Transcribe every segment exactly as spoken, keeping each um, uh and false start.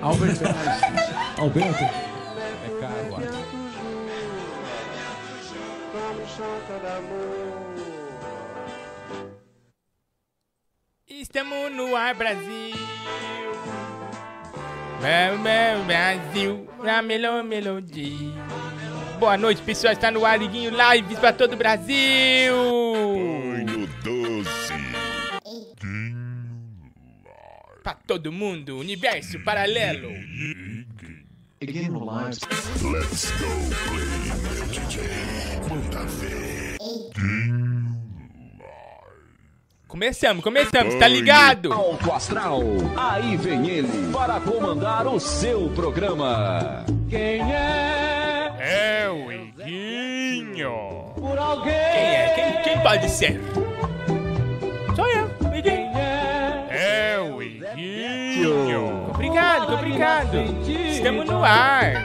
Alberto é mais difícil. Alberto? É caro, acho. Estamos no ar, Brasil. Vamos, Brasil, na melhor melodia. Boa noite, pessoal. Está no ar, Iguinho Lives para todo o Brasil. Banho doce. Para todo mundo, universo paralelo. Iguinho Lives. Let's go play, meu D J. Manda ver. Começamos, começamos, tá ligado? Alto Astral, aí vem ele para comandar o seu programa. Quem é? É o Iguinho. Por alguém. Quem é? Quem, quem pode ser? Sou eu, o Iguinho. É o Iguinho. Obrigado, obrigado. Estamos no ar.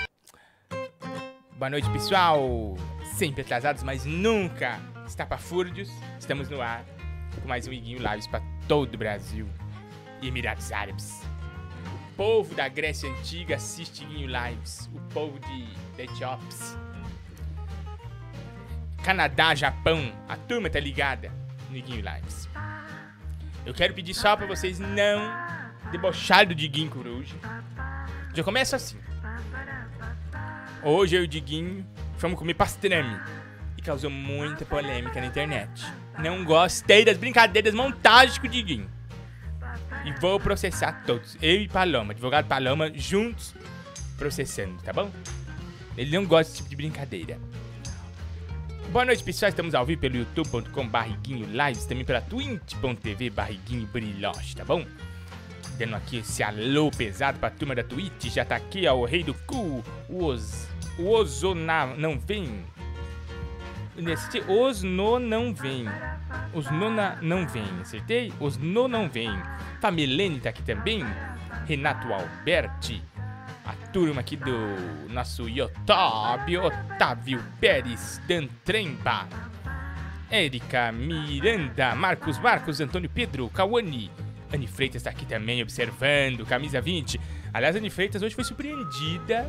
Boa noite, pessoal. Sempre atrasados, mas nunca estapafúrdios. Estamos no ar com mais um Iguinho Lives para todo o Brasil e Emirados Árabes. O povo da Grécia Antiga assiste Iguinho Lives. O povo de da Etiópia, Canadá, Japão, a turma tá ligada no Iguinho Lives. Eu quero pedir só pra vocês não debocharem do Diguinho Coruja. Já começa assim. Hoje eu e o Diguinho fomos comer pastrame e causou muita polêmica na internet. Não gostei das brincadeiras montagens com o Diguinho. E vou processar todos. Eu e Paloma, advogado Paloma, juntos processando, tá bom? Ele não gosta desse tipo de brincadeira. Boa noite, pessoal. Estamos ao vivo pelo youtube ponto com barra Iguinho Lives, também pela twitch ponto tv barra Iguinho Brilhoche, tá bom? Dando aqui esse alô pesado pra turma da Twitch. Já tá aqui, ó, o rei do cu, o Os... O Ozona não vem. Nesse Osno não vem. Osnona não vem, acertei? Osno não vem. Familene tá aqui também. Renato Alberti. A turma aqui do nosso YouTube. Otávio Pérez Dantremba. Érica Miranda. Marcos Marcos. Antônio Pedro. Cauane. Anne Freitas tá aqui também observando. Camisa vinte. Aliás, Anne Freitas hoje foi surpreendida,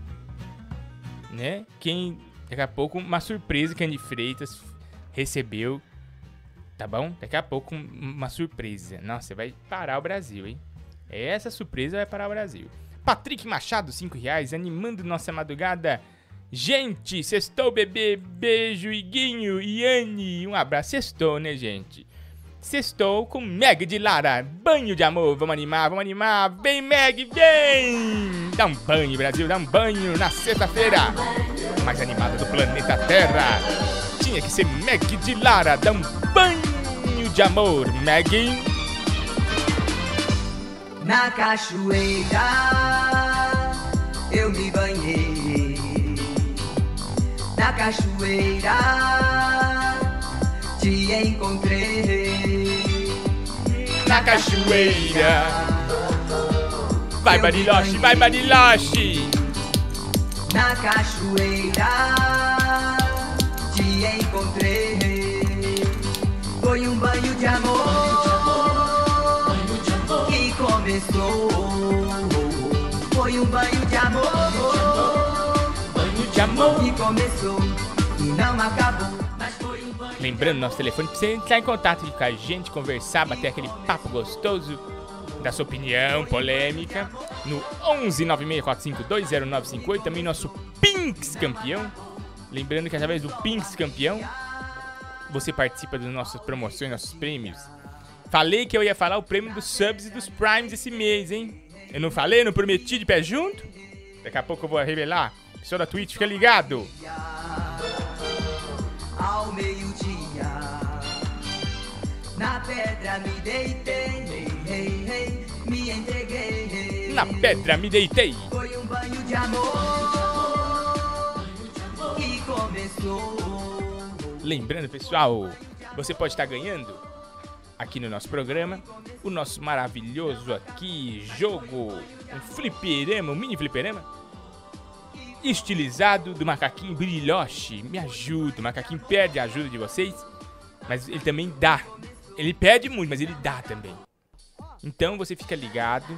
né? Quem... Daqui a pouco, uma surpresa que a Anne Freitas recebeu. Tá bom? Daqui a pouco, uma surpresa. Nossa, vai parar o Brasil, hein? Essa surpresa vai parar o Brasil. Patrick Machado, cinco reais, animando nossa madrugada. Gente, sextou, bebê. Beijo, Iguinho e Anne. Um abraço. Sextou, né, gente? Sextou com Meg de Lara. Banho de amor. Vamos animar, vamos animar. Vem, Meg, vem! Dá um banho, Brasil. Dá um banho na sexta-feira mais animada do planeta Terra. Tinha que ser Meg de Lara. Dá um banho de amor, Meg. Na cachoeira eu me banhei. Na cachoeira te encontrei. Na cachoeira. Vai, Bariloche, vai, Bariloche. Na cachoeira te encontrei. Foi um banho de amor que começou. Foi um banho de amor, banho de amor que começou e não acabou. Mas foi um banho. Lembrando nosso telefone pra você entrar em contato com a gente, conversar, bater aquele papo gostoso, dar sua opinião polêmica no onze nove seis quatro cinco dois zero nove cinco oito. Também nosso Pinks Campeão. Lembrando que através do Pinks Campeão você participa das nossas promoções, nossos prêmios. Falei que eu ia falar o prêmio dos subs e dos primes esse mês, hein? Eu não falei? Não prometi de pé junto? Daqui a pouco eu vou revelar. Pessoal da Twitch, fica ligado. Ao meio-dia, na pedra me deitei, hey, hey, me entreguei. Na pedra me deitei. Foi um banho de amor que começou. Lembrando, pessoal, você pode estar ganhando aqui no nosso programa o nosso maravilhoso aqui jogo, um fliperama, um mini fliperama estilizado do macaquinho Brilhoche. Me ajuda, o macaquinho pede a ajuda de vocês, mas ele também dá. Ele pede muito, mas ele dá também. Então você fica ligado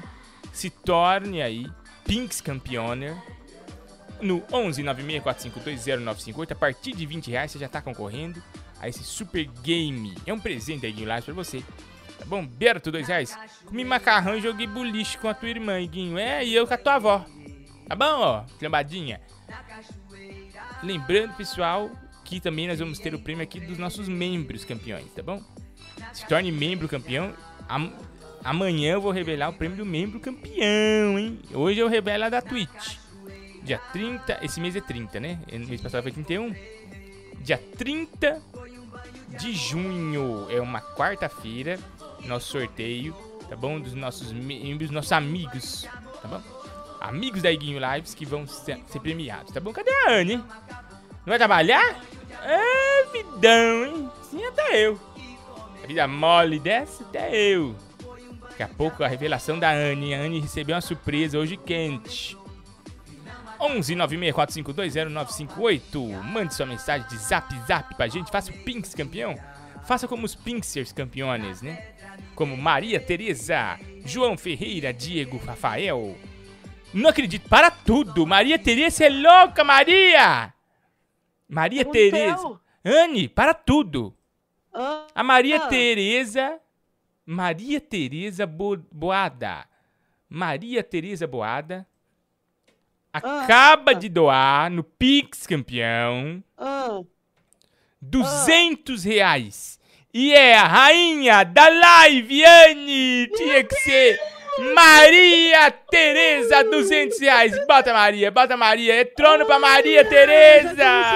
se torne aí Pinks Campioner no onze nove seis quatro cinco dois zero nove cinco oito. A partir de vinte reais você já tá concorrendo a esse super game. É um presente aí, Iguinho Lives, pra você. Tá bom? Berto, dois reais. Comi macarrão e joguei boliche com a tua irmã, Iguinho. É, e eu com a tua avó. Tá bom, ó? Lambadinha. Lembrando, pessoal, que também nós vamos ter o prêmio aqui dos nossos membros campeões, tá bom? Se torne membro campeão. Am amanhã eu vou revelar o prêmio do membro campeão, hein? Hoje eu revelo a da Twitch. Dia trinta, esse mês é trinta, né? No mês passado foi trinta e um. Dia trinta de junho, é uma quarta-feira, nosso sorteio, tá bom? Dos nossos membros, nossos amigos, tá bom? Amigos da Iguinho Lives que vão ser, ser premiados, tá bom? Cadê a Anne? Não vai trabalhar? É, vidão, hein? Sim, até eu. A vida mole dessa, até eu. Daqui a pouco a revelação da Anne. A Anne recebeu uma surpresa hoje quente. onze nove seis quatro cinco dois zero nove cinco oito. Mande sua mensagem de zap zap pra gente. Faça o Pinks campeão. Faça como os Pinksers campeões, né? Como Maria Tereza, João Ferreira, Diego Rafael. Não acredito. Para tudo. Maria Tereza é louca, Maria. Maria Tereza. Anne, para tudo. Ah, A Maria ah. Tereza. Maria Tereza Bo Boada. Maria Tereza Boada. Acaba ah. de doar no Pix Campeão Ah, duzentos reais. E é a rainha da live, Anne. Tinha que ser Maria Tereza, duzentos reais. Bota Maria, bota Maria. É trono pra Maria Tereza.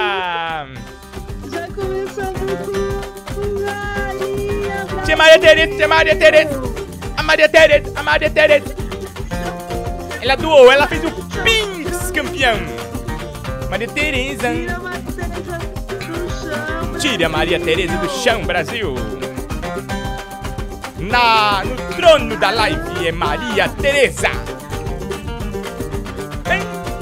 já começamos com Maria. Tia Maria Tereza, tia Maria Tereza. A Maria Tereza, a Maria Tereza. Ela doou, ela fez o Pinks Campeão. Maria Tereza. Tira a Maria Tereza do chão. Tira a Maria Tereza do chão, Brasil. Na, no trono da live é Maria Tereza. Vem.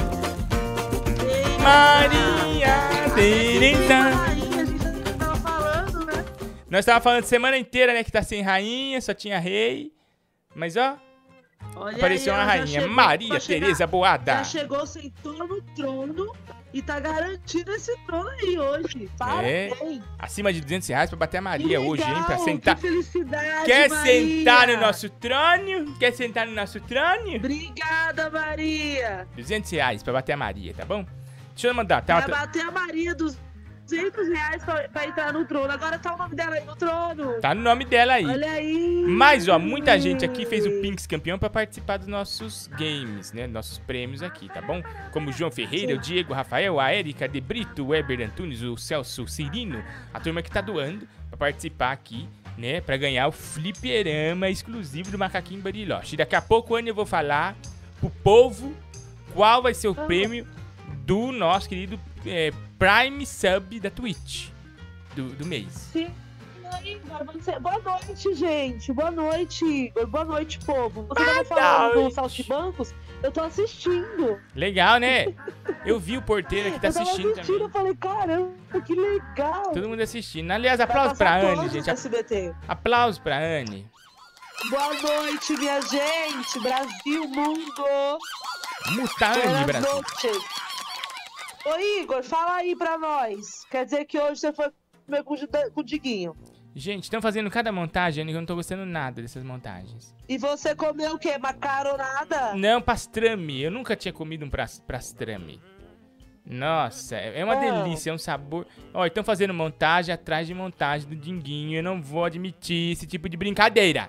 Maria Tereza. Rainha, a gente tava falando, né? Nós estávamos falando semana inteira, né, que tá sem rainha, só tinha rei. Mas ó, Olha apareceu aí, uma ó, já rainha, chegou Maria pra chegar- Tereza Boada. Já chegou, sentou no trono e tá garantindo esse trono aí hoje. Parabéns. Acima de duzentos reais pra bater a Maria Que hoje, hein, pra legal, sentar. Que felicidade, Quer Maria. sentar no nosso trono? Quer sentar no nosso trono? Obrigada, Maria. duzentos reais pra bater a Maria, tá bom? Deixa eu mandar, tá? Vai bater a Maria dos duzentos reais pra, pra entrar no trono. Agora tá o nome dela aí no trono. Tá no nome dela aí. Olha aí. Mas, ó, muita gente aqui fez o Pinks Campeão pra participar dos nossos games, né? Nossos prêmios aqui, tá bom? Como o João Ferreira, o Diego Rafael, a Érica de Brito, o Weber Antunes, o Celso Cirino, a turma que tá doando pra participar aqui, né? Pra ganhar o fliperama exclusivo do Macaquinho Bariloche. E daqui a pouco, Anny, eu vou falar pro povo qual vai ser o prêmio do nosso querido é, Prime Sub da Twitch do, do mês. Sim. Aí, Igor, você- Boa noite, gente. Boa noite, Igor. Boa noite, povo. Você tava falando noite. do Saltibancos? Eu tô assistindo. Legal, né? Eu vi o porteiro aqui tá eu tava assistindo assistindo, eu também. falei, caramba, que legal. Todo mundo assistindo. Aliás, Vai aplausos pra passar Anny, todos gente. no S B T. Aplausos pra Anny. Boa noite, minha gente. Brasil, mundo. Muta Anny, Buenas Brasil. noches. Ô, Igor, fala aí pra nós. Quer dizer que hoje você foi comer com o Juda- com o Diguinho. Gente, estão fazendo cada montagem, Anny, que eu não tô gostando nada dessas montagens. E você comeu o quê? Macaronada? Não, pastrame. Eu nunca tinha comido um pras- pastrame. Nossa, é uma Ah. delícia, é um sabor. Ó, estão fazendo montagem atrás de montagem do Dinguinho. Eu não vou admitir esse tipo de brincadeira.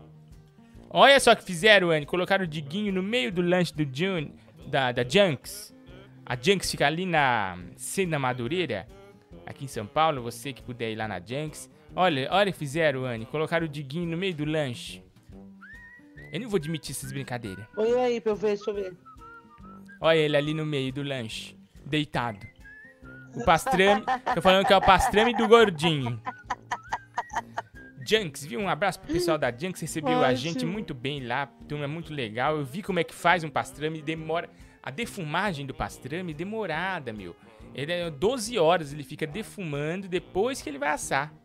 Olha só o que fizeram, Anny. Colocaram o Diguinho no meio do lanche do Jun, da, da Junks. A Junks fica ali na Cena Madureira, aqui em São Paulo. Você que puder ir lá na Junks. Olha, olha o que fizeram, Anny. Colocaram o Diguinho no meio do lanche. Eu não vou admitir essas brincadeiras. Põe aí pra eu ver, deixa eu ver. Olha ele ali no meio do lanche, deitado. O pastrame, tô falando que é o pastrame do gordinho. Junks, viu? Um abraço pro pessoal da Junks, recebeu a Ótimo. gente muito bem lá, turma muito legal. Eu vi como é que faz um pastrame, demora. A defumagem do pastrame é demorada, meu. Ele é doze horas, ele fica defumando depois que ele vai assar.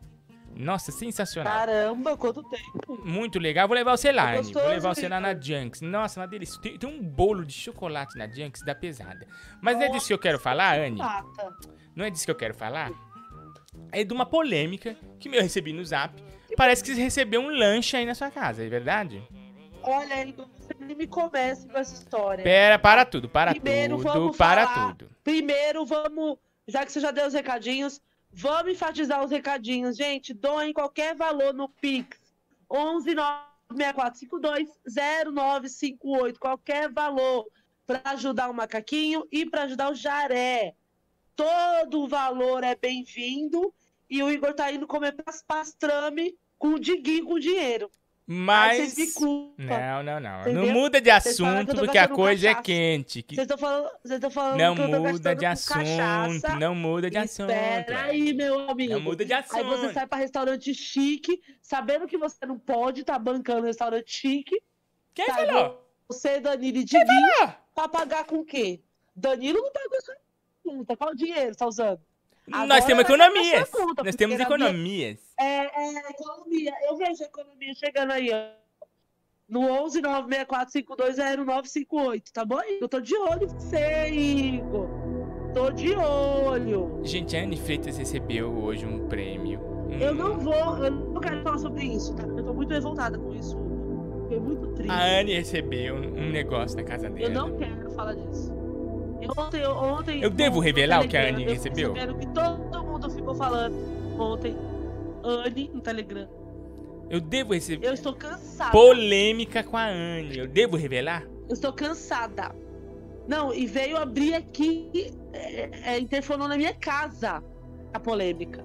Nossa, sensacional. Caramba, quanto tempo. Muito legal. Vou levar você lá, É Anny. Vou gostoso, levar você lá na Igor. Junks. Nossa, uma delícia. Tem, tem um bolo de chocolate na Junks da pesada. Mas não é disso que eu quero falar, Anny. Mata. Não é disso que eu quero falar. É de uma polêmica que eu recebi no Zap. Parece que você recebeu um lanche aí na sua casa, é verdade? Olha, Igor, você nem me comece com essa história. Pera, para tudo, para Primeiro, tudo, vamos para falar. tudo. Primeiro, vamos... Já que você já deu os recadinhos, vamos enfatizar os recadinhos. Gente, doem qualquer valor no Pix. onze nove seis quatro cinco dois zero nove cinco oito. Qualquer valor para ajudar o Macaquinho e para ajudar o Jaré. Todo o valor é bem-vindo. E o Igor tá indo comer pas- pastrame com o Diguinho com dinheiro. Aí Mas... vocês me culpam. Não, não, não. Entendeu? Não muda de Vocês falam que assunto eu tô porque a gastando coisa é cachaça. quente. que- Vocês estão falando, vocês estão falando Não que eu tô muda gastando de com assunto, cachaça. não muda de assunto. Espera aí, meu amigo. Não muda de Aí você assunto. sai pra restaurante chique, sabendo que você não pode estar bancando restaurante chique. Quem Sai falou? Você, Danilo e Diguinho, falou? pra pagar com o quê? Danilo não pagou sua conta. Qual dinheiro você tá usando? Nós Agora temos vai pagar economias. sua conta, Nós porque temos na minha- economias. É, é, economia. Eu vejo a economia chegando aí, ó. No onze nove seis quatro cinco dois zero nove cinco oito, tá bom? Eu tô de olho em você, Igor. Tô de olho. Gente, a Anny Freitas recebeu hoje um prêmio. Um- Eu não vou, eu não quero falar sobre isso, tá? Eu tô muito revoltada com isso. Fiquei muito triste. A Anny recebeu um um negócio na casa dela. Eu não quero falar disso. Eu, ontem, eu, ontem, Eu devo no revelar o que a Telegram, Anny eu recebeu? fiquei sabendo que todo mundo ficou falando ontem. Anny no Telegram. Eu devo receber. Eu estou cansada. Polêmica com a Anny. Eu devo revelar? Eu estou cansada. Não, e veio abrir aqui, é, é, interfonou na minha casa a polêmica.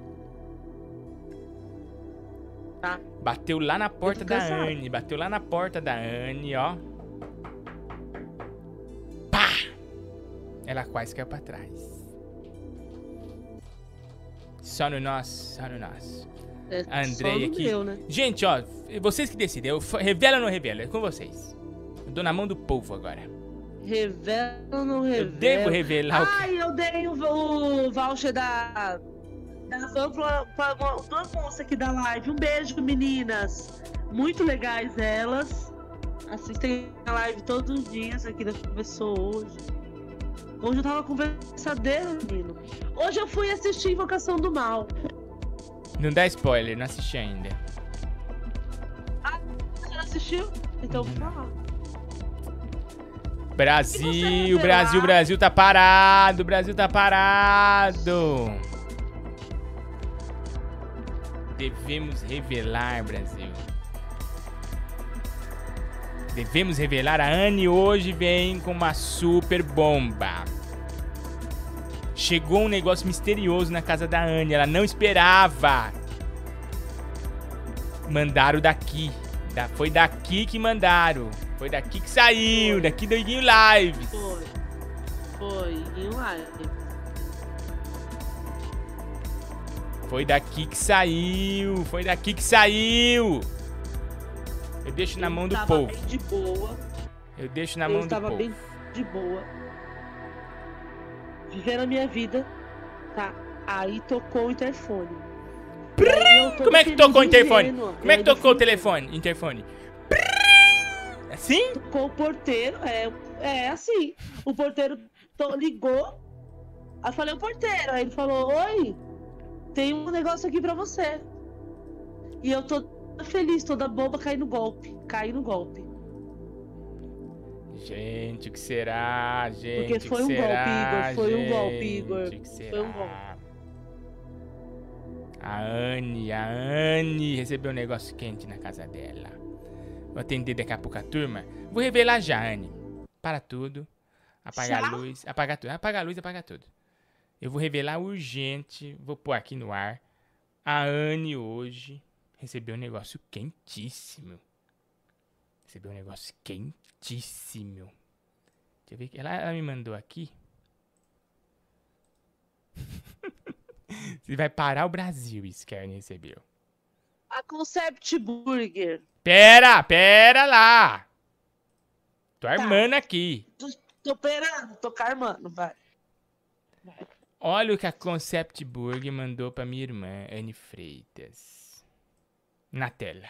Tá? Bateu lá na porta tô da cansada. Anny. Bateu lá na porta da Anny, ó. Pá! Ela quase caiu pra trás. Só no nosso, só no nosso. É, A Andreia só no aqui. meu, né? Gente, ó, vocês que decidem. Eu fa- revela ou não revela? É com vocês. Eu dou na mão do povo agora. Revela ou não revela? Eu devo revelar o que. Ai, eu dei o, o voucher da, da van pra, pra uma, uma moça aqui da live. Um beijo, meninas. Muito legais elas. Assistem a live todos os dias. Aqui da conversou hoje. Hoje eu tava conversadeira, menino. Hoje eu fui assistir Invocação do Mal. Não dá spoiler, não assisti ainda. Você já assistiu? Então fala. E Brasil, você, Brasil, lá? Brasil tá parado, Brasil tá parado. Devemos revelar, Brasil. Devemos revelar. A Anny hoje vem com uma super bomba. Chegou um negócio misterioso na casa da Anny. Ela não esperava. Mandaram daqui. Da- Foi daqui que mandaram. Foi daqui que saiu. Foi. Daqui do Iguinho Lives. Foi. Foi. Em live. Foi daqui que saiu. Foi daqui que saiu. Eu deixo na mão do Tava povo. bem de boa. Eu deixo na eu mão do estava povo. bem de boa. Vivendo a minha vida, tá? Aí tocou o interfone. E aí eu tô Como é que feliz tocou o interfone? ingênua. Como é que Eu ainda tocou o fui- telefone? Interfone. Assim? Tocou o porteiro, é, é assim. O porteiro to- ligou. Aí eu falei, o porteiro. Aí ele falou, oi, tem um negócio aqui pra você. E eu tô feliz, toda boba, caí no golpe. Caí no golpe. Gente, o que será? Gente, Porque o que foi um golpe, será? Igor, foi um golpe, Gente, Igor. o que será? Foi um golpe. A Anny, a Anny recebeu um negócio quente na casa dela. Vou atender daqui a pouco a turma. Vou revelar já, Anny. Para tudo. Apaga a Já? luz. Apaga tudo. Apaga a luz, apaga tudo. Eu vou revelar urgente. Vou pôr aqui no ar. A Anny hoje recebeu um negócio quentíssimo. Recebeu um negócio quentíssimo. Deixa eu ver. Ela, ela me mandou aqui. Você vai parar o Brasil, isso que a Anny recebeu. A Concept Burger. Pera, pera lá. Tô armando aqui. Tô, tô operando, tô carmando, vai. Olha o que a Concept Burger mandou pra minha irmã, Anne Freitas. Na tela.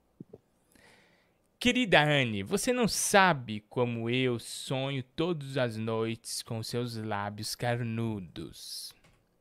Querida Anne, você não sabe como eu sonho todas as noites com seus lábios carnudos.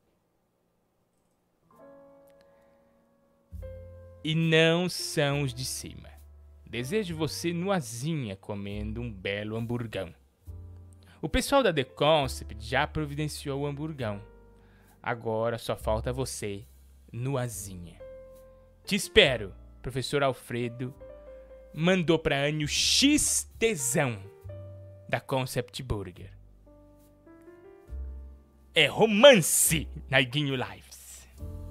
E não são os de cima. Desejo você nuazinha comendo um belo hamburgão. O pessoal da The Concept já providenciou o hamburgão. Agora só falta você, nuazinha. Te espero, professor Alfredo. Mandou pra Anne o X-tesão da Concept Burger. É romance na Iguinho Lives.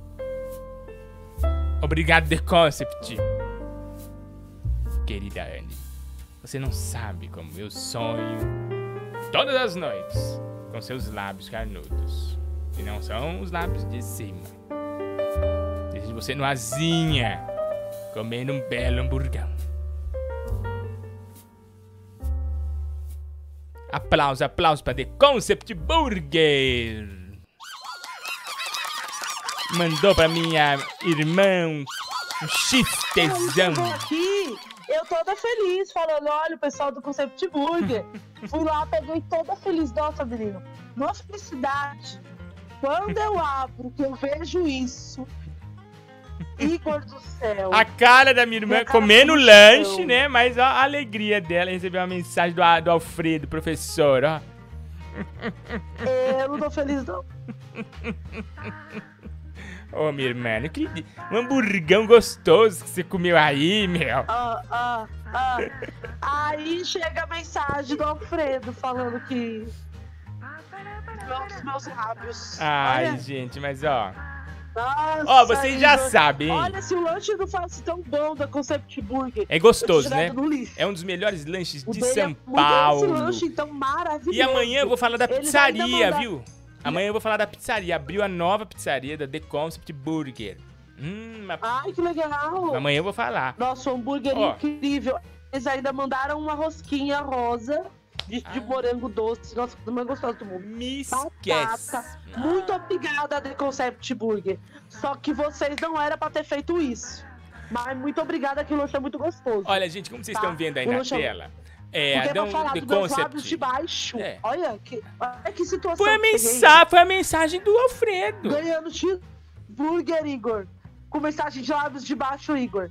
Obrigado, The Concept. Querida Anne, você não sabe como eu sonho todas as noites com seus lábios carnudos. E não são os lábios de cima. Desejo você nuazinha comendo um belo hamburgão. Aplausos, aplausos para The Concept Burger. Mandou pra minha irmã um X-tesão. Eu aqui, eu toda feliz, falando, olha o pessoal do Concept Burger. Fui lá, peguei toda feliz. Nossa, menino, uma felicidade. Quando eu abro, que eu vejo isso, Igor do céu. A cara da minha irmã Minha cara comendo do lanche, céu. né? Mas ó, a alegria dela em receber uma mensagem do, do Alfredo, professor, ó. Eu não tô feliz, não. Ô, minha irmã, não acredito. Um hamburgão gostoso que você comeu aí, meu. Ah, ah, ah. Aí chega a mensagem do Alfredo falando que um dos meus lábios. Ai, Olha, gente, mas ó. nossa, Ó, vocês já Igor. sabem, hein? Olha, se o lanche não fosse tão bom da Concept Burger. É gostoso, eu tinha né? jogado no lixo. É um dos melhores lanches O de dele é São muito bom, Paulo. Esse lanche, então, maravilhoso. E amanhã eu vou falar da Eles pizzaria, ainda mandam- viu? Amanhã eu vou falar da pizzaria. Abriu a nova pizzaria da The Concept Burger. Hum, mas Ai, que legal. amanhã eu vou falar. Nossa, um hambúrguer Ó. incrível. Eles ainda mandaram uma rosquinha rosa de, de Ah. morango doce. Nossa, coisa mais gostosa do mundo. Me esquece. Batata. Muito obrigada, The Concept Burger. Só que vocês não era pra ter feito isso. Mas muito obrigada, que o lanche é muito gostoso. Olha, gente, como vocês Tá. estão vendo aí Eu na vou chamar- tela, é, Porque é dão pra falar The dos meus lábios Concept. de baixo. É. Olha, que, olha que situação. Foi a, que eu cheguei. mensa foi a mensagem do Alfredo. Ganhando cheeseburger, Igor. Com mensagem de lábios de baixo, Igor.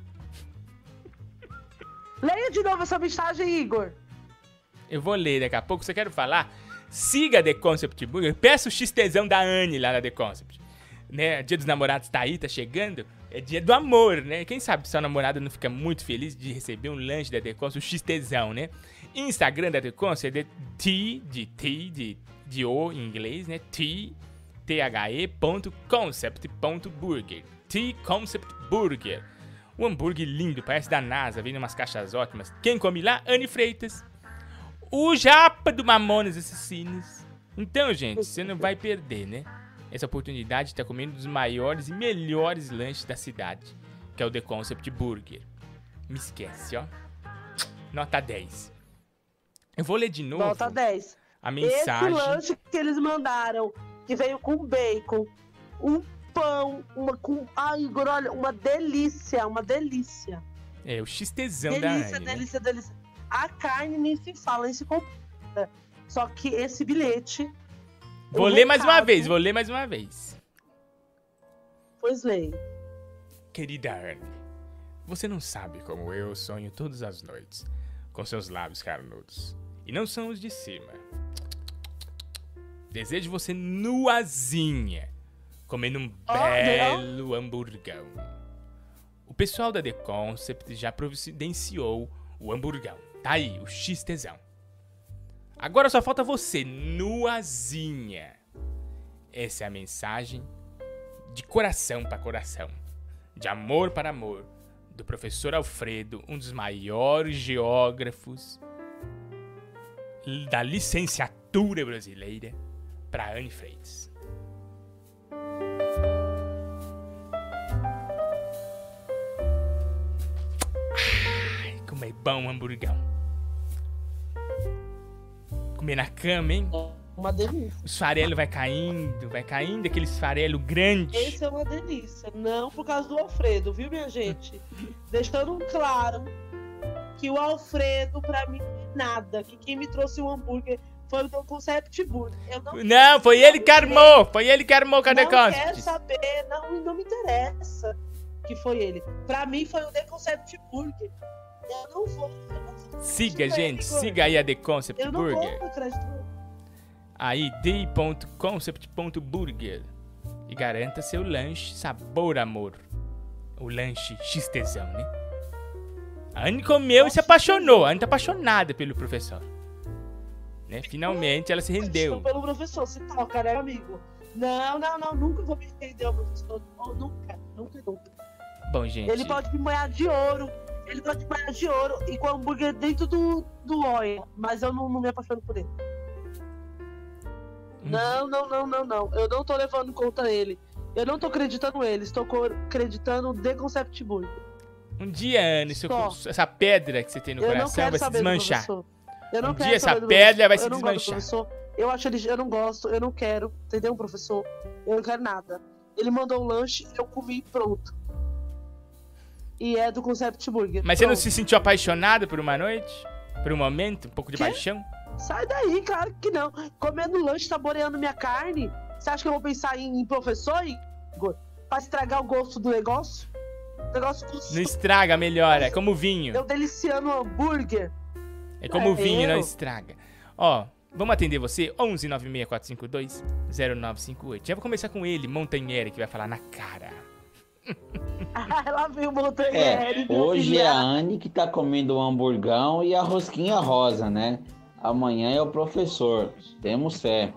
Leia de novo essa mensagem, Igor. Eu vou ler daqui a pouco. Você quer falar? Siga a The Concept Burger. Peça o X-tesão da Anne lá na The Concept. Né? Dia dos namorados tá aí, tá chegando. É dia do amor, né? Quem sabe sua namorada não fica muito feliz de receber um lanche da The Concept, o X-tesão, né? Instagram da The Concept é T, de T, de, de O em inglês, né? T, T-H-E ponto concept ponto burger. T Concept Burger. Um hambúrguer lindo, parece da NASA, vem em umas caixas ótimas. Quem come lá? Anne Freitas. O japa do Mamonas Assassinos. Então, gente, você não vai perder, né? Essa oportunidade de estar comendo um dos maiores e melhores lanches da cidade, que é o The Concept Burger. Me esquece, ó. Nota dez. Eu vou ler de novo Nota dez. a Esse mensagem. lanche que eles mandaram, que veio com bacon, um pão, uma com... Ai, Igor, olha, uma delícia, uma delícia. É, o X-tesão da Delícia, Anne, né? delícia, delícia. A carne nem se fala, nem se compra. Só que esse bilhete... Vou o ler mais uma recado- vez, vou ler mais uma vez. Pois leio. Querida Anne, você não sabe como eu sonho todas as noites com seus lábios carnudos. E não são os de cima. Desejo você nuazinha, comendo um Oh, belo hamburgão. O pessoal da The Concept já providenciou o hamburgão. Tá aí, o X-tesão. Agora só falta você, nuazinha. Essa é a mensagem de coração para coração, de amor para amor, do professor Alfredo, um dos maiores geógrafos da licenciatura brasileira, para Anne Freitas. Ai, como é bom o hamburgão. Comer na cama, hein? Uma delícia. Os farelos vai caindo, vai caindo, aqueles farelo grande. Esse é uma delícia. Não por causa do Alfredo, viu, minha gente? Deixando claro que o Alfredo, pra mim, não é nada. Que quem me trouxe o hambúrguer foi o do Concept Burger. Eu não, Não, foi ele que armou. Foi ele que armou o Cadê não quero Concept? saber, não, não me interessa que foi ele. Pra mim foi o The Concept Burger. Eu não vou. Eu não vou Siga, acreditar gente. nele, Igor. Siga aí a The Concept Eu não Burger. vou acreditar. Aí, d ponto concept ponto burger. E garanta seu lanche sabor amor. O lanche X-tesão, né? A Anne comeu e se apaixonou. A Anne tá apaixonada pelo professor. Né? Finalmente ela se rendeu. Estou pelo professor, se toca, né, amigo? Não, não, não, nunca vou me render ao professor. Oh, nunca, nunca, nunca. Bom, gente. Ele pode me banhar de ouro. Ele pode me banhar de ouro e com o hambúrguer dentro do, do Oia. Mas eu não, não me apaixono por ele. Hum. Não, não, não, não, não. Eu não tô levando em conta ele. Eu não tô acreditando ele. Estou co- acreditando no The Concept Burger. Um dia, Anne, seu- Só. essa pedra que você tem no Eu não coração quero vai se saber do desmanchar. professor. Eu não Um quero dia essa saber do pedra professor. vai se eu não gosto do desmanchar. professor. Eu acho ele, eu não gosto, eu não quero, entendeu, professor? Eu não quero nada. Ele mandou um lanche, eu comi e pronto. E é do Concept Burger. Mas você não Pronto. se sentiu apaixonado por uma noite? Por um momento? Um pouco de Quê? paixão? Sai daí, claro que não. Comendo lanche, saboreando minha carne. Você acha que eu vou pensar em, em professor, Igor? Pra estragar o gosto do negócio? O negócio Não gostoso. estraga, melhora. É como vinho. Eu deliciando o hambúrguer. É como É, vinho, não eu? estraga. Ó, vamos atender você? onze nove seis quatro cinco dois zero nove cinco oito. Já vou começar com ele, Montanheiro, que vai falar na cara. Ela veio o É, Montanheiro. meu hoje filho. é a Anne que tá comendo o hamburgão e a rosquinha rosa, né? Amanhã é o professor. Temos fé.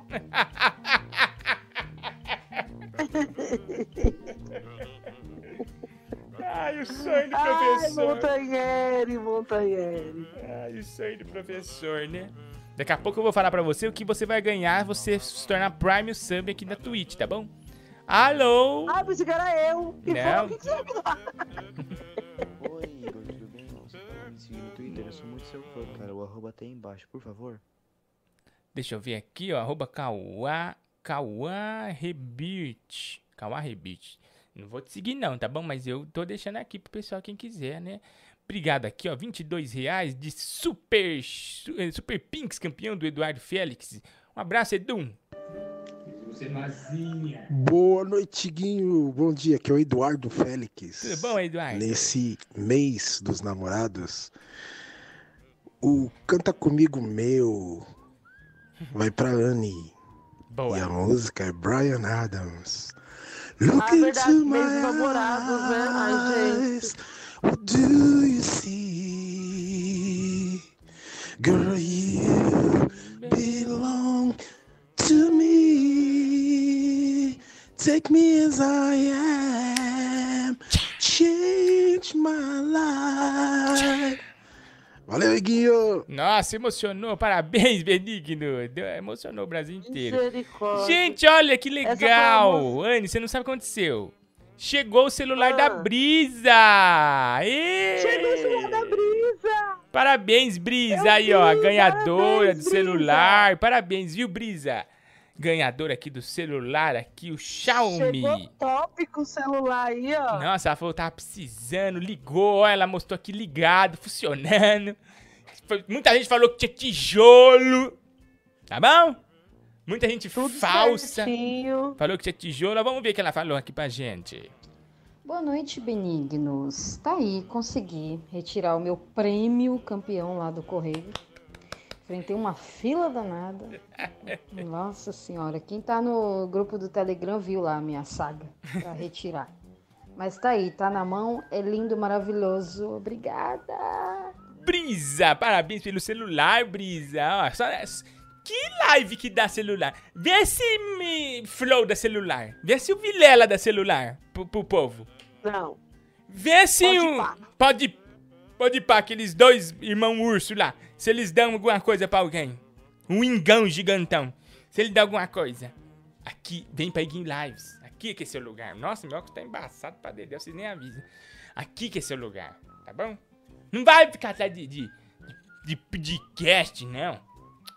Ai, o sonho do Ai, Montanheiro, Montanheiro. Ai, o sonho do professor, né? Daqui a pouco eu vou falar pra você o que você vai ganhar você se tornar Prime Sub aqui na Twitch, tá bom? Alô? Ah, pensei que era eu. Que Não. foi? O que que você vai me dar? Oi, Igor, tudo bem? Você pode me seguir no Twitter? Eu sou muito seu fã, cara. O arroba tá aí embaixo, por favor. Deixa eu ver aqui, ó. Arroba Kauá, Kauá Rebit. Kauá Rebit. Não vou te seguir não, tá bom? Mas eu tô deixando aqui pro pessoal, quem quiser, né? Obrigado aqui, ó. vinte e dois reais de Super, Super Pinks, campeão do Eduardo Félix. Um abraço, Edu. Você mazinha. Boa noite, Guinho. Bom dia, aqui é o Eduardo Félix. Tudo bom, Eduardo? Nesse mês dos namorados, o Canta Comigo Meu vai pra Anne. Boa. E a música é Bryan Adams. Ah, Look verdade, into mês my dos namorados, né? Ai, eyes. gente. What do you see? Girl, you belong to me. Take me as I am. Change my life. Valeu, Guinho. Nossa, emocionou. Parabéns, Benigno. Deu- Emocionou o Brasil inteiro. Misericórdia. Gente, olha que Essa foi a legal. Anne, você não sabe o que aconteceu. Chegou o celular Ah. da Brisa. Ê! Chegou o celular da Brisa. Parabéns, Brisa. Eu Aí, ó, a vi, ganhadora parabéns, do Brisa. celular. Parabéns, viu, Brisa? Ganhadora aqui do celular, aqui, o Xiaomi. Chegou top com o celular aí, ó. Nossa, ela falou que tava precisando, ligou, ó, ela mostrou aqui ligado, funcionando. Foi- Muita gente falou que tinha tijolo, tá bom? Muita gente Tudo falsa certinho. falou que tinha tijolo. Vamos ver o que ela falou aqui pra gente. Boa noite, benignos. Tá aí, consegui retirar o meu prêmio campeão lá do Correio. Enfrentei uma fila danada. Nossa senhora, quem tá no grupo do Telegram viu lá a minha saga pra retirar. Mas tá aí, tá na mão, é lindo, maravilhoso. Obrigada. Brisa, parabéns pelo celular, Brisa. Ó, só- que live que dá celular. Vê esse me, flow da celular. Vê se o Vilela da celular pro, pro povo. Não. Vê se Pode um. pá. Pode. Pode pá, aqueles dois irmãos urso lá. Se eles dão alguma coisa pra alguém. Um ingão gigantão. Se ele dá alguma coisa. Aqui, vem pra Iguin Lives. Aqui que é seu lugar. Nossa, meu óculos tá embaçado pra dedéu, vocês nem avisam. Aqui que é seu lugar, tá bom? Não vai ficar atrás de, de, de, de podcast, não.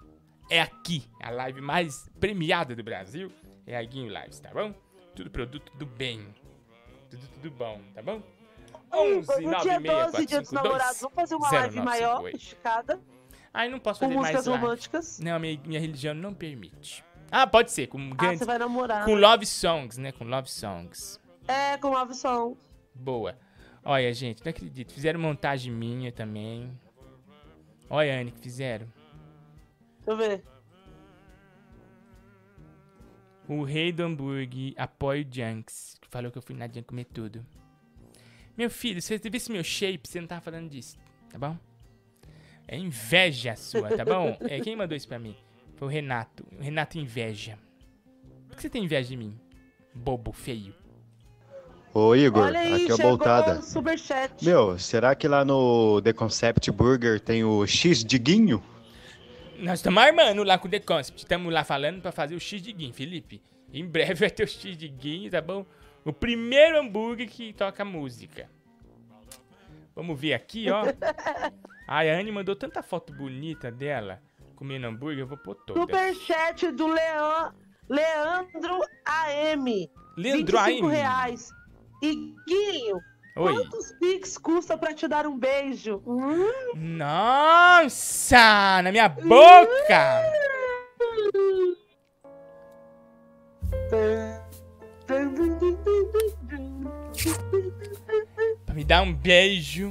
é aqui. A live mais premiada do Brasil é a Iguinho Lives, tá bom? Tudo produto do bem. Tudo, tudo bom, tá bom? onze No nove dia seis doze, quatro dia dos cinco dois namorados, vamos fazer uma zero live nove maior, cinco oito. esticada, Ai, não posso com fazer mais músicas live. românticas. Não, minha, minha religião não permite. Ah, pode ser, com Ah, grandes... você vai namorar. Com love songs, né? Com love songs. É, com love song. Boa. Olha, gente, não acredito. Fizeram montagem minha também. Olha, Anne, que fizeram. Deixa eu ver. O rei do hambúrguer apoia o Junks, que falou que eu fui na Junk comer tudo. Meu filho, se você visse meu shape, você não tava falando disso, tá bom? É inveja sua, tá bom? É, quem mandou isso pra mim? Foi o Renato. O Renato inveja. Por que você tem inveja de mim? Bobo, feio. Ô Igor, Olha aí, aqui é o chegou Boltada. o superchat. Meu, será que lá no The Concept Burger tem o X de guinho? Nós estamos armando lá com o The Concept. Estamos lá falando pra fazer o X de Guinho, Felipe. Em breve vai ter o X de Guinho, tá bom? O primeiro hambúrguer que toca música. Vamos ver aqui, ó. Ai, a Anne mandou tanta foto bonita dela comendo hambúrguer, eu vou pôr toda. Superchat do Leon, Leandro A M. Leandro vinte e cinco A M. reais. Iguinho, Oi. quantos pix custa pra te dar um beijo? Hum? Nossa, na minha boca! Pra me dar um beijo.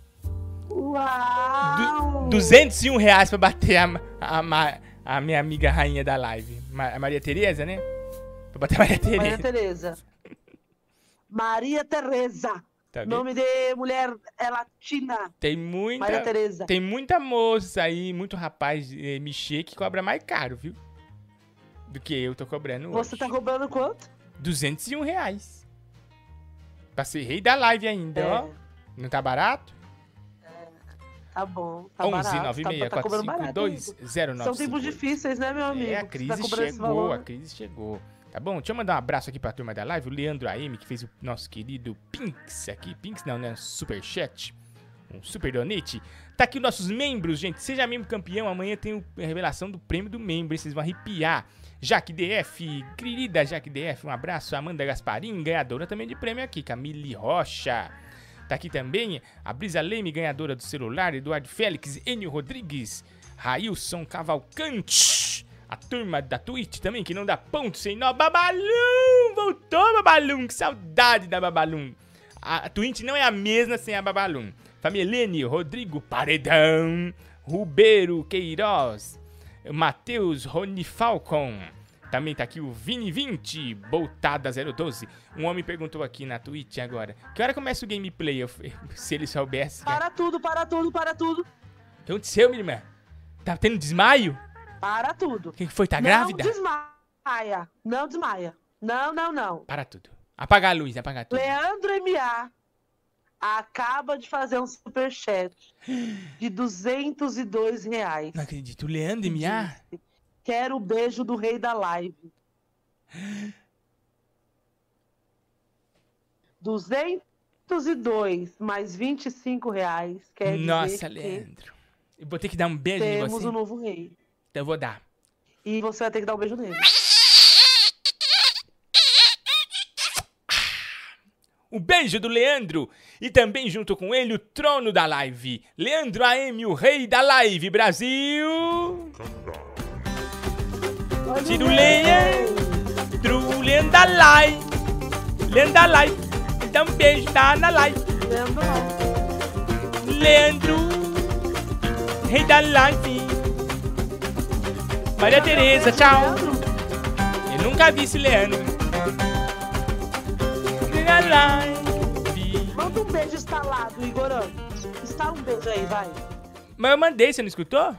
Uau! Du duzentos e um reais pra bater a, a, a, a minha amiga rainha da live. Ma a Maria Tereza, né? Pra bater a Maria Tereza. Maria Tereza. Maria Tereza. Tá vendo? Nome de mulher é latina. Tem muita, Maria Tereza. tem muita moça aí, muito rapaz eh, mexer que cobra mais caro, viu? Do que eu tô cobrando hoje. Você tá cobrando quanto? duzentos e um reais. Pra ser rei da live ainda, É. ó. Não tá barato? Tá bom, tá onze barato. nove seis tá, tá quatro cobrando cinco barato, dois amigo. zero nove São tempos cinco oito. difíceis, né, meu amigo? É, a Você crise tá cobrando esse chegou, valor. a crise chegou. Tá bom? Deixa eu mandar um abraço aqui pra turma da live, o Leandro A M, que fez o nosso querido Pinks aqui. Pinks não, né? Superchat. Um super donate. Tá aqui os nossos membros, gente. Seja membro campeão. Amanhã tem o- a revelação do prêmio do membro. hein? Vocês vão arrepiar. Jaque D F, querida Jaque D F, um abraço. Amanda Gasparim, ganhadora também de prêmio aqui. Camille Rocha. Tá aqui também a Brisa Leme, ganhadora do celular. Eduardo Félix, Enio Rodrigues, Railson Cavalcante. A turma da Twitch também, que não dá ponto sem nó. Babalum! Voltou, Babalum! Que saudade da Babalum! A, a Twitch não é a mesma sem a Babalum. Familene, Rodrigo Paredão, Rubeiro Queiroz, Matheus Rony Falcon. Também tá aqui o Vini vinte, Boltada zero doze. Um homem perguntou aqui na Twitch agora: que hora começa o gameplay? Eu, se ele soubesse. Cara. Para tudo, para tudo, para tudo. O que aconteceu, minha irmã? Tá tendo desmaio? Para tudo. O que que foi? Tá não grávida? Não desmaia. Não desmaia. Não, não, não. Para tudo. Apaga a luz, apaga tudo. Leandro M A acaba de fazer um superchat de duzentos e dois reais. Não acredito. O Leandro M A? Quero o beijo do rei da live. duzentos e dois mais vinte e cinco reais. Quer Nossa, dizer Leandro. Eu vou ter que dar um que beijo em temos você. o novo rei. Então eu vou dar. E você vai ter que dar um beijo nele. O beijo do Leandro. E também junto com ele o trono da live. Leandro A M, o rei da live, Brasil. Tiro Leandro, Leandro da live. Leandro da live. Dá um beijo tá na live. Leandro, rei da live. Maria Tereza, tchau. Eu nunca vi esse Leandro. Da live. Manda um beijo instalado, Igorão. Instala um beijo aí, vai. Mas eu mandei, você não escutou?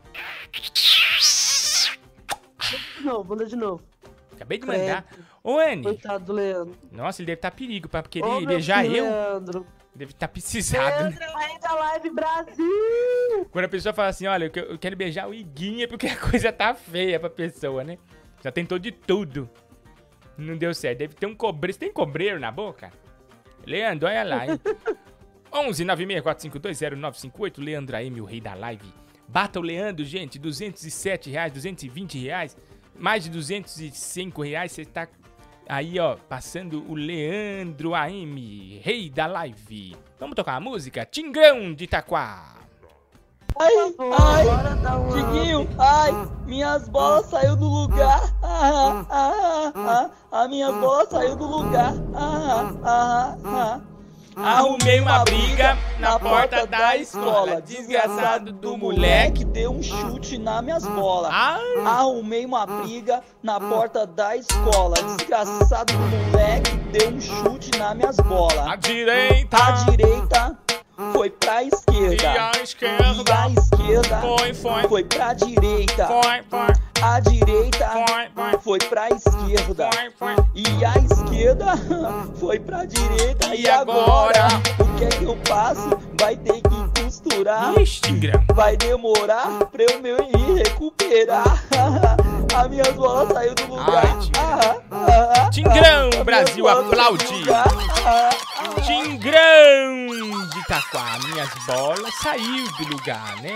De novo, manda de novo. Acabei de Credo. mandar. Ô, Anny. Coitado do Leandro. Nossa, ele deve estar perigo pra querer Ô, meu beijar filho eu. Leandro. Deve estar precisado. Leandro é o rei da live Brasil. Quando a pessoa fala assim, olha, eu que- eu quero beijar o Iguinha porque a coisa tá feia pra pessoa, né? Já tentou de tudo. Não deu certo. Deve ter um cobreiro. Você tem cobreiro na boca? Leandro, olha lá, hein? onze nove seis quatro cinco dois zero nove cinco oito. Leandro A M, o rei da live. Bata o Leandro, gente, duzentos e sete reais, duzentos e vinte reais, mais de duzentos e cinco reais, você tá aí, ó, passando o Leandro A M, rei da live. Vamos tocar a música? Tingrão de Itaquá. Ai, ai, Diguinho, ai, minhas bolas saiu do lugar. Ah, ah, ah, ah, minhas bolas saiu do lugar. Ah, ah, ah. Arrumei uma briga na porta da escola. Desgraçado do moleque deu um chute nas minhas bolas. Arrumei uma briga na porta da escola. Desgraçado do moleque deu um chute nas minhas bolas. A direita, a direita foi pra esquerda. E a esquerda, e a esquerda foi, foi, foi pra direita. Foi, foi. A direita foi, foi. foi pra esquerda. Foi, foi. E a esquerda foi pra direita. E, e agora, agora o que é que eu faço? Vai ter que costurar. Ixi, vai demorar pra eu me ir recuperar. As minhas bolas saiu do lugar. Ai, ah, ah, ah, Tingrão, ah, Brasil aplaude. Ah, ah, Tingrão de Itaquá, minhas bolas saiu do lugar, né?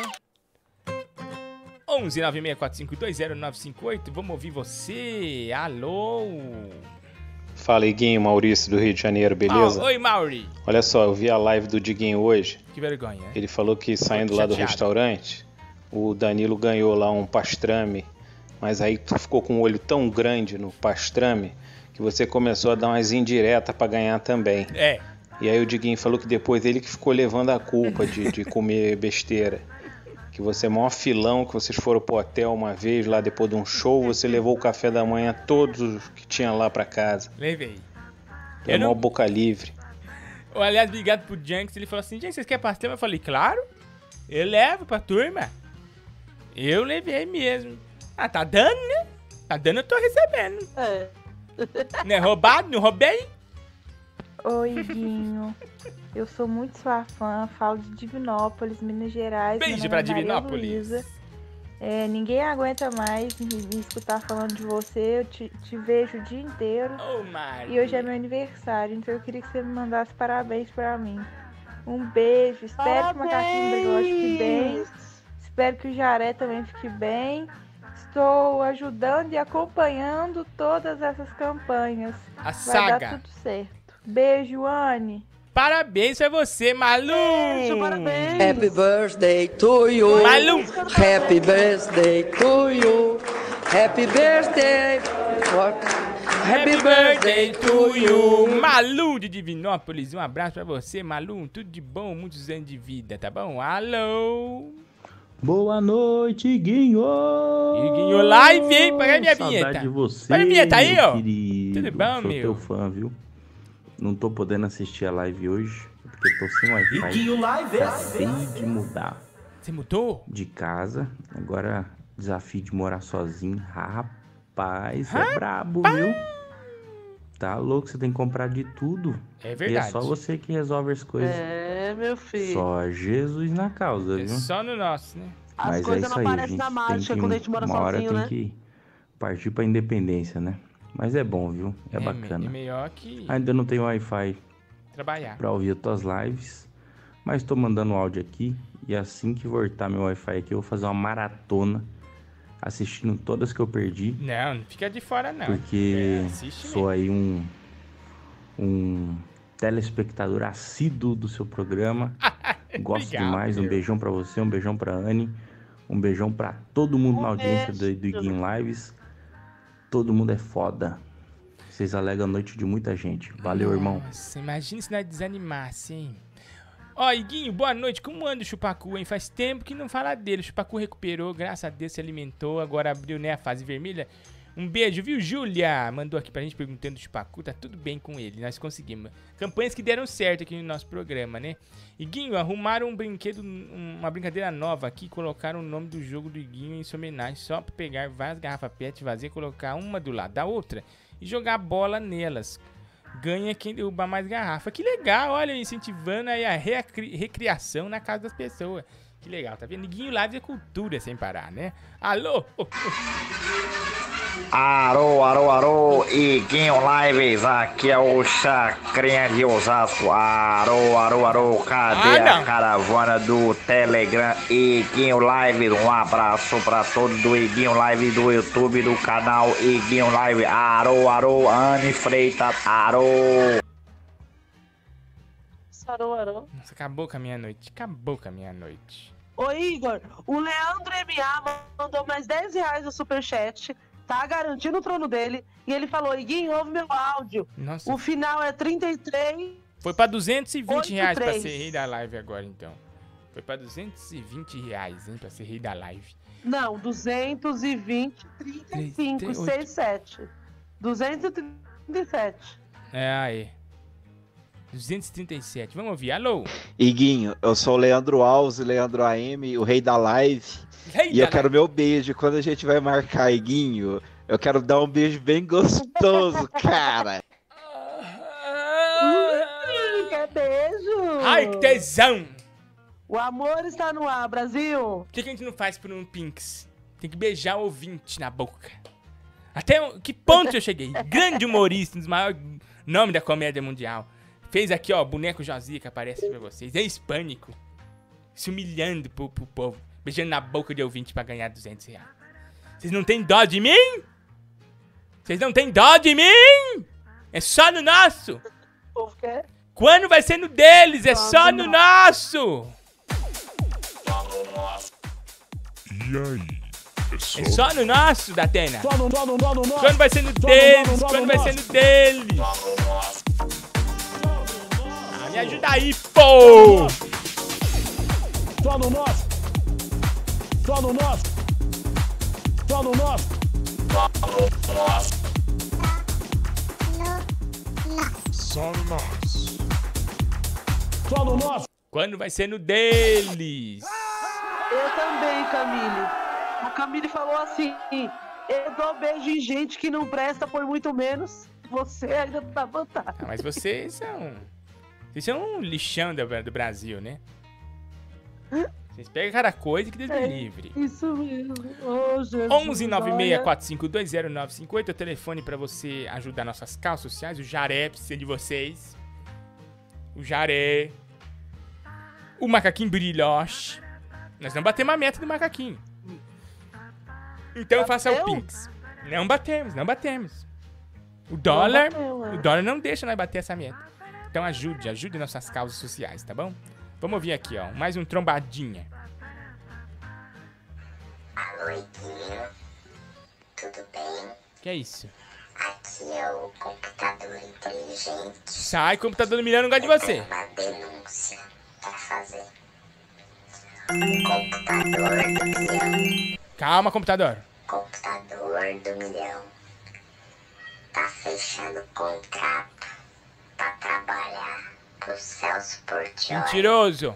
onze nove seis quatro cinco dois zero nove cinco oito, vamos ouvir você. Alô? Fala, Iguinho, Maurício do Rio de Janeiro, beleza? Oh, oi, Mauri. Olha só, eu vi a live do Diguinho hoje. Que vergonha. Ele falou que saindo lá do restaurante, o Danilo ganhou lá um pastrame, mas aí tu ficou com um olho tão grande no pastrame que você começou a dar umas indiretas pra ganhar também. É. E aí o Diguinho falou que depois ele que ficou levando a culpa de, de comer besteira. Que você é maior filão, que vocês foram pro hotel uma vez, lá depois de um show, você levou o café da manhã todos os que tinha lá pra casa. Levei. É eu maior não... boca livre. Aliás, obrigado pro Janks, ele falou assim, Janks, vocês querem pastel? Eu falei, claro, eu levo pra turma. Eu levei mesmo. Ah, tá dando, né? Tá dando, eu tô recebendo. É. Não é roubado? Não roubei? Oi, Guinho. Eu sou muito sua fã, falo de Divinópolis, Minas Gerais. Beijo pra Divinópolis. É, ninguém aguenta mais me, me escutar falando de você, eu te, te vejo o dia inteiro. Oh, Maria. E hoje é meu aniversário, então eu queria que você me mandasse parabéns pra mim. Um beijo, espero parabéns. Que o Macaquinho Bigode fique bem, espero que o Jaré também fique bem. Estou ajudando e acompanhando todas essas campanhas. A Vai saga. dar tudo certo. Beijo, Anne. Parabéns pra você, Malu! Beijo, parabéns! Happy birthday to you! Malu! Happy birthday to you! Happy birthday! Happy birthday to you! Malu de Divinópolis, um abraço pra você, Malu. Tudo de bom, muitos anos de vida, tá bom? Alô! Boa noite, Guinho! Guinho Live, hein? Paga minha vinheta. Saudade de você, Paga a vinheta aí, ó. Querido. Tudo bom, Sou meu? Sou teu fã, viu? Não tô podendo assistir a live hoje, porque tô sem Wi-Fi. Guinho Live é Acabei de mudar. Você mudou? De casa. Agora, desafio de morar sozinho. Rapaz, é brabo, viu? Tá louco, você tem que comprar de tudo. É verdade. E é só você que resolve as coisas. É, meu filho. Só Jesus na causa, É viu? só no nosso, né? As Mas coisas é isso não aí, aparecem gente. na mágica Tem quando que, a gente mora uma hora sozinho, tem né? que partir pra independência, né? Mas é bom, viu? É, É, bacana. é melhor que Ainda não tenho Wi-Fi trabalhar. pra ouvir as tuas lives, mas tô mandando áudio aqui e assim que voltar meu Wi-Fi aqui eu vou fazer uma maratona assistindo todas que eu perdi. Não, não fica de fora não. Porque É, assiste sou aí um um telespectador assíduo do seu programa. Gosto Obrigado, demais. Um meu. beijão pra você, um beijão pra Anne, um beijão pra todo mundo na audiência do, do Iguinho Lives. Todo mundo é foda. Vocês alegram a noite de muita gente. Valeu, irmão. Nossa, imagina se nós desanimasse, hein? Ó, Iguinho, boa noite. Como anda o Chupacu, hein? Faz tempo que não fala dele. O Chupacu recuperou, graças a Deus se alimentou. Agora abriu, né, a fase vermelha. Um beijo, viu, Júlia? Mandou aqui pra gente perguntando do Chupacu. Tá tudo bem com ele, nós conseguimos. Campanhas que deram certo aqui no nosso programa, né? Iguinho, arrumaram um brinquedo, uma brincadeira nova aqui. Colocaram o nome do jogo do Iguinho em sua homenagem. Só pra pegar várias garrafas pet, vazia, colocar uma do lado da outra e jogar bola nelas. Ganha quem derrubar mais garrafa. Que legal, olha, incentivando aí a recri- recriação na casa das pessoas. Que legal, tá vendo? Iguinho Live é cultura sem parar, né? Alô? Arô, arô, arô, Iguinho Lives, aqui é o Chacrinha de Osasco. Arô, arô, arô, cadê Ah, a caravana do Telegram Iguinho Lives? Um abraço pra todos do Iguinho Live, do YouTube, do canal Iguinho Live. Arô, arô, Anne Freitas, arô. Arô, arô. Nossa, acabou com a minha noite. Acabou com a minha noite. Ô, Igor, o Leandro M A mandou mais dez reais no superchat. Tá garantindo o trono dele. E ele falou, Iguinho, ouve meu áudio. Nossa. O final é trinta e três. Foi pra duzentos e vinte reais pra três. ser rei da live agora, então. Foi pra duzentos e vinte reais, hein, pra ser rei da live. Não, duzentos e vinte, trinta e cinco, sessenta e sete. duzentos e trinta e sete. É, aí. duzentos e trinta e sete. Vamos ouvir. Alô? Iguinho, eu sou o Leandro Alves, Leandro A M, o rei da live. Rei e da eu quero meu beijo. Quando a gente vai marcar, Iguinho, eu quero dar um beijo bem gostoso, cara. Hum, quer beijo? Ai, que tesão! O amor está no ar, Brasil. Por que, que a gente não faz por um Pinks? Tem que beijar o ouvinte na boca. Até o- que ponto eu cheguei? Grande humorista, um dos maiores nomes da comédia mundial. Fez aqui, ó, boneco Josia que aparece pra vocês. É hispânico. Se humilhando pro, pro povo. Beijando na boca de ouvinte pra ganhar duzentos reais. Vocês não tem dó de mim? Vocês não tem dó de mim? É só no nosso. O povo quer? Quando vai ser no deles? É só no nosso. E aí? É só, É só no nosso, Datena. Só no- só no- só no nosso. Quando vai ser no Só no- deles? só no- só Quando no vai nosso. ser no deles? Ah, me ajuda aí, pô! Só no nosso. Só no nosso. Só no nosso. Só no nosso. Só no nosso. Quando vai ser no deles? Eu também, Camille. A Camille falou assim, eu dou beijo em gente que não presta por muito menos. Você ainda tá vantagem. Ah, mas vocês são... Vocês são um lixão do, do Brasil, né? Vocês pegam cada coisa que Deus me livre. Isso mesmo. Oh, Jesus, onze nove seis olha. quatro cinco dois zero nove cinco oito é o telefone pra você ajudar nossas causas sociais. O Jaré precisa de vocês. O Jaré. O Macaquinho Brilhoche. Nós não batemos a meta do Macaquinho. Então faça o Pix. Não batemos, não batemos. O dólar, bateu, é. o dólar não deixa nós bater essa meta. Então ajude, ajude nossas causas sociais, tá bom? Vamos ouvir aqui, ó. Mais um trombadinha. Alô, Iguinho. Tudo bem? Que é isso? Aqui é o computador inteligente. Sai, computador do milhão, não gosta de você. Eu tenho uma denúncia pra fazer. O computador do milhão. Calma, computador. Computador do milhão. Tá fechando contrato pra trabalhar pro Celso Portiolli. Mentiroso.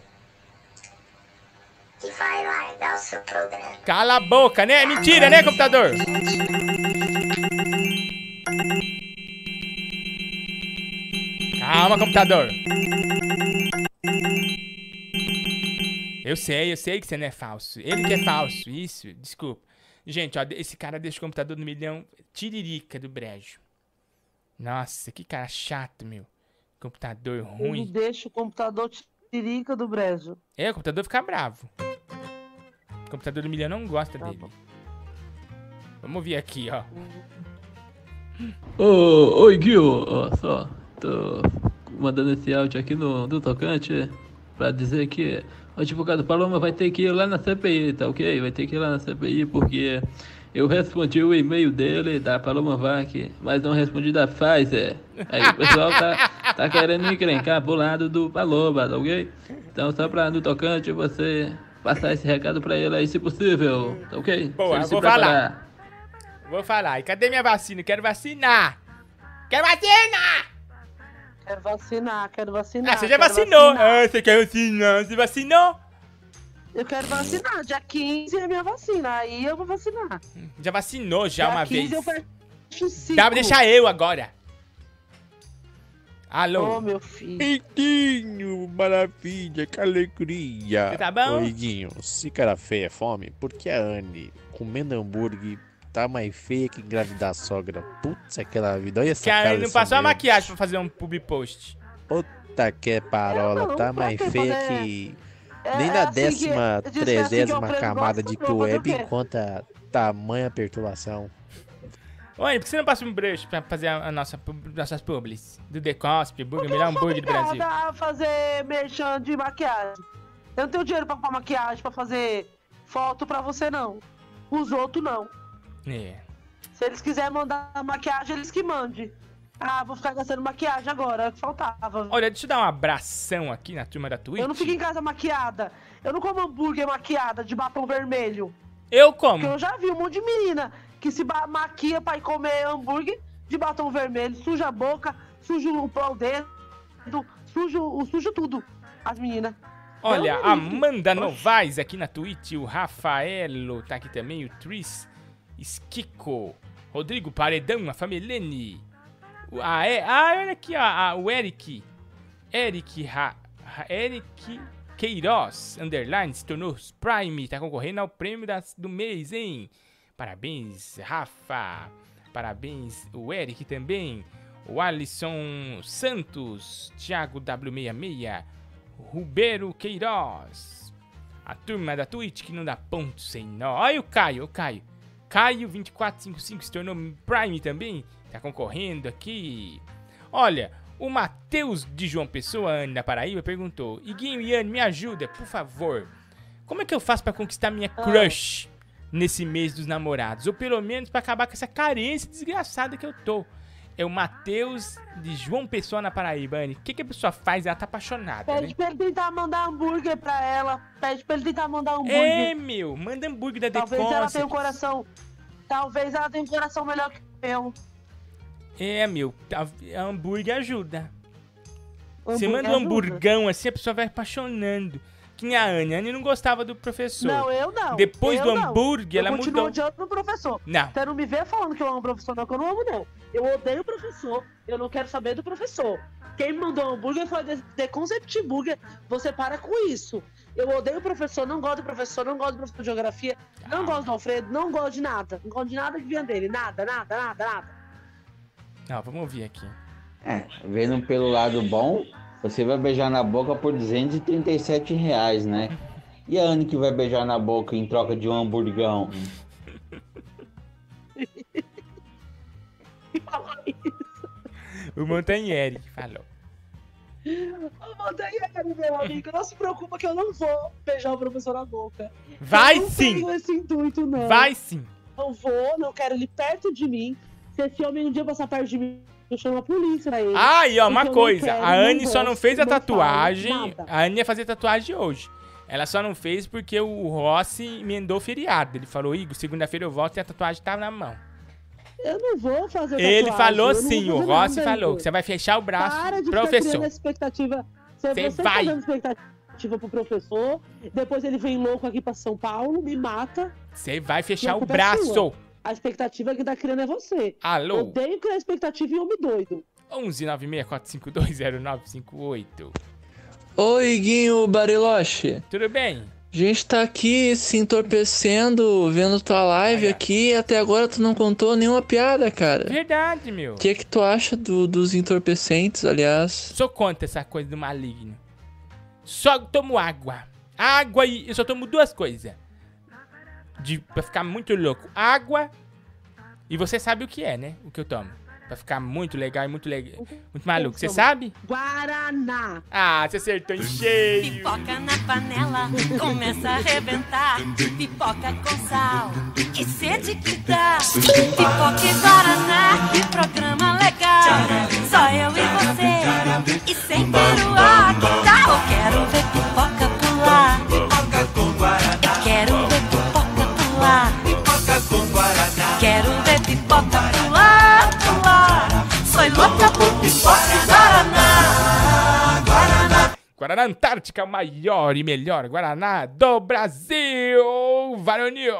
E vai largar o seu programa. Cala a boca, né? Mentira, né, computador? Calma, computador. Eu sei, eu sei que você não é falso. Ele que é falso, isso, desculpa. Gente, ó, esse cara deixa o computador do milhão tiririca do brejo. Nossa, que cara chato, meu. Computador Ele ruim. deixa o computador tirica do brejo. É, o computador fica bravo. O computador do milhão não gosta Tá dele. Vamos ouvir aqui, ó. Ô, oi, Gil, ó, só, tô mandando esse áudio aqui no, do tocante pra dizer que o advogado Paloma vai ter que ir lá na C P I, tá ok? Vai ter que ir lá na C P I porque eu respondi o e-mail dele, da Paloma Vac, mas não respondi da Pfizer. Aí o pessoal tá, tá querendo me encrencar pro lado do Paloma, tá ok? Então só pra no tocante você passar esse recado pra ele aí, se possível, tá ok? Boa, Se ele eu se vou preparar. falar. Vou falar. E cadê minha vacina? Quero vacinar. Quero vacinar! Quero vacinar, quero vacinar. Ah, você já quero vacinou. vacinar. Ah, você quer vacinar? Você vacinou? Eu quero vacinar. Dia quinze é minha vacina. Aí eu vou vacinar. Já vacinou já Dia uma quinze vez. eu fecho cinco. Dá pra deixar eu agora. Alô? Ô, meu filho. Iguinho, maravilha, que alegria. Você tá bom? Ô, Iguinho, se cara feia é fome, por que a Anne, comendo hambúrguer, tá mais feia que engravidar a sogra. Putz, aquela vida. Olha essa Que a cara Anne não dessa passou a mulher. maquiagem pra fazer um publi post. Puta que é parola, não, tá pra mais quê feia fazer- que... É- Nem é na assim que- décima, diz que é assim que o trezésima Alfredo camada gosta, de não, fazer o web quê? encontra tamanha perturbação. Oi, por que você não passa um brush pra fazer a, a nossa, pub- nossas publis? Do The Cosp, Burger, melhor hambúrguer do Brasil. Obrigada a fazer merchan de maquiagem. Eu não tenho dinheiro pra comprar maquiagem, pra fazer foto pra você, não. Os outros, não. É. Se eles quiserem mandar maquiagem, eles que mandem. Ah, vou ficar gastando maquiagem agora, é o que faltava. Olha, deixa eu dar um abração aqui na turma da Twitch. Eu não fico em casa maquiada. Eu não como hambúrguer maquiada de batom vermelho. Eu como. Porque eu já vi um monte de menina que se ba- maquia pra ir comer hambúrguer de batom vermelho. Suja a boca, suja o pau dedo, suja, o- suja tudo. As meninas. Olha, Eu a não ligo. Amanda Novaes aqui na Twitch, o Rafaelo tá aqui também, o Tris Skiko, Rodrigo Paredão, a Familene, o, a, e, ah, olha aqui, ó, a, o Eric, Eric, Ra, Ra- Eric Queiroz, underline, se tornou Prime, tá concorrendo ao prêmio das, do mês, hein? Parabéns, Rafa, parabéns, o Eric também, o Alisson Santos, Thiago W sessenta e seis, Rubeiro Queiroz. A turma da Twitch que não dá ponto sem nó. Olha o Caio, o Caio. Caio vinte e quatro cinquenta e cinco se tornou Prime também. Tá concorrendo aqui. Olha, o Matheus de João Pessoa, Anne da Paraíba, perguntou: Iguinho e Anne, me ajuda, por favor. Como é que eu faço pra conquistar minha crush nesse mês dos namorados? Ou pelo menos pra acabar com essa carência desgraçada que eu tô. É o Matheus de João Pessoa na Paraíba, Anne. O que, que a pessoa faz? Ela tá apaixonada, Pede né? pra ele tentar mandar hambúrguer pra ela. Pede pra ele tentar mandar hambúrguer. É, meu, manda hambúrguer da Talvez ela Deconce. tenha um coração. Talvez ela tenha um coração melhor que o meu. É, meu, tá- hambúrguer ajuda. Você Hambúrguer manda um ajuda. hamburgão assim, a pessoa vai apaixonando. Que nem a Anne. A Anne não gostava do professor. Não, eu não. Depois eu do não. hambúrguer, eu ela continuo mudou. odiando o professor. Não. Você não me vê falando que eu amo o professor, não, que eu não amo, não. Eu odeio o professor. Eu não quero saber do professor. Quem me mandou hambúrguer foi The The Concept Burger. Você para com isso. Eu odeio o professor, não gosto do professor, não gosto do professor de geografia, não gosto do Alfredo, não gosto de nada. Não gosto de nada que vinha dele. Nada, nada, nada, nada. Não, vamos ouvir aqui. É, vendo pelo lado bom, você vai beijar na boca por duzentos e trinta e sete reais, né? E a Anne que vai beijar na boca em troca de um hamburgão? O Montanheri falou. Ô, Montanheri, meu amigo, não se preocupa que eu não vou beijar o professor na boca. Vai eu não sim! tenho esse intuito, não. Vai sim! Não vou, não quero ele perto de mim. Se esse homem um dia passar perto de mim, eu chamo a polícia pra ele. Ah, e ó, Porque uma eu não coisa. quero, A Anne só não gosto, fez a não falo tatuagem. nada. A Anne ia fazer tatuagem hoje. Ela só não fez porque o Rossi emendou o feriado. Ele falou, Igor, segunda-feira eu volto e a tatuagem tá na mão. Eu não vou fazer Ele tatuagem, falou eu não vou sim, o fazer Rossi nada, falou Igor. que você vai fechar o braço Para de pro ficar professor. criando expectativa. Se Você você vai. tá dando expectativa pro professor, depois ele vem louco aqui pra São Paulo, me mata. Você vai e a fechar o culpa é braço. sua. A expectativa que tá criando é você. Alô? Eu odeio criar expectativa em homem doido. onze nove seis quatro cinco dois zero nove cinco oito. Oi, Guinho Bariloche. Tudo bem? A gente tá aqui se entorpecendo, vendo tua live aqui, e até agora tu não contou nenhuma piada, cara. Verdade, meu. O que é que tu acha do- dos entorpecentes, aliás? Sou contra essa coisa do maligno. Só tomo água. Água e... Eu só tomo duas coisas. De, pra ficar muito louco. Água. E você sabe o que é, né? O que eu tomo. Pra ficar muito legal e muito legal. Muito maluco. Você sabe? Guaraná. Ah, você acertou em cheio. Pipoca na panela, começa a arrebentar. Pipoca com sal, que sede que dá. Pipoca e Guaraná, que programa legal. Só eu e você, e sem peruá. Que tal? Eu quero ver pipoca pular. Pipoca com Guaraná. Eu quero ver pipoca pular. Pipoca com Guaraná. Quero ver pipoca pular, pular. Sou louca por pipoca e Guaraná. Guaraná. Guaraná Antártica, o maior e melhor Guaraná do Brasil. Varonil.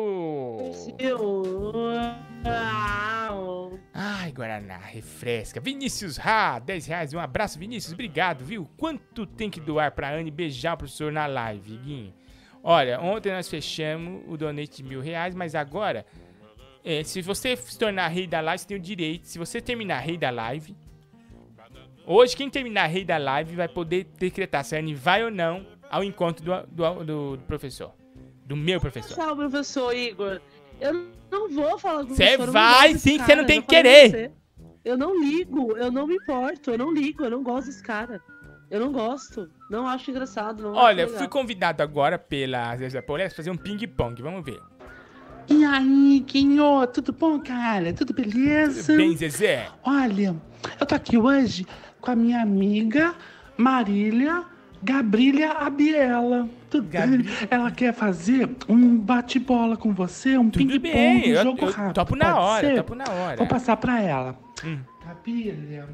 Ai, Guaraná, refresca. Vinícius Rá, dez reais. Um abraço, Vinícius. Obrigado, viu? Quanto tem que doar pra Anne beijar o professor na live, Guinho? Olha, ontem nós fechamos o donate de mil reais, mas agora É, se você se tornar rei da live, você tem o direito. Se você terminar rei da live... Hoje, quem terminar rei da live vai poder decretar se a Anne vai ou não ao encontro do, do, do, do professor. Do meu professor. Tchau, professor Igor. Eu não vou falar com Você você. vai sim, que você não tem que querer. Eu não ligo, eu não me importo, eu não ligo, eu não gosto desse cara. Eu não gosto, não acho engraçado. Não Olha, acho eu fui convidado agora pela Zezé Polés pra fazer um ping-pong, vamos ver. E aí, Guinho, tudo bom, cara? Tudo beleza? Tudo bem, Zezé? Olha, eu tô aqui hoje com a minha amiga Marília Gabrília Abiela. Tudo bem? Ela quer fazer um bate-bola com você, um ping-pong, um eu, jogo eu rápido. topo na pode hora, ser? topo na hora. Vou passar pra ela. Hum. Gabrília...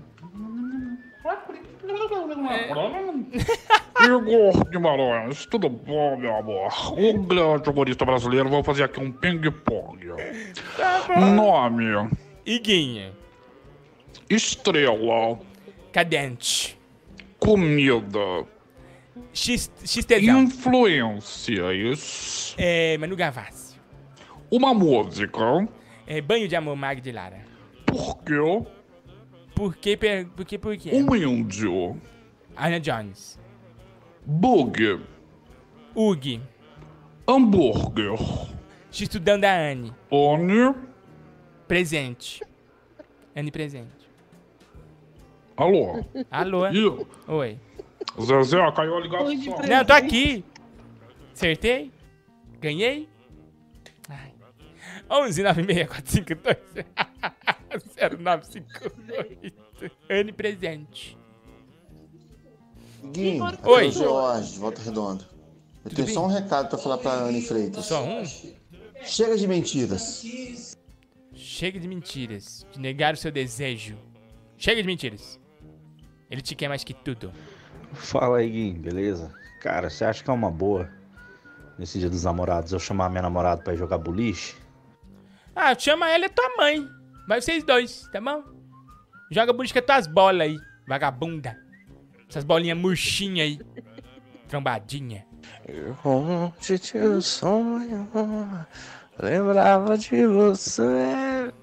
Igor Guimarães, tudo bom, meu amor? Um grande humorista brasileiro, vou fazer aqui um ping-pong. Nome: Iguinha. Estrela. Cadente. Comida. X, XTzão. Influências. É, Manu Gavassi. Uma música. É, Banho de Amor, Mag de Lara. Por quê? Por quê? Por quê? Por quê? Um índio. Ana Jones. Bug. Ug. Hambúrguer. X-Tudão da Anne. Anne. Presente. Anne presente. Alô? Alô? Ih. Oi. Zezé, caiu a ligação. Não, tô aqui. Acertei? Ganhei? Ai. onze nove seis quatro cinco dois zero nove cinco oito. Anne presente. Guinho, Oi. eu sou Jorge, de Volta Redonda. Eu Tudo tenho bem? só um recado pra falar pra Anne Freitas. Só um? Chega de mentiras. Chega de mentiras. De negar o seu desejo. Chega de mentiras. Ele te quer mais que tudo. Fala aí, Guinho, beleza? Cara, você acha que é uma boa, nesse dia dos namorados, eu chamar minha namorada pra ir jogar boliche? Ah, chama ela e tua mãe. Vai vocês dois, tá bom? Joga boliche com as tuas bolas aí, vagabunda. Essas bolinhas murchinhas aí. Trombadinha. Onde teu sonho lembrava de você.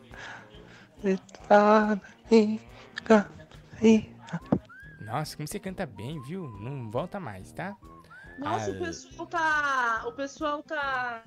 Nossa, como você canta bem, viu? Não volta mais, tá? Nossa, Ah, o pessoal tá. O pessoal tá.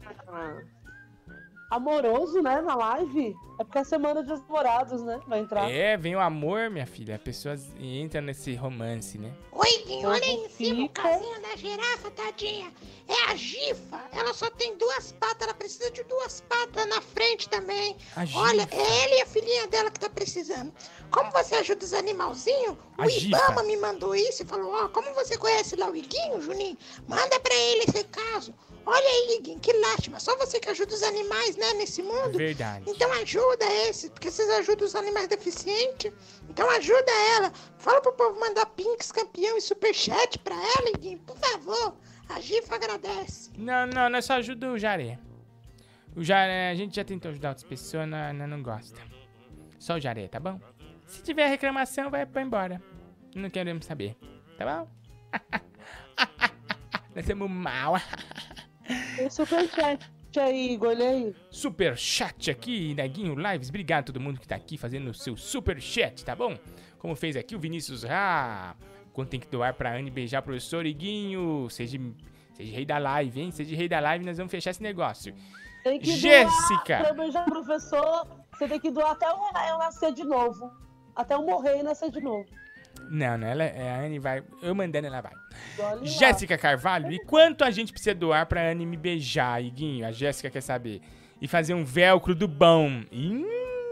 Amoroso, né? Na live. É porque é a semana dos namorados, né? Vai entrar. É, vem o amor, minha filha. As pessoas entram nesse romance, né? Oi, Guinho, olha aí em cima o casinho da girafa, tadinha. É a Gifa. Ela só tem duas patas, ela precisa de duas patas na frente também. A Olha, Gifa. é ela e a filhinha dela que tá precisando. Como você ajuda os animalzinhos? O A Gifa. Ibama me mandou isso e falou, ó, como você conhece lá o Iguinho, Juninho? Manda pra ele esse caso. Olha aí, Iguinho, que lástima. Só você que ajuda os animais, né, nesse mundo. Verdade. Então ajuda esse, porque vocês ajudam os animais deficientes. Então ajuda ela. Fala pro povo mandar pinks, campeão e superchat pra ela, Iguinho, por favor. A Gifa agradece. Não, não, nós só ajuda o Jaré. O Jaré, a gente já tentou ajudar outras pessoas, não, não, não gosta. Só o Jaré, tá bom? Se tiver reclamação, vai pra embora. Não queremos saber, tá bom? Nós somos mal. Tem superchat aí, Igor, olha aí. Super chat aqui, Neguinho Lives. Obrigado a todo mundo que tá aqui fazendo o seu super chat, tá bom? Como fez aqui o Vinícius Rá. Quanto tem que doar pra Anne beijar o professor Iguinho. Seja, seja rei da live, hein? Seja rei da live, nós vamos fechar esse negócio. Tem que Jéssica. doar pra beijar o professor. Você tem que doar até eu, eu nascer de novo. Até eu morrer e nascer de novo. Não, não, ela, a Anne vai. Eu mandando, ela vai. Olha lá. Jéssica Carvalho, e quanto a gente precisa doar pra Anne me beijar, Iguinho? A Jéssica quer saber. E fazer um velcro do bom. Hum.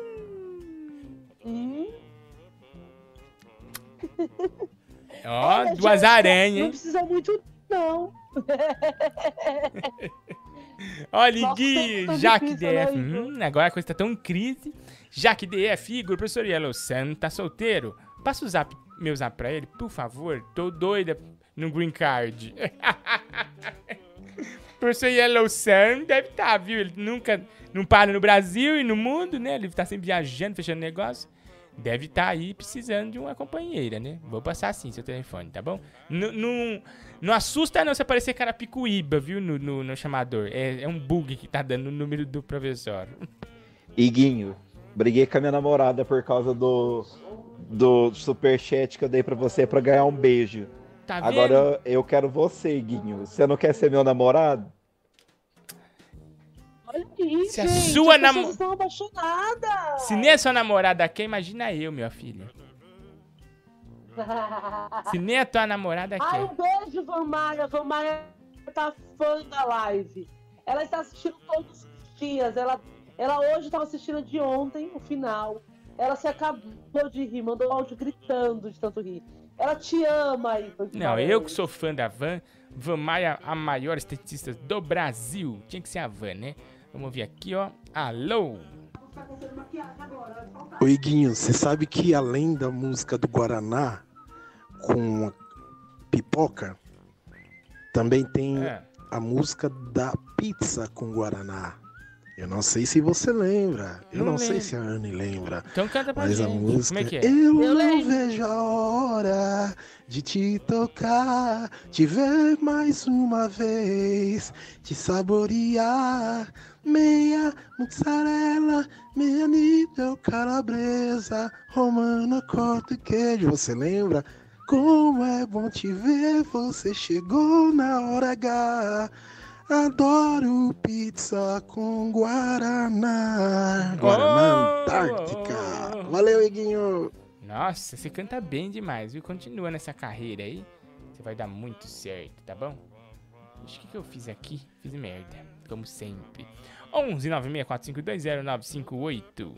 Hum. Ó, Olha, duas Jéssica, aranhas, Não hein? precisa muito, não. Olha, Nossa, Iguinho, tá Jaque difícil, D F. né, Igor? Hum, agora a coisa tá tão crise. Jaque D F, Igor, professor Yellow Sun, tá solteiro? Passa o zap, meu zap pra ele, por favor. Tô doida no green card. Professor Yellow Sun deve estar, tá, viu? Ele nunca, não para no Brasil e no mundo, né? Ele tá sempre viajando, fechando negócio. Deve estar tá aí precisando de uma companheira, né? Vou passar assim seu telefone, tá bom? Não, não, não assusta não se aparecer Carapicuíba, viu? No, no, no chamador. É, é um bug que tá dando o número do professor. Iguinho, briguei com a minha namorada por causa do, do superchat que eu dei pra você pra ganhar um beijo. Tá Agora eu quero você, Iguinho. Você não quer ser meu namorado? Olha isso, Se a gente, sua as nam- pessoas estão apaixonadas. Se nem a sua namorada quer, imagina eu, minha filha. Se nem a tua namorada Ai, quer. um beijo, Van Maia. Van Maia tá fã da live. Ela está assistindo todos os dias. Ela, ela hoje estava assistindo de ontem, o final. Ela se acabou de rir, mandou áudio gritando de tanto rir. Ela te ama aí. Não, eu que sou fã da Van. Van Maia, a maior esteticista do Brasil. Tinha que ser a Van, né? Vamos ver aqui, ó. Alô? Ô Iguinho, você sabe que além da música do Guaraná com a pipoca, também tem É. a música da pizza com Guaraná. Eu não sei se você lembra, eu Não não, sei lembro. se a Anne lembra, Então canta pra mas gente. a música Como é que é? Eu, Eu não lembro. vejo a hora de te tocar, te ver mais uma vez, te saborear. Meia mussarela, meia nível calabresa, romana, corta e queijo. Você lembra? Como é bom te ver, você chegou na hora H. Adoro pizza com Guaraná. Guaraná Oh, Antártica. oh, oh. Valeu, Iguinho. Nossa, você canta bem demais, viu? Continua nessa carreira aí. Você vai dar muito certo, tá bom? Ixi, o que, que eu fiz aqui? Fiz merda, como sempre. onze nove seis quatro cinco dois zero nove cinco oito.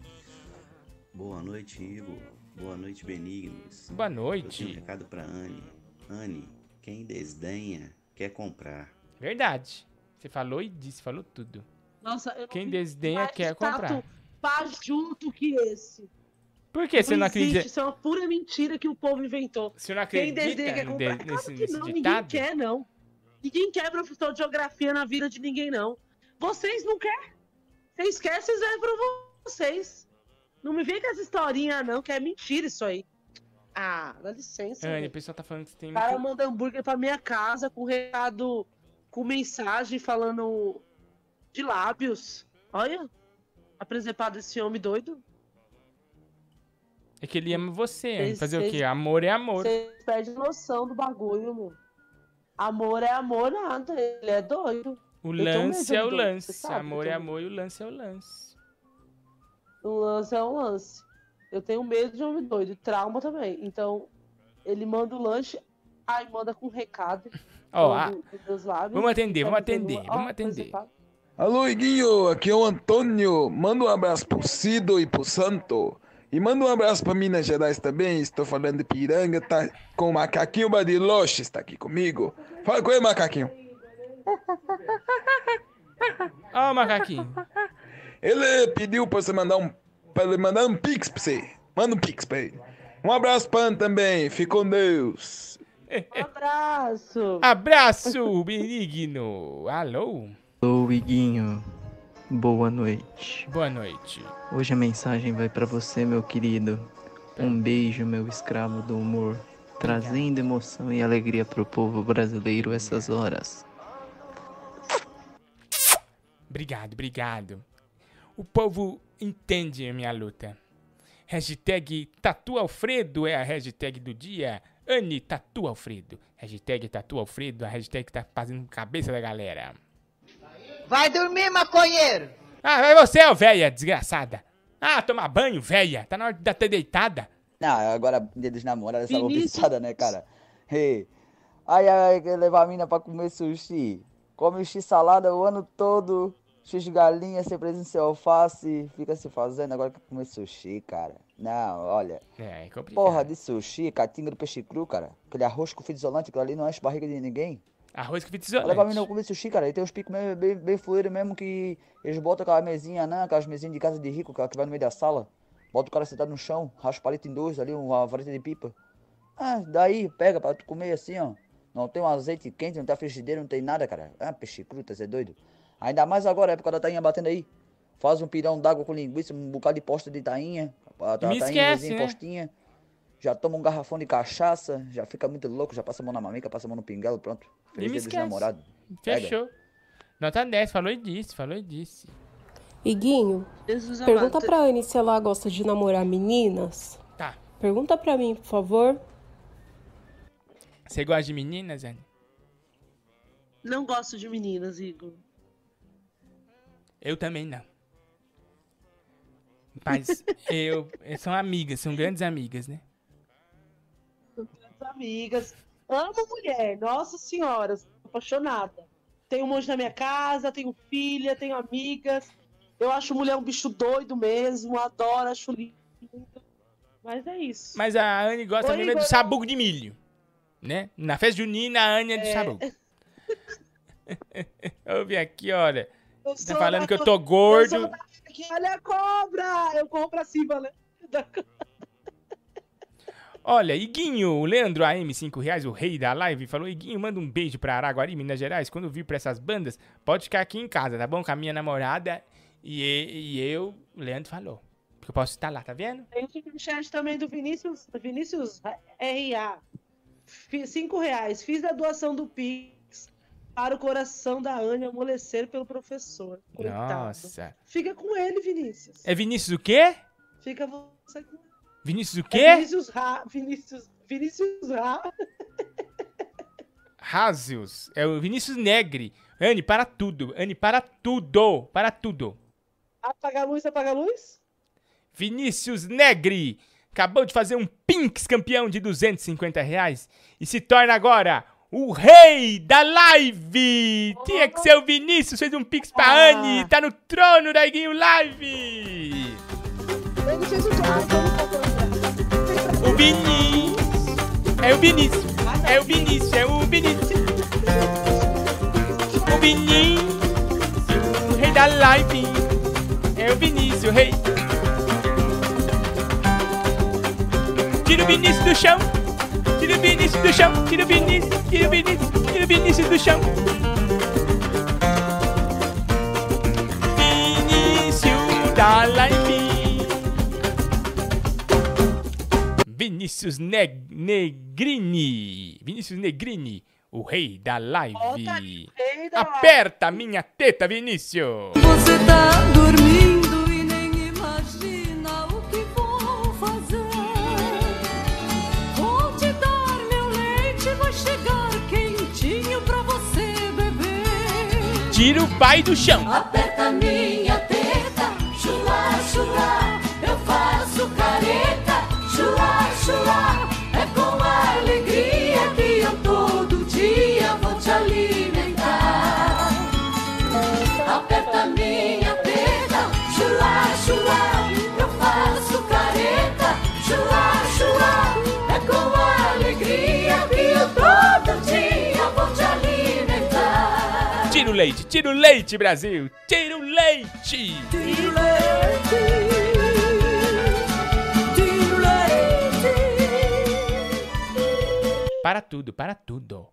Boa noite, Igor. Boa noite, Benignos. Boa noite. Eu tenho um recado pra Anne. Anne, quem desdenha quer comprar. Verdade. Você falou e disse, falou tudo. Nossa, eu não Quem vi desdenha mais quer tato comprar. fajuto que esse. Por que você não existe, acredita? Isso é uma pura mentira que o povo inventou. Você não Quem acredita desdenha quer no comprar? de- Claro nesse- que nesse não, ninguém ditado? quer, não. Ninguém quer professor de geografia na vida de ninguém, não. Vocês não querem. Vocês querem, vocês levam pra vocês. Não me vem com essa historinha, não, que é mentira isso aí. Ah, dá licença. Anne, o velho. pessoal tá falando que você tem O cara muito... manda hambúrguer pra minha casa com recado, com mensagem falando de lábios. Olha, a presepada desse homem doido. É que ele ama você, Anne. Vocês- Fazer o quê? vocês- Amor é amor. Vocês perdem noção do bagulho, meu. Amor é amor, nada. Ele é doido. O Eu tenho lance medo é o de doido, lance. você sabe, Amor eu é tenho amor e o lance é o lance. O lance é um lance. Eu tenho medo de homem doido. E trauma também. Então, ele manda o lanche, aí manda com recado. Ó, manda ah, com meus lábios, vamos atender, vamos tá dizendo, atender, ó, vamos atender. presepada. Alô, Iguinho, aqui é o Antônio. Manda um abraço pro Cido e pro Santo. E manda um abraço pra Minas Gerais também. Estou falando de Piranga, tá com o Macaquinho Bariloche, está aqui comigo. Fala com ele, Macaquinho. Ó o macaquinho. Ele pediu pra você mandar um, pra ele mandar um pix pra você. Manda um pix pra ele. Um abraço pra Ana também. Fica com Deus. Abraço. Abraço, Benigno. Alô? Alô, Iguinho. Boa noite. Boa noite. Hoje a mensagem vai pra você, meu querido. Um beijo, meu escravo do humor, trazendo emoção e alegria pro povo brasileiro essas horas. Obrigado, obrigado. O povo entende a minha luta. Hashtag Tatu Alfredo é a hashtag do dia. Anne Tatu Alfredo. Hashtag Tatu Alfredo, a hashtag que tá fazendo cabeça da galera. Vai dormir, maconheiro! Ah, vai você, ô véia, desgraçada. Ah, tomar banho, véia. Tá na hora de estar deitada. Não, agora, dia dos namorados, essa Vinícius. bobiçada, né, cara? Hey. Ai, ai, quer levar a mina pra comer sushi. Come x-salada o ano todo, x-galinha, sem presença sem alface, fica se fazendo, agora quer comer sushi, cara. Não, olha. É, é complicado. Porra de sushi, catinga do peixe cru, cara. Aquele arroz com fita isolante, aquilo ali não enche barriga de ninguém. Arroz com fita Olha pra mim isolante. não comer sushi, cara. E tem uns picos bem, bem, bem fluidos mesmo que eles botam aquela mesinha, né? Aquelas mesinhas de casa de rico, aquela que vai no meio da sala. Bota o cara sentado no chão, raspa o palito em dois ali, uma vareta de pipa. Ah, daí, pega pra tu comer assim, ó. Não tem um azeite quente, não tem frigideira, não tem nada, cara. Ah, peixe cru, tá, você é doido? Ainda mais agora, a época da tainha batendo aí. Faz um pirão d'água com linguiça, um bocado de posta de tainha. A, a Me tainha, esquece, mesinha, né? postinha. Já toma um garrafão de cachaça, já fica muito louco, já passa a mão na mamica, passa a mão no pinguelo, pronto. E me Feliz dia dos esquece. namorados. Pega. Fechou. Nota dez, falou e disse, falou e disse. Iguinho, Jesus pergunta amado. pra Anne se ela gosta de namorar meninas. Tá. Pergunta pra mim, por favor. Você gosta de meninas, Anne? Não gosto de meninas, Igor. Eu também não. Mas eu, são amigas, são grandes amigas, né? Minhas amigas. Amo mulher, nossa senhora, sou apaixonada. Tenho um monte na minha casa, tenho filha, tenho amigas. Eu acho mulher um bicho doido mesmo, adoro, acho lindo. Mas é isso. Mas a Anne gosta Oi, mesmo é do Igor. sabugo de milho, né? Na festa junina, a Anne é do É. sabugo. Ouve aqui, olha. Eu Tá sou falando da- que eu tô Eu gordo. sou da- que olha a cobra! Eu compro acima, né? Da- Olha, Iguinho, o Leandro A M, cinco reais, o rei da live, falou: Iguinho, manda um beijo pra Araguari, Minas Gerais. Quando vir pra essas bandas, pode ficar aqui em casa, tá bom? Com a minha namorada e, e eu, o Leandro falou. Porque eu posso estar lá, tá vendo? Tem o superchat também do Vinícius, Vinícius R A. Fi- Cinco reais. Fiz a doação do Pix para o coração da Anne amolecer pelo professor. Coitado. Nossa. Fica com ele, Vinícius. É Vinícius o quê? Fica você com ele. Vinícius o É quê? Vinícius Ra. Vinícius, Vinícius Ra. Razius. É o Vinícius Negri. Anne, para tudo. Anne, para tudo. Para tudo. Apaga a luz, apaga a luz. Vinícius Negri acabou de fazer um Pinks campeão de duzentos e cinquenta reais e se torna agora o rei da live. Tinha que ser o Vinícius, fez um Pix pra Ah. Anne, tá no trono da Iguinho Live. Ele fez o O Vinícius, é o Vinícius, é o Vinícius, é o Vinícius. O Vinícius, o rei da live, é o Vinícius, o rei. Tira o Vinícius do chão. Tira o Vinícius do chão. Tira o Vinícius. Tira o Vinícius. Tira o Vinícius do chão. Vinícius da live. Vinícius Ne- Negrini. Vinícius Negrini. O rei da live. Aperta minha teta, Vinícius. Você tá dormindo e nem imagina o que vou fazer. Vou te dar meu leite, vai chegar quentinho pra você beber. Tira o pai do chão. Aperta minha teta, chula, chula. Eu faço careta, chula, chula. É com alegria que eu todo dia vou te alimentar. Aperta minha teta, chula, chula. Eu faço careta, chula, chula. É com alegria que eu todo dia vou te alimentar. Tira o leite. Tira o leite, Brasil. Tira o leite. Tira o leite, tira o leite. Para tudo, para tudo.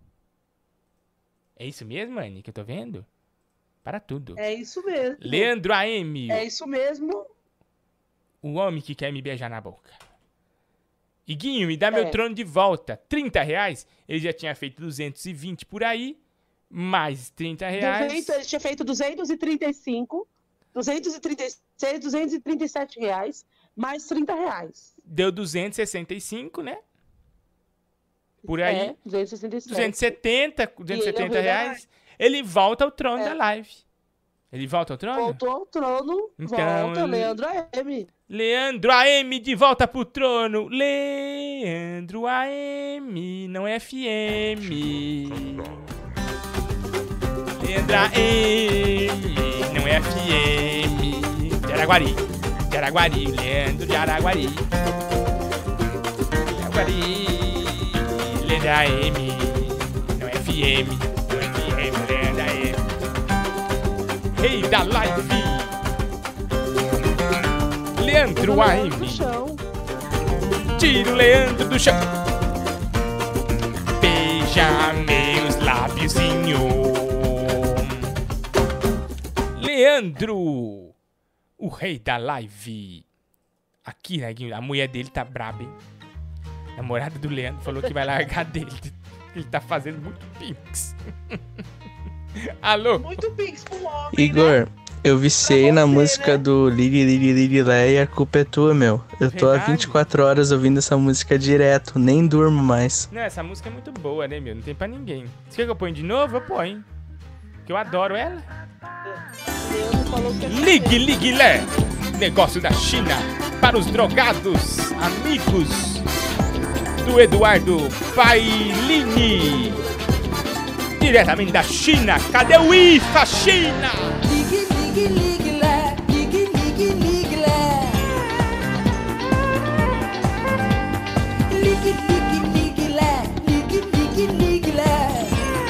É isso mesmo, Anne, que eu tô vendo? Para tudo. É isso mesmo. Leandro A M. É isso mesmo. O homem que quer me beijar na boca. Iguinho, me dá meu É. trono de volta. trinta reais. Ele já tinha feito duzentos e vinte por aí. Mais trinta reais. duzentos, ele tinha feito duzentos e trinta e cinco, duzentos e trinta e seis, duzentos e trinta e sete reais, mais trinta reais. Deu duzentos e sessenta e cinco, né? Por aí. É, duzentos e sessenta e sete. duzentos e setenta, duzentos e setenta E ele é o rei da reais. Ele volta ao trono É. da live. Ele volta ao trono? Voltou ao trono, Então, volta, ele- Leandro A M. Leandro A M de volta pro trono. Leandro A M, não é F M. Leandro A M, não é F M. De Araguari, de Araguari, Leandro de Araguari. De Araguari, Leandro A M, não é F M. Não é F M, Leandro A M. Rei da live. Leandro A M. Tira o Leandro do chão. Beija meus lábiozinho. Leandro, o rei da live. Aqui, né, Guinho? A mulher dele tá braba, hein? A namorada do Leandro falou que vai largar dele. Ele tá fazendo muito pix. Alô? Muito pix pro homem, Igor, Eu viciei na música do Ligue Ligue Ligue Lé e a culpa é tua, meu. Eu tô há vinte e quatro horas ouvindo essa música direto, nem durmo mais. Não, essa música é muito boa, né, meu? Não tem pra ninguém. Você quer que eu ponha de novo? Eu ponho. Que eu adoro ela. Ligue Ligue Lé. Negócio da China. Para os drogados, amigos do Eduardo Pailini. Diretamente da China. Cadê o I F A China? Ligue, ligue, ligue, lé. Ligue, ligue, ligue, lé. Ligue, ligue, ligue, lé. Ligue, ligue, ligue, lé.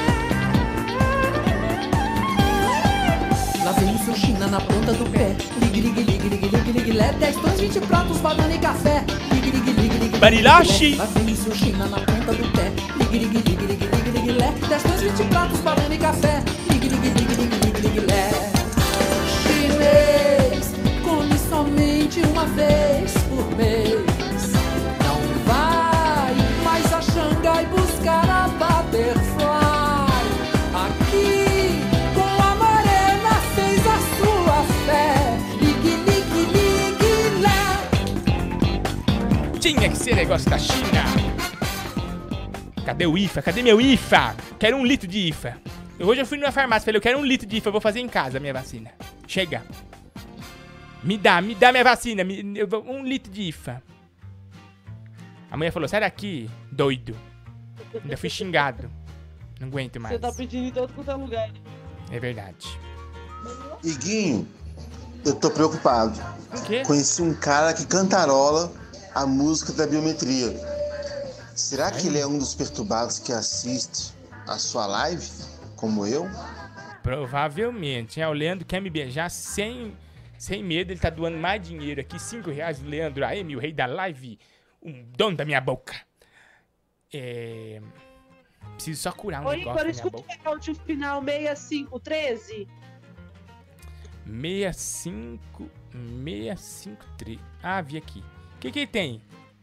Lá vem o seu China na ponta do pé. Ligue, ligue, ligue, ligue, ligue, ligue, lé. dez pães, vinte pratos, banana e café. Ligue, ligue, ligue, ligue, Bariloche. Lá vem o seu China na ponta do pé. Ligue, ligue, ligue, ligue, ligue, ligue, lé. dez pães, vinte pratos, banana e café. Ligue, ligue, ligue, ligue, ligue, ligue, lé. Chinês, come somente uma vez por mês. Não vai mais a Xangai buscar a Butterfly. Aqui, com a morena, fez a sua fé. Ligue, ligue, ligue, lé. Tinha que ser negócio da China. Cadê o I F A? Cadê meu I F A? Quero um litro de I F A. Hoje eu fui numa farmácia e falei, eu quero um litro de I F A, eu vou fazer em casa a minha vacina. Chega. Me dá, me dá minha vacina. Me, eu, vou- um litro de I F A. A mulher falou, sai daqui, doido. Ainda fui xingado. Não aguento mais. Você tá pedindo em todo quanto é lugar. É verdade. Iguinho, eu tô preocupado. Por quê? Conheci um cara que cantarola a música da biometria. Será que ele é um dos perturbados que assiste a sua live, como eu? Provavelmente. É, o Leandro quer me beijar sem, sem medo. Ele tá doando mais dinheiro aqui. Cinco reais. O Leandro A M, o rei da live. Um dono da minha boca. É... Preciso só curar um Oi, negócio Igor, na minha escuta boca. o áudio final sessenta e cinco treze. sessenta e cinco... sessenta e cinco... três. Ah, vi aqui. O que que tem?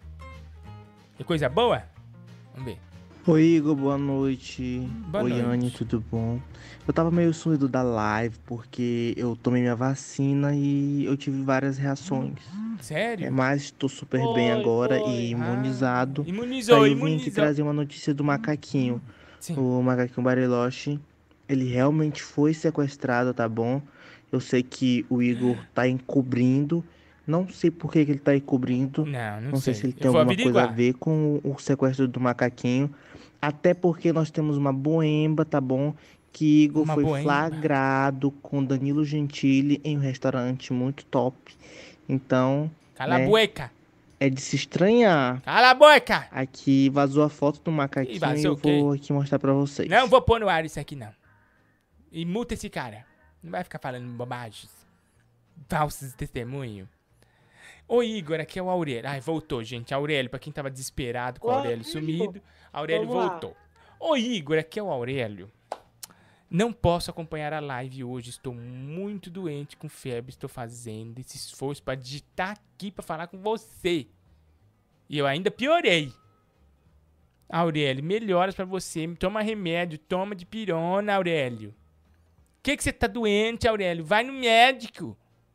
É coisa boa? Vamos ver. Oi, Igor, boa noite. Boa Oi, noite. Anne, tudo bom? Eu tava meio sumido da live porque eu tomei minha vacina e eu tive várias reações. Sério? É, mas tô super bem Foi, agora foi. e imunizado. Ah, imunizou, Aí eu vim aqui imunizou. trazer uma notícia do macaquinho. O macaquinho Bariloche, ele realmente foi sequestrado, tá bom? Eu sei que o Igor tá encobrindo. Não sei por que, que ele tá encobrindo. Não, não sei. sei. se ele Eu tem vou alguma coisa a averiguar. ver com o sequestro do macaquinho. Até porque nós temos uma boemba, tá bom? Que Igor Uma foi boemba? flagrado com Danilo Gentili em um restaurante muito top. Então. Cala a né, boca. É de se estranhar. Cala a boca. Aqui vazou a foto do macaquinho Ih, e vazou eu o quê? vou aqui mostrar pra vocês. Não vou pôr no ar isso aqui, não. E multa esse cara. Não vai ficar falando bobagens. Falsos testemunhos. Ô, Igor, aqui é o Aurélio. Ai, voltou, gente. Aurélio, pra quem tava desesperado com o Ô, Aurélio Igor. sumido. Aurélio Vamos lá. voltou. Ô, Igor, aqui é o Aurélio. Não posso acompanhar a live hoje. Estou muito doente, com febre. Estou fazendo esse esforço pra digitar aqui pra falar com você. E eu ainda piorei. Aurélio, melhoras pra você. Toma remédio, toma de pirona, Aurélio. Que que você tá doente, Aurélio? Vai no médico.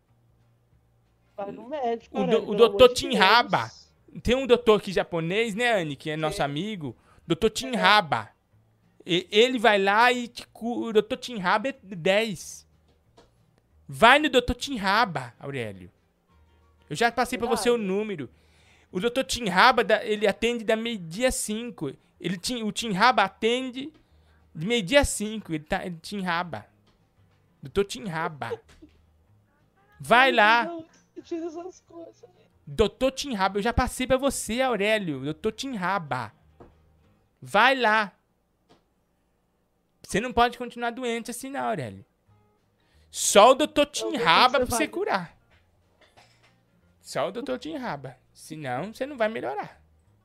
Vai no médico, O, Aurélio, do, o pelo doutor amor de Deus. Tinraba. Tem um doutor aqui japonês, né, Anne? Que é nosso amigo. doutor Tinraba. E- Ele vai lá e te cura. O doutor Tinraba é dez. Vai no doutor Tinraba, Aurélio. Eu já passei pra você o número. O doutor Tinraba, da- ele atende da meio-dia às cinco. Ele, tin- o Tinraba atende de meio-dia às cinco. Ele tá, ele Tinraba. doutor Tinraba. Vai lá. Tira essas coisas. doutor Tinraba, eu já passei pra você, Aurélio. doutor Tinraba. Vai lá. Você não pode continuar doente assim, não, Aurélio. Só o doutor Tinraba pra você curar. Só o doutor Tinraba. Senão, você não vai melhorar.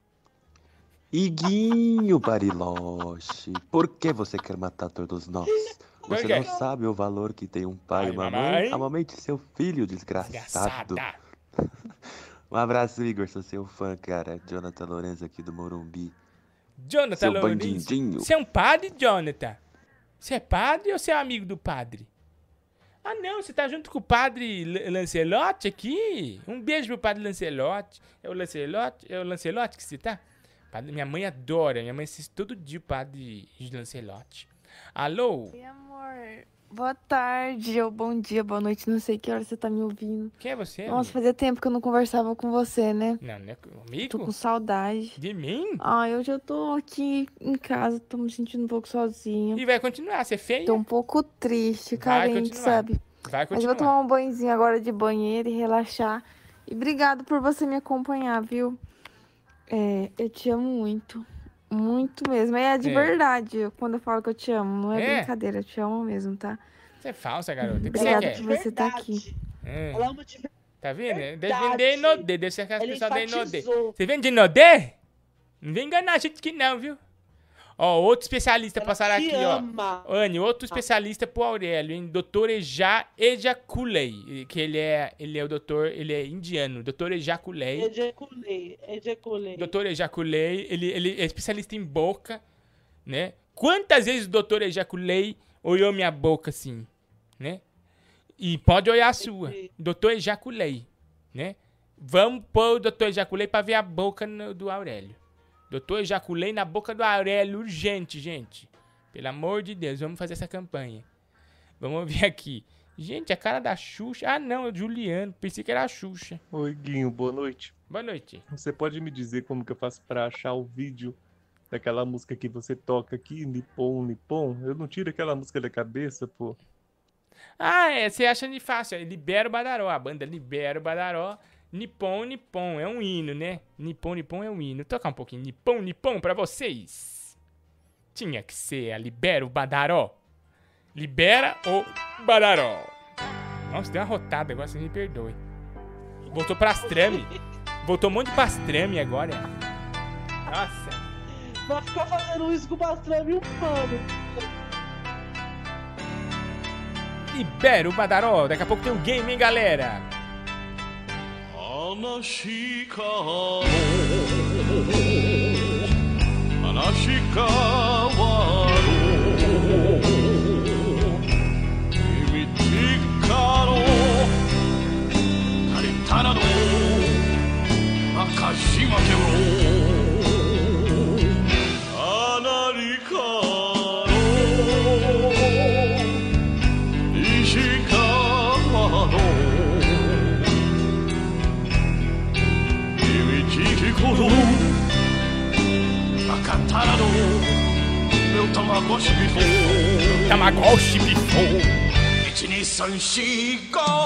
Iguinho Bariloche, por que você quer matar todos nós? Por Você quê? não sabe o valor que tem um pai e uma mamãe. mãe? Amamente seu filho, desgraçado. Um abraço, Igor, sou seu fã, cara. Jonathan Lourenço aqui do Morumbi. Jonathan Seu Lourenço. bandidinho. Você é um padre, Jonathan? Você é padre ou você é amigo do padre? Ah, não, você tá junto com o padre L- Lancelotti aqui? Um beijo pro padre Lancelotti. É o Lancelotti? É o Lancelotti que você tá? Padre- minha mãe adora, minha mãe assiste todo dia o padre Lancelotti. Alô? Oi, amor. Boa tarde, ou bom dia, boa noite, não sei que hora você tá me ouvindo. Quem é você? Nossa, amigo? fazia tempo que eu não conversava com você, né? Não, não é comigo? Tô com saudade. De mim? Ah, eu já tô aqui em casa, tô me sentindo um pouco sozinha. E vai continuar, você é feia? Tô um pouco triste, Vai carente, continuar. sabe? Vai Mas eu vou continuar. tomar um banhozinho agora de banheiro e relaxar. E obrigado por você me acompanhar, viu? É, eu te amo muito. Muito mesmo. É de É. verdade quando eu falo que eu te amo. Não é, É? brincadeira, eu te amo mesmo, tá? Você é falsa, garota. O que você Obrigada quer? por você estar aqui. É. Ela ama de Tá vendo? Deve verdade. vender Inodê, deve ser aquelas Ele pessoas da Inodê. enfatizou. Você vende Inodê? Não vem enganar a gente aqui não, viu? Ó, outro especialista passaram te aqui, ama. ó. Anny, outro especialista pro Aurélio, hein? doutor Eja Ejaculei. Que ele é, ele é o doutor, ele é indiano. doutor Ejaculei. Ejaculei, ejaculei. doutor Ejaculei, ele, ele é especialista em boca, né? Quantas vezes o doutor Ejaculei olhou minha boca assim, né? E pode olhar a sua. doutor Ejaculei, né? Vamos pôr o doutor Ejaculei pra ver a boca no- do Aurélio. doutor Ejaculei na boca do Aurélio, urgente, gente. Pelo amor de Deus, vamos fazer essa campanha. Vamos ver aqui. Gente, a cara da Xuxa. Ah, não, é o Juliano. Pensei que era a Xuxa. Oi, Guinho, boa noite. Boa noite. Você pode me dizer como que eu faço pra achar o vídeo daquela música que você toca aqui, Nippon, Nippon? Eu não tiro aquela música da cabeça, pô. Ah, é, você acha de fácil. É Libera o Badaró. A banda Libera o Badaró. Nippon, Nippon. É um hino, né? Nippon, Nippon é um hino. Vou tocar um pouquinho. Nippon, Nippon pra vocês. Tinha que ser a Libera o Badaró. Libera o Badaró. Nossa, deu uma rotada agora, você me perdoe. Voltou pastrame. Voltou um monte de pastrame agora. Nossa. Vai ficar fazendo isso com o pastrame humano. Libera o Badaró. Daqui a pouco tem o game, hein, galera? 話かの話かわろ君ちかのたりたなど赤島けろあなりかの石川の Acatarado, meu Tamagotchi bifou. Tamagotchi bifou. um, dois, três,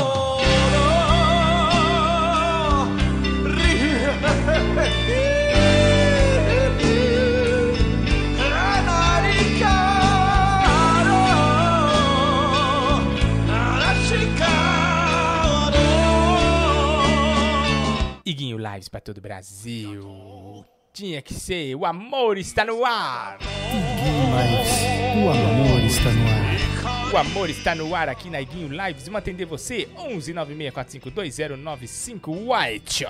Iguinho Lives pra todo o Brasil. Tinha que ser, o amor está no ar. Iguinho Lives, o amor está no ar. O amor está no ar aqui na Iguinho Lives. Vamos atender você, onze nove seis quatro cinco dois zero nove cinco White.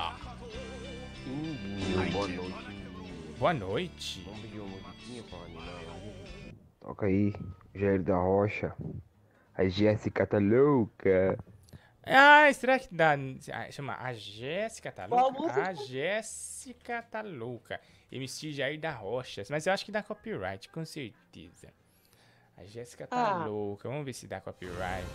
Boa noite. Boa noite. Vamos pedir uma musiquinha pra animar. Toca aí, Jair da Rocha. A Jéssica tá louca. Ah, será que dá... ah, chama A Jéssica tá Qual louca? música? A Jéssica tá louca. M C Jair da Rocha. Mas eu acho que dá copyright, com certeza. A Jéssica tá Ah. louca. Vamos ver se dá copyright.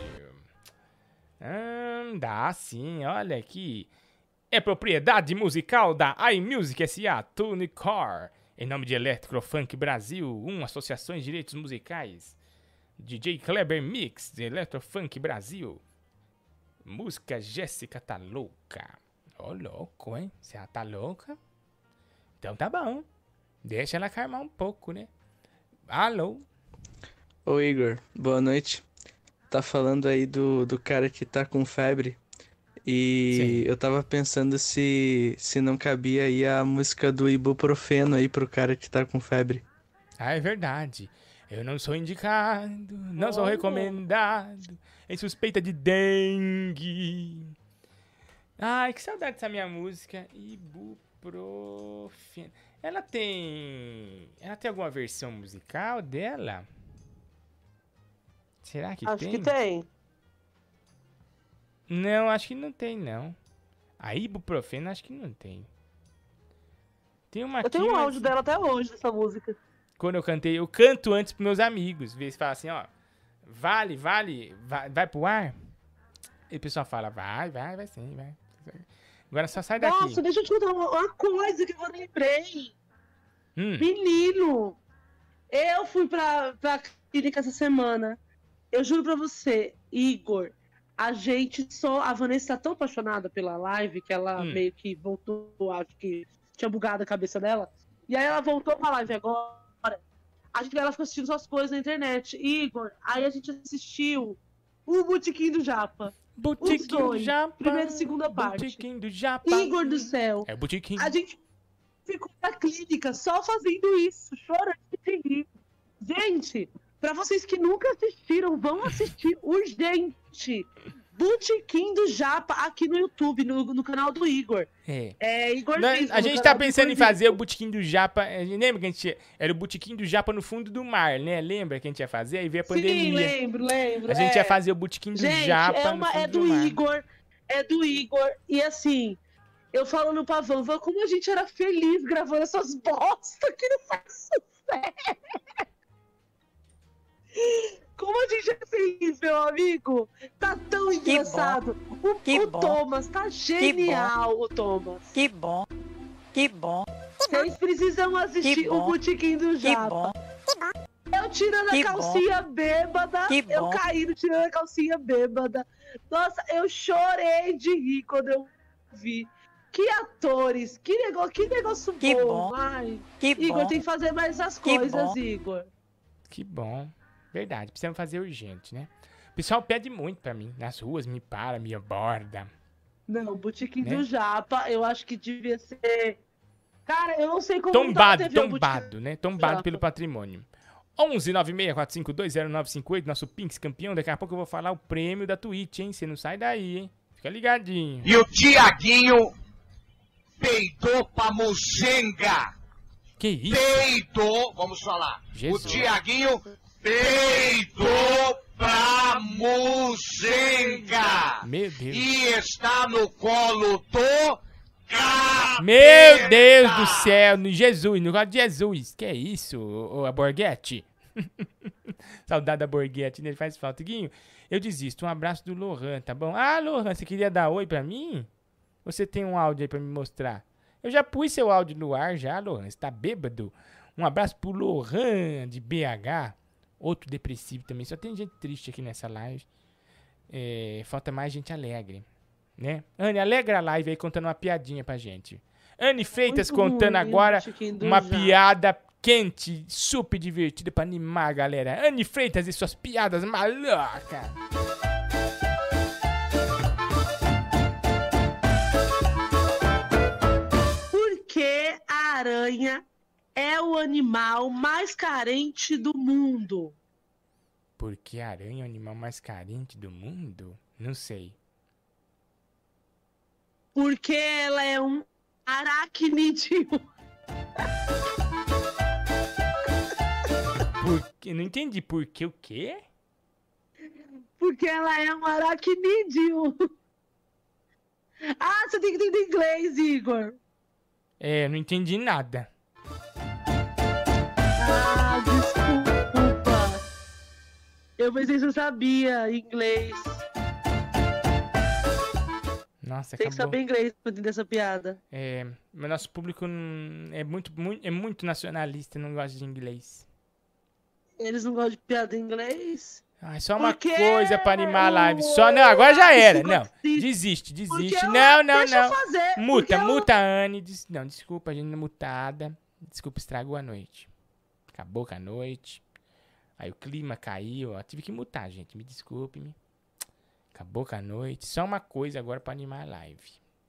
Hum, dá sim, olha aqui. É propriedade musical da iMusic S A TuneCore. Em nome de Electrofunk Brasil, uma associação de direitos musicais. D J Kleber Mix, de Electrofunk Brasil. Música Jéssica tá louca. Ô, louco, hein? Se ela tá louca, então tá bom. Deixa ela calmar um pouco, né? Alô? Ô Igor, boa noite. Tá falando aí do, do cara que tá com febre. E eu tava pensando se, se não cabia aí a música do ibuprofeno aí pro cara que tá com febre. Ah, é verdade. Eu não sou indicado, não sou recomendado, em suspeita de dengue. Ai, que saudade dessa minha música. Ibuprofeno. Ela tem... Ela tem alguma versão musical dela? Será que Acho tem? que tem. Não, acho que não tem, não. A ibuprofeno, acho que não tem. Tem uma Eu aqui, tenho um mas- áudio dela até hoje, dessa música. Quando eu cantei, eu canto antes pros meus amigos. Vê se fala assim, ó. Vale, vale, vai, vai pro ar? E o pessoal fala, vai, vai, vai sim, vai. Agora só sai daqui. Nossa, deixa eu te contar uma, uma coisa que eu lembrei. Hum. Menino, eu fui pra, pra clínica essa semana. Eu juro pra você, Igor, a gente só... A Vanessa tá tão apaixonada pela live que ela Hum. meio que voltou, acho que tinha bugado a cabeça dela. E aí ela voltou pra live agora. A gente ela ficou assistindo suas coisas na internet. Igor, aí a gente assistiu o Botequim do Japa. Botequim Os dois, do Japa. Primeira e segunda parte. Botequim do Japa. Igor do céu. É o Botequim. A gente ficou na clínica só fazendo isso, chorando de rir. Gente, pra vocês que nunca assistiram, vão assistir urgente. Botequim do Japa aqui no YouTube, no, no canal do Igor. É. É, Igor Nós- Disco, a no gente canal tá do pensando em Igor fazer o Botequim do Japa. A gente lembra que a gente era o Botequim do Japa no fundo do mar, né? Lembra que a gente ia fazer? Aí veio a pandemia. Sim, lembro, lembro. A gente é. ia fazer o Botequim do Gente, Japa é, no uma, fundo é do, do mar. Igor, é do Igor. E assim, eu falo no Pavão, Van, como a gente era feliz gravando essas bosta que não faz sucesso. Como a gente é feliz, meu amigo. Tá tão engraçado. O, o Thomas, tá genial, o Thomas. Que bom. Que bom. Vocês precisam assistir Que o bom. Botequim do Que Japa. bom. Eu tirando Que a bom. calcinha bêbada, Que eu bom. caindo tirando a calcinha bêbada. Nossa, eu chorei de rir quando eu vi. Que atores, que negócio, que negócio Que bom. bom. Ai, Que Igor, bom. tem que fazer mais as Que coisas, bom. Igor. Que bom. Verdade, precisamos fazer urgente, né? O pessoal pede muito pra mim. Nas ruas, me para, me aborda. Não, o Botequim Né? do Japa, eu acho que devia ser... Cara, eu não sei como... não tá na Tombado, T V o tombado, né? Tombado Japa. pelo patrimônio. onze nove seis quatro cinco dois zero nove cinco oito, nosso Pinks campeão. Daqui a pouco eu vou falar o prêmio da Twitch, hein? Você não sai daí, hein? Fica ligadinho. E o Tiaguinho peidou pra Muzenga. Que isso? Peidou, vamos falar. Jesus. O Tiaguinho peidou pra Muzenga. Meu Deus. E está no colo do capeta. Meu Deus do céu, no Jesus, no colo de Jesus. Que é isso, ô, ô, a Borghetti? Saudade da Borghetti, né? Ele faz falta. Guinho, eu desisto. Um abraço do Lohan, tá bom? Ah, Lohan, você queria dar oi pra mim? Você tem um áudio aí pra me mostrar? Eu já pus seu áudio no ar já, Lohan. Você tá bêbado? Um abraço pro Lohan, de B H. Outro depressivo também. Só tem gente triste aqui nessa live. É, falta mais gente alegre, né? Anne, alegra a live aí contando uma piadinha pra gente. Anne Freitas Muito contando ruim, agora Chiquinho do uma Japa. piada quente, super divertida pra animar a galera. Anne Freitas e suas piadas malocas. Por que a aranha é o animal mais carente do mundo? Porque a aranha é o animal mais carente do mundo? Não sei. Porque ela é um aracnídeo. Porque, não entendi. Por que o quê? Porque ela é um aracnídeo. Ah, você tem que entender inglês, Igor. É, não entendi nada. Ah, desculpa. Eu pensei que você sabia inglês. Nossa, Tem que acabou. saber inglês pra entender essa piada. É, mas nosso público não- é muito, muito, é muito nacionalista, não gosta de inglês. Eles não gostam de piada em inglês? Ah, só uma Porque coisa pra animar a live. Só não, agora já era. Não, desiste, desiste. Porque eu- Não, não, deixa eu não. fazer, Muta, porque eu- muta a Anne. Des- Não, desculpa, a gente é mutada. Desculpa, estragou a noite. Acabou com a noite. Aí o clima caiu, ó. Tive que mutar, gente. Me desculpe-me. Acabou com a noite. Só uma coisa agora pra animar a live.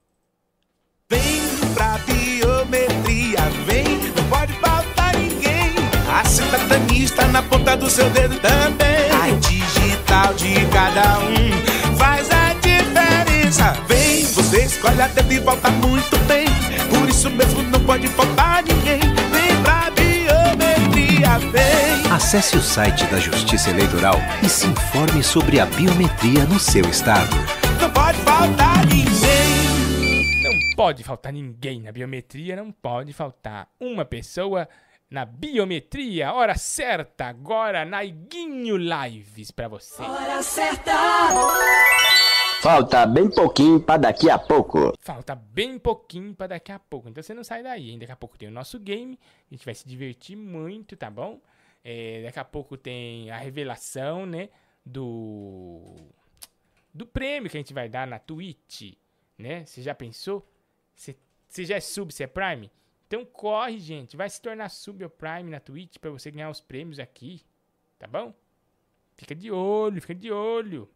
Vem pra biometria, vem, não pode faltar ninguém. A cidadania está na ponta do seu dedo também. A digital de cada um faz a diferença. Vem, você escolhe a dedo e volta muito bem. Por isso mesmo não pode faltar ninguém. Vem pra biometria, vem. Acesse o site da Justiça Eleitoral e se informe sobre a biometria no seu estado. Não pode faltar ninguém. Não pode faltar ninguém na biometria, não pode faltar uma pessoa na biometria. Hora certa, agora na Iguinho Lives pra você. Hora certa. Falta bem pouquinho pra daqui a pouco. Falta bem pouquinho pra daqui a pouco. Então você não sai daí, hein? Daqui a pouco tem o nosso game. A gente vai se divertir muito, tá bom? É, daqui a pouco tem a revelação, né? Do... Do prêmio que a gente vai dar na Twitch, né? Você já pensou? Você, você já é sub, você é Prime? Então corre, gente. Vai se tornar sub ou Prime na Twitch pra você ganhar os prêmios aqui. Tá bom? Fica de olho, fica de olho.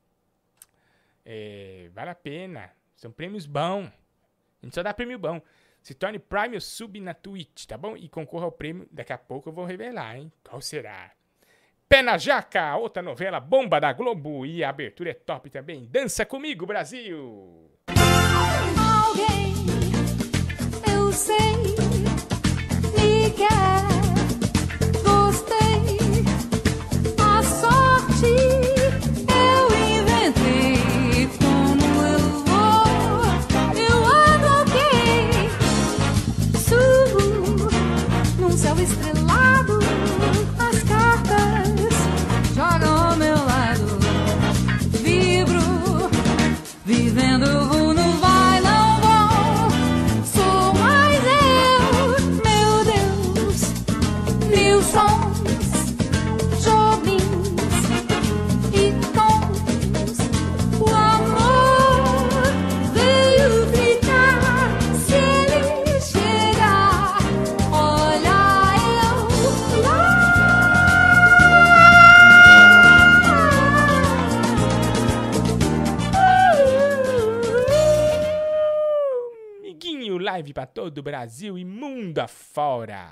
É, vale a pena. São prêmios bons. A gente só dá prêmio bom. Se torne Prime ou Sub na Twitch, tá bom? E concorra ao prêmio. Daqui a pouco eu vou revelar, hein? Qual será? Pé na Jaca, outra novela bomba da Globo. E a abertura é top também. Dança comigo, Brasil! Alguém, eu sei, me quer. Gostei, a sorte. Estrelado, as cartas jogam ao meu lado. Vibro, vivendo no vai, não vou. Sou mais eu, meu Deus. Mil sons, jovens e tons. O amor veio ficar. Se ele chegar, olha. Iguinho Live pra todo o Brasil e mundo afora.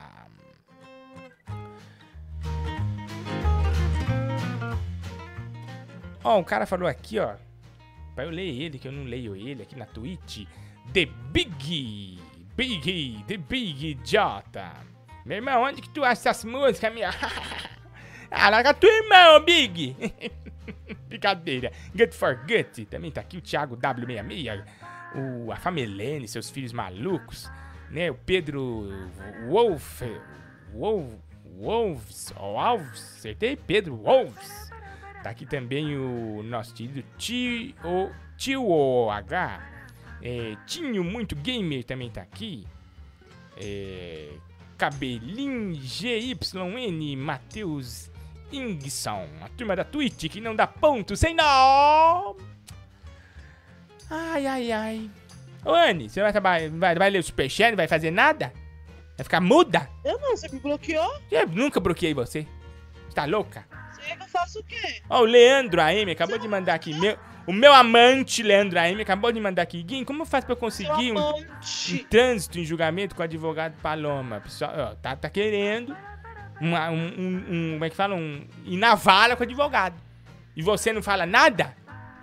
Ó, um cara falou aqui, ó, pra eu ler ele, que eu não leio ele aqui na Twitch. The Big, Big, The Big J. Meu irmão, onde que tu acha essas músicas, minha? Ah, larga tua irmã, Big. Brincadeira. Gut for Gut. Também tá aqui o Thiago W sessenta e seis. O, a Famelene, seus filhos malucos. Né? O Pedro Wolf. Wolf. Wolves. Wolves. Acertei? Pedro Wolves. Tá aqui também o nosso querido Tio, Tio H. É, Tinho Muito Gamer também tá aqui. É... Cabelinho G Y N Matheus Ingson, a turma da Twitch que não dá ponto sem nó. Ai, ai, ai. Ô, Anny, você vai, vai, vai, vai ler o Superchat? Não vai fazer nada? Vai ficar muda? Eu não, você me bloqueou? Eu nunca bloqueei você. Você tá louca? Você que eu faço o quê? Ó, o Leandro A M acabou de mandar aqui. Meu, o meu amante, Leandro A M, acabou de mandar aqui. Guim, como faz pra eu conseguir um, um trânsito em julgamento com o advogado Paloma? Pessoal, ó, tá, tá querendo uma, um, um, um, como é que fala? Um, ir na vala com o advogado. E você não fala nada?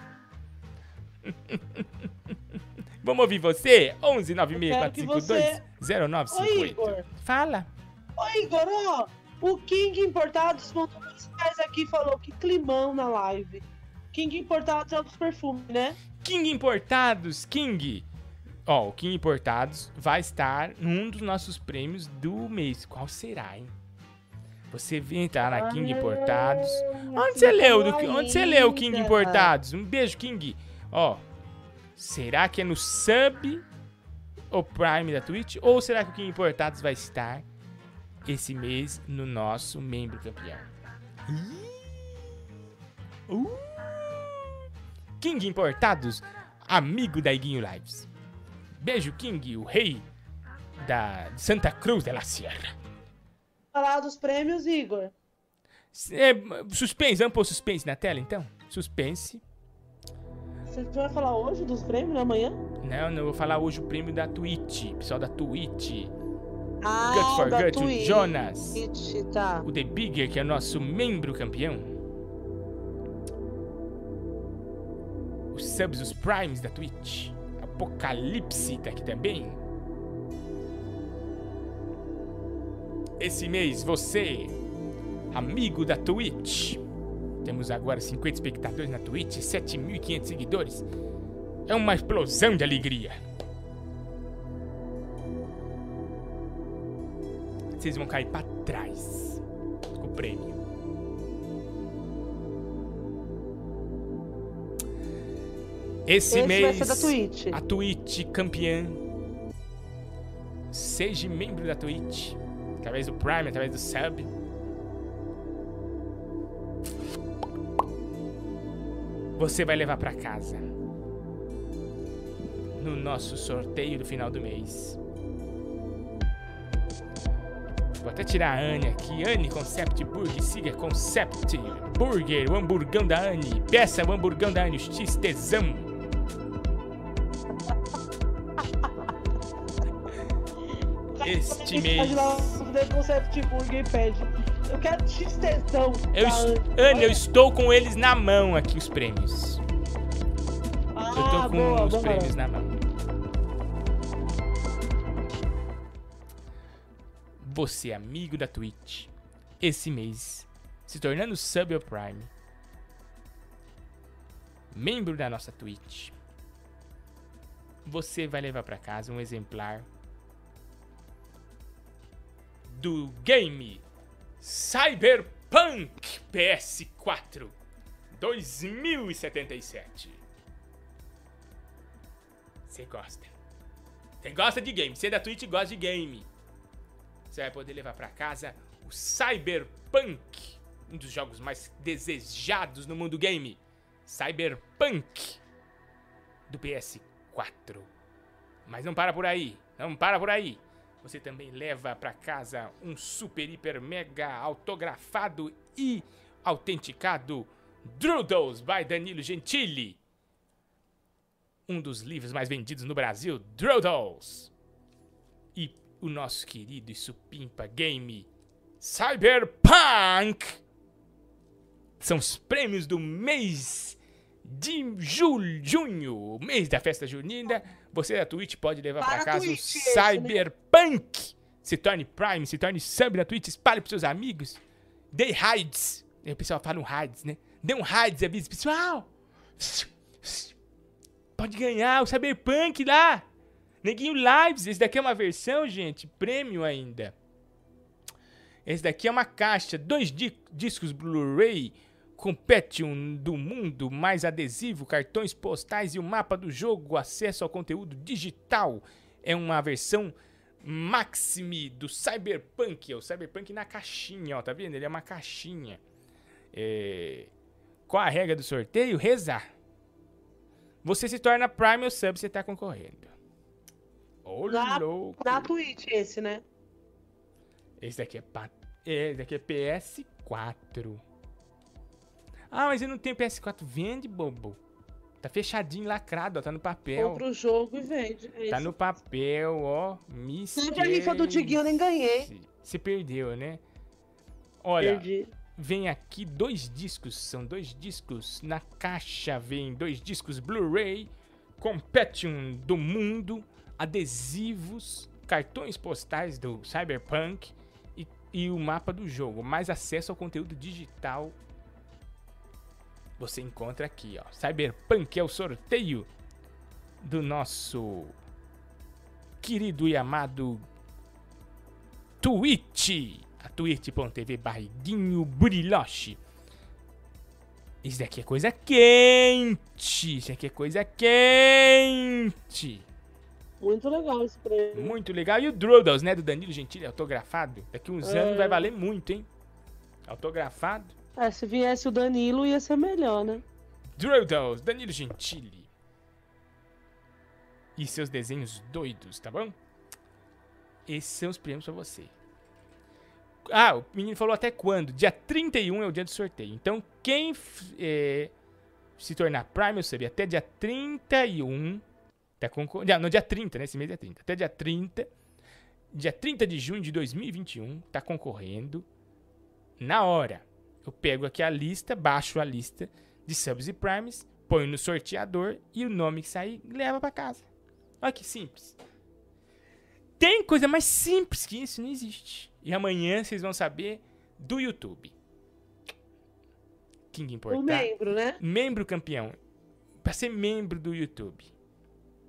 Vamos ouvir você? onze nove seis quatro cinco dois zero nove cinco oito. Fala. Oi, Igor, ó. O King Importados mandou mensagens aqui e falou que climão na live. King Importados é um dos perfumes, né? King Importados, King. Ó, o King Importados vai estar num dos nossos prêmios do mês. Qual será, hein? Você vem entrar na King Importados. Onde você leu? Do, onde você leu o King Importados? Um beijo, King. Ó, será que é no sub ou Prime da Twitch? Ou será que o King Importados vai estar esse mês no nosso membro campeão? Uh. King Importados, amigo da Iguinho Lives. Beijo, King, o rei da de Santa Cruz de la Sierra. Falar dos prêmios, Igor. É, suspense, vamos pôr suspense na tela, então? Suspense. Você vai falar hoje dos prêmios, amanhã? Não, não, eu vou falar hoje o prêmio da Twitch. Pessoal da Twitch. Ah, Gut for da Gut, Twitch. o Jonas. Tá. O The Bigger, que é o nosso membro campeão. Os subs, os primes da Twitch. Apocalipse tá aqui também. Esse mês, você, amigo da Twitch. Temos agora cinquenta espectadores na Twitch, sete mil e quinhentos seguidores. É uma explosão de alegria. Vocês vão cair pra trás com o prêmio. Esse, Esse mês, vai ser da Twitch. a Twitch campeã. Seja membro da Twitch, através do Prime, através do Sub. Você vai levar pra casa no nosso sorteio do final do mês. Vou até tirar a Anne aqui. Anne Concept Burger. Siga Concept Burger, o hamburgão da Anne. Peça o hamburgão da Anne, o X-Tesão. Este mês. Concept Burger pede. Eu quero X-Tesão. Eu est... Anne, eu estou com eles na mão aqui, os prêmios. Ah, eu tô com boa, os boa. prêmios na mão. Você, amigo da Twitch, esse mês, se tornando sub ou Prime, membro da nossa Twitch, você vai levar pra casa um exemplar do game Cyberpunk P S quatro dois mil e setenta e sete. Você gosta? Você gosta de game? Você da Twitch gosta de game? Você vai poder levar pra casa o Cyberpunk, um dos jogos mais desejados no mundo game. Cyberpunk do P S quatro. Mas não para por aí, não para por aí. Você também leva pra casa um super, hiper, mega autografado e autenticado Doodles by Danilo Gentili. Um dos livros mais vendidos no Brasil, Doodles. E o nosso querido e supimpa game Cyberpunk. São os prêmios do mês de julho, junho, mês da festa junina. Você da Twitch pode levar para, pra casa Twitch, o Cyberpunk. Esse, né? Se torne Prime, se torne sub da Twitch, espalhe pros seus amigos. Dê raids. O pessoal fala um raids, né? Dê um raids, avise pessoal. Pode ganhar o Cyberpunk lá. Neguinho Lives. Esse daqui é uma versão, gente, premium ainda. Esse daqui é uma caixa, dois di discos Blu-ray com Competium do mundo, mais adesivo, cartões postais e o mapa do jogo, acesso ao conteúdo digital. É uma versão Maxime do Cyberpunk. É o Cyberpunk na caixinha, ó, tá vendo? Ele é uma caixinha. É... Qual a regra do sorteio? Rezar. Você se torna Prime ou Sub, você tá concorrendo. Ô, na, louco. Na Twitch esse, né? Esse daqui é, pa... Esse daqui é P S quatro. Ah, mas eu não tenho P S quatro. Vende, bobo. Tá fechadinho, lacrado, ó. Tá no papel. Compra o jogo e vende. É tá isso. no papel, ó. Me Sempre a rifa do Diguinho eu nem ganhei. Você perdeu, né? Olha, Perdi. Vem aqui dois discos. São dois discos. Na caixa vem dois discos Blu-ray. Competium do mundo. Adesivos. Cartões postais do Cyberpunk. E, e o mapa do jogo. Mais acesso ao conteúdo digital. Você encontra aqui, ó. Cyberpunk é o sorteio do nosso querido e amado Twitch. A twitch ponto tv barriguinho buriloche. Isso daqui é coisa quente. Isso aqui é coisa quente. Muito legal esse prêmio. Muito legal. E o Doodles, né? Do Danilo Gentili, autografado. Daqui uns é. anos vai valer muito, hein? Autografado. É, se viesse o Danilo ia ser melhor, né? Doodles, Danilo Gentili. E seus desenhos doidos, tá bom? Esses são os prêmios pra você. Ah, o menino falou até quando? Dia trinta e um é o dia do sorteio. Então, quem é, se tornar Prime, eu sabia, até dia trinta e um... Tá concor... Não, dia trinta, né? Esse mês é trinta. Até dia trinta. Dia trinta de junho de dois mil e vinte e um, tá concorrendo. Na hora. Eu pego aqui a lista, baixo a lista de subs e primes, ponho no sorteador e o nome que sair, leva pra casa. Olha que simples. Tem coisa mais simples que isso, não existe. E amanhã vocês vão saber do YouTube. King importar. O membro, né? Membro campeão. Pra ser membro do YouTube.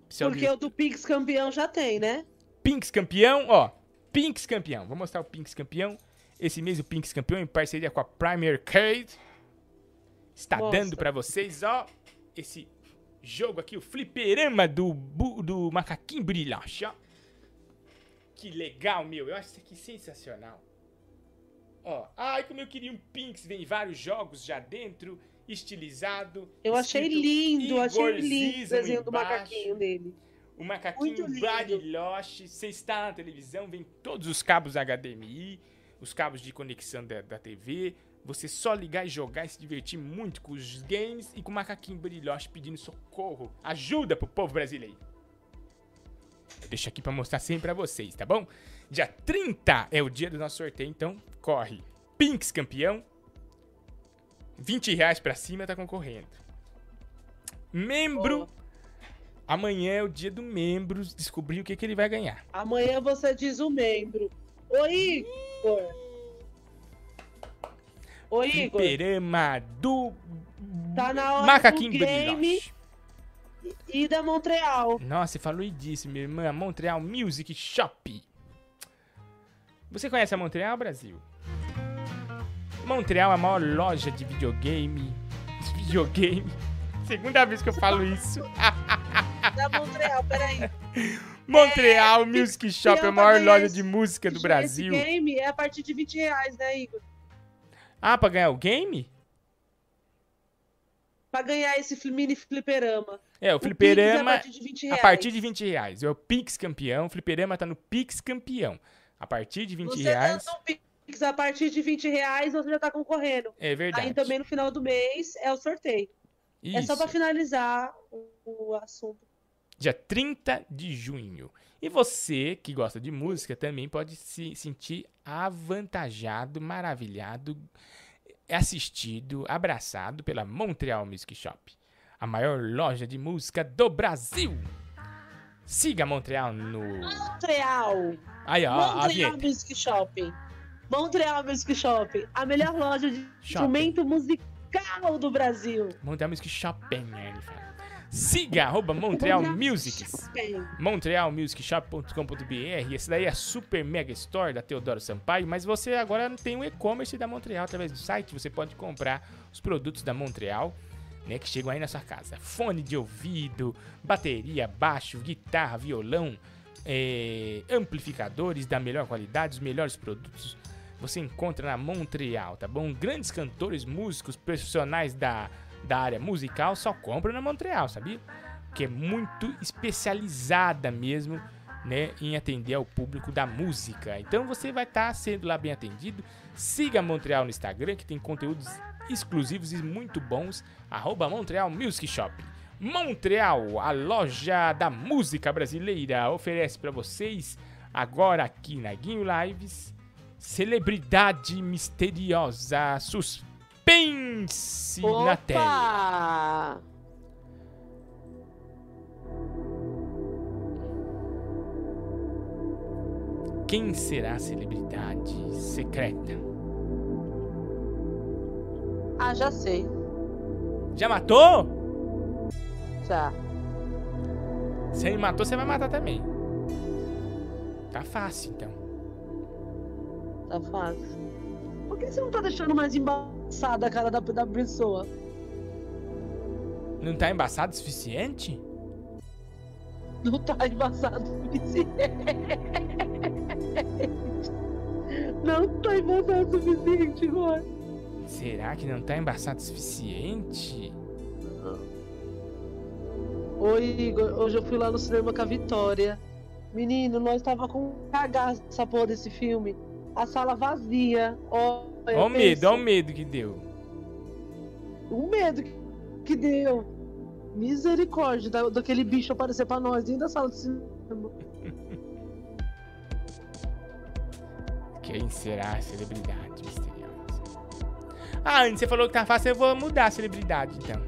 Porque o do Pix campeão já tem, né? Pinks campeão, ó. Pinks campeão. Vou mostrar o Pinks campeão. Esse mês o Pinks campeão em parceria com a Premier Arcade. Está Mostra. dando pra vocês, ó. Esse jogo aqui, o fliperama do, bu- do macaquinho brilhante, ó. Que legal, meu. Eu acho isso aqui sensacional. Ó. Ai, como eu queria um Pinks. Vem vários jogos já dentro. Estilizado. Eu achei escrito lindo, achei lindo o Igorzismo desenho do embaixo. macaquinho dele. O macaquinho Muito lindo. Bariloche. Você está na televisão, vem todos os cabos H D M I, os cabos de conexão da, da T V. Você só ligar e jogar e se divertir muito com os games e com o macaquinho Bariloche pedindo socorro. Ajuda pro povo brasileiro. Eu deixo aqui pra mostrar sempre pra vocês, tá bom? Dia trinta é o dia do nosso sorteio, então corre. Pinks campeão. vinte reais pra cima tá concorrendo. Membro. Oh. Amanhã é o dia do membro. Descobrir o que, que ele vai ganhar. Amanhã você diz o membro. Oi, Igor. Oi, Igor. Fliperama do Tá na hora Macaquinho do game Brilhante. e da Montreal. Nossa, você falou e disse, minha irmã. Montreal Music Shop. Você conhece a Montreal, Brasil? Montreal é a maior loja de videogame. De videogame. Segunda vez que eu falo isso. Da Montreal, peraí. Montreal Music Shop é a maior ganhar loja esse- de música do Esse Brasil. game é a partir de vinte reais, né, Igor? Ah, pra ganhar o game? Pra ganhar esse fli- mini fliperama. É, o Pix fliperama é a partir de vinte a reais. partir de vinte reais. É o Pix campeão. O fliperama tá no Pix campeão. A partir de vinte Você reais. dando um Pix a partir de vinte reais, você já tá concorrendo. É verdade. Aí também no final do mês é o sorteio. É só Isso. pra finalizar o, o assunto. Dia trinta de junho. E você que gosta de música também pode se sentir avantajado, maravilhado, assistido, abraçado pela Montreal Music Shop, a maior loja de música do Brasil. Siga a Montreal no... Montreal. Aí, ó, a Montreal vinheta. Music Shopping. Montreal Music Shopping. A melhor loja de Shopping. instrumento musical do Brasil. Montreal Music Shopping, né, ele fala. Siga, arroba Montreal Musics. montreal music shop ponto com ponto b r. Esse daí é a super mega store da Teodoro Sampaio, mas você agora tem o e-commerce da Montreal através do site. Você pode comprar os produtos da Montreal, né, que chegam aí na sua casa. Fone de ouvido, bateria, baixo, guitarra, violão, é, amplificadores da melhor qualidade, os melhores produtos você encontra na Montreal, tá bom? Grandes cantores, músicos, profissionais da, da área musical só compram na Montreal, sabia? Que é muito especializada mesmo, né, em atender ao público da música. Então você vai estar sendo lá bem atendido. Siga a Montreal no Instagram, que tem conteúdos exclusivos e muito bons. Arroba Montreal Music Shop. Montreal, a loja da música brasileira, oferece para vocês, agora aqui na Guinho Lives, celebridade misteriosa, suspense na tela. Quem será a celebridade secreta? Ah, já sei. Já matou? Já. Se ele matou, você vai matar também. Tá fácil, então. Tá fácil. Por que você não tá deixando mais embaçada a cara da, da pessoa? Não tá embaçado o suficiente? Não tá embaçado o suficiente. Não tá embaçado o suficiente, Igor. Será que não tá embaçado o suficiente? Oi, Igor. Hoje eu fui lá no cinema com a Vitória. Menino, nós tava com um cagaço essa porra desse filme. A sala vazia. Ó, Ó o medo, ó o medo que deu. O medo que- que deu. Misericórdia da- daquele bicho aparecer pra nós dentro da sala de cinema. Quem será a celebridade misteriosa? Ah, Anne, você falou que tá fácil, eu vou mudar a celebridade, então.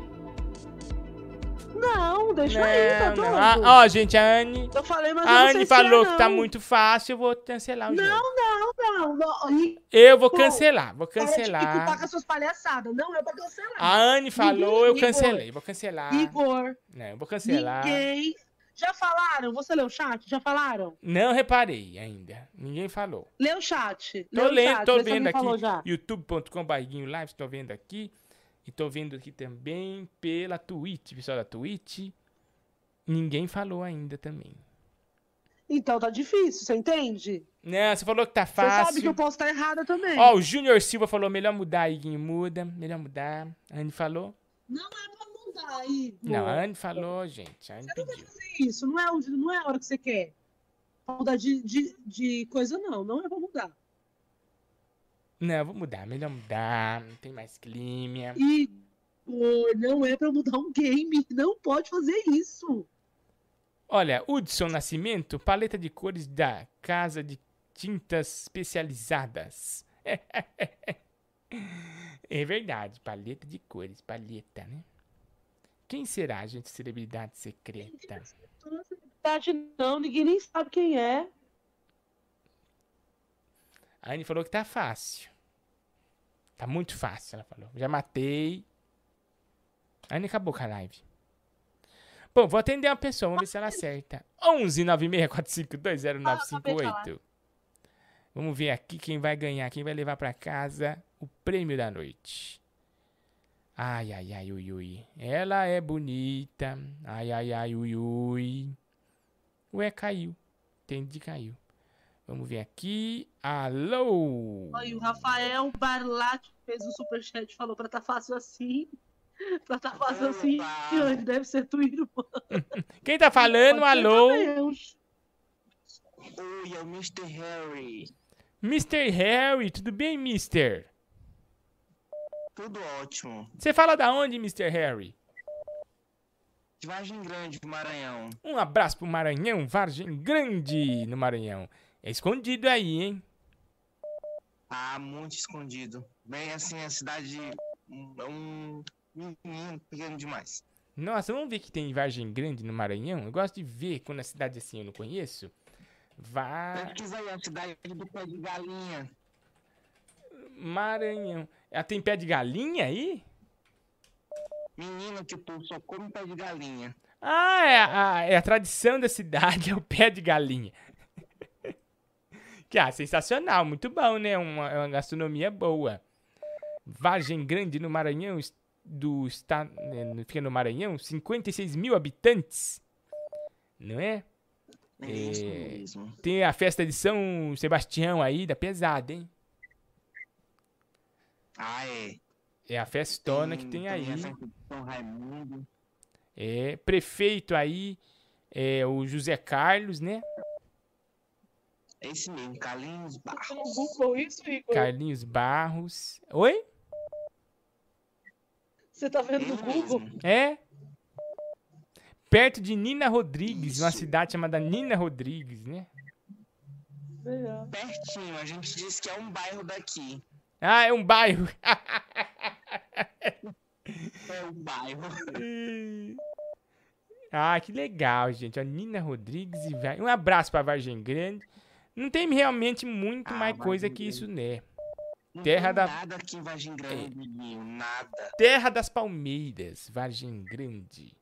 Não, deixa Não, aí, tá não. doido? Ah, ó, gente, a Anne... Eu falei, mas eu A não Anne sei se falou é, que tá não. muito fácil, eu vou cancelar o jogo. Não, não, não, não. E- Eu vou Pô, cancelar, vou para de cancelar. imputar com as suas palhaçadas. Não é pra cancelar. A Anne falou, eu Igor, cancelei, vou cancelar. Igor, Não, eu vou cancelar. ninguém Já falaram? Você leu o chat? Já falaram? Não reparei ainda. Ninguém falou. Lê o chat. Tô Lê o lendo, chat, tô vê se vendo alguém falou aqui. já. youtube ponto com barriguinho live, tô vendo aqui. E tô vendo aqui também pela Twitch, pessoal da Twitch. Ninguém falou ainda também. Então tá difícil, você entende? Não, você falou que tá Você fácil. sabe que eu posso estar errada também. Ó, o Júnior Silva falou, melhor mudar, Iguinho, muda. Melhor mudar. A Anne falou? Não é pra mudar, Igor. Não, a Anne falou, gente. A Anne Você não vai pediu. fazer isso, não é, o- não é a hora que você quer. Pra mudar de, de, de coisa, não. Não é pra mudar. Não, vou mudar. Melhor mudar. Não tem mais clima. Igor, não é pra mudar um game. Não pode fazer isso. Olha, Hudson Nascimento, paleta de cores da Casa de Tintas Especializadas. É verdade, paleta de cores, paleta, né? Quem será, gente, celebridade secreta? Verdade, não. Ninguém nem sabe quem é. A Anne falou que tá fácil. Tá muito fácil, ela falou. Já matei. A Anne acabou com a live. Bom, vou atender uma pessoa, vamos ver se ela acerta. onze nove seis quatro cinco dois zero nove cinco oito. Vamos ver aqui quem vai ganhar, quem vai levar pra casa o prêmio da noite. Ai, ai, ai, ui, ui. Ela é bonita. Ai, ai, ai, ui, ui. Ué, caiu. Entendi, caiu. Vamos ver aqui. Alô? Olha, o Rafael Barlat fez o superchat e falou pra tá fácil assim. Pra tá fácil assim. Ele deve ser tua irmã. Quem tá falando? Pode ser Alô? também. Oi, é o mister Harry. mister Harry, tudo bem, mister? Tudo ótimo. Você fala da onde, mister Harry? De Vargem Grande, do Maranhão. Um abraço pro Maranhão, Vargem Grande no Maranhão. É escondido aí, hein? Ah, muito escondido. Bem assim, a cidade é um menino pequeno demais. Nossa, vamos ver que tem Vargem Grande no Maranhão? Eu gosto de ver quando a cidade assim eu não conheço. Vá... Pesquisa aí, a cidade do pé de galinha. Maranhão. Ela tem pé de galinha aí? Menino que tu só come pé de galinha. Ah, é a, é a tradição da cidade, é o pé de galinha. Que, ah, sensacional, muito bom, né? Uma, é uma gastronomia boa. Vargem Grande no Maranhão, es- do estado, né, fica no Maranhão, cinquenta e seis mil habitantes, não é? É isso É, mesmo. tem a festa de São Sebastião aí, da pesada, hein? Ah, é. É a festona que tem aí. a festa de São Raimundo. É, prefeito aí, é o José Carlos, né? É esse mesmo, Carlinhos Barros. Google isso, Igor? Carlinhos Barros. Oi? Você tá vendo no Google? É? Perto de Nina Rodrigues, uma cidade chamada Nina Rodrigues, né? Pertinho, a gente diz que é um bairro daqui. Ah, é um bairro. É um bairro. Ah, que legal, gente. A Nina Rodrigues e vai. Um abraço pra Vargem Grande. Não tem realmente muito Ah, mais coisa Vargem que isso, Grande. né? Não Terra tem da nada aqui em Vargem Grande, menino, nada. Terra das Palmeiras, Vargem Grande.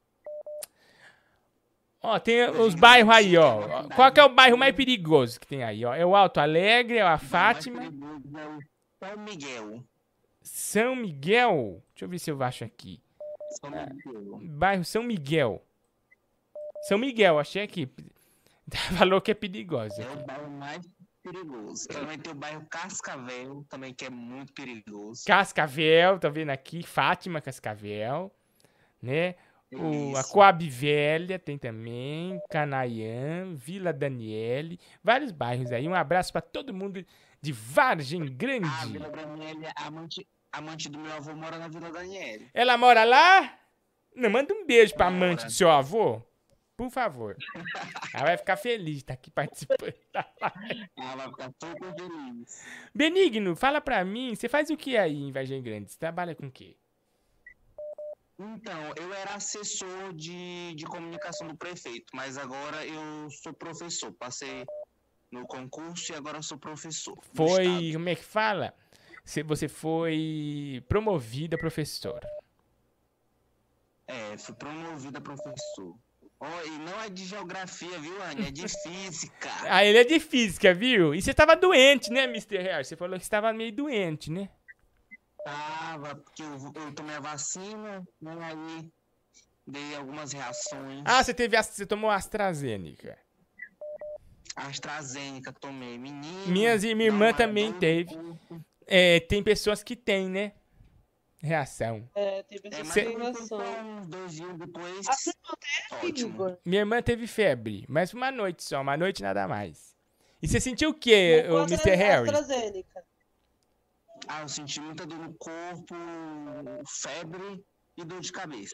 Ó, tem os bairros aí, ó. Qual que é o bairro mais perigoso que tem aí, ó? É o Alto Alegre, é a Fátima. São Miguel. São Miguel. Deixa eu ver se eu acho aqui. São Miguel. Bairro São Miguel. São Miguel, achei aqui. Falou que é perigoso. É o bairro mais perigoso. Também tem o bairro Cascavel, também que é muito perigoso. Cascavel, tá vendo aqui? Fátima Cascavel, né? O, a Isso. Coab Velha tem também, Canaiã, Vila Daniele, vários bairros aí. Um abraço pra todo mundo de Vargem A Grande. Vila Daniele, a amante, amante do meu avô mora na Vila Daniele. Ela mora lá? Não, manda um beijo pra amante do seu avô, por favor. Ela vai ficar feliz de estar aqui participando da live. Ela vai ficar super feliz. Benigno, fala pra mim, você faz o que aí em Vargem Grande? Você trabalha com o quê? Então, eu era assessor de, de comunicação do prefeito, mas agora eu sou professor. Passei no concurso e agora eu sou professor. do Foi, estado. como é que fala? Você- Você foi promovida a professor. É, fui promovido a professor. Oh, e não é de geografia, viu, Anny? É de física. Ah, ele é de física, viu? E você tava doente, né, mister Harry? Você falou que você tava meio doente, né? Tava, porque eu, eu tomei a vacina, né, aí dei algumas reações. Ah, você teve, você tomou AstraZeneca. AstraZeneca tomei, menino. Minhas e minha irmã também teve. É, tem pessoas que têm, né? Reação. É, tem pessoas que Cê... têm reação. Dois dias depois. Ah, você não teve, Igor? Minha irmã teve febre, mas uma noite só, uma noite nada mais. E você sentiu o quê, o mister Harry? AstraZeneca. Ah, eu senti muita dor no corpo, febre e dor de cabeça.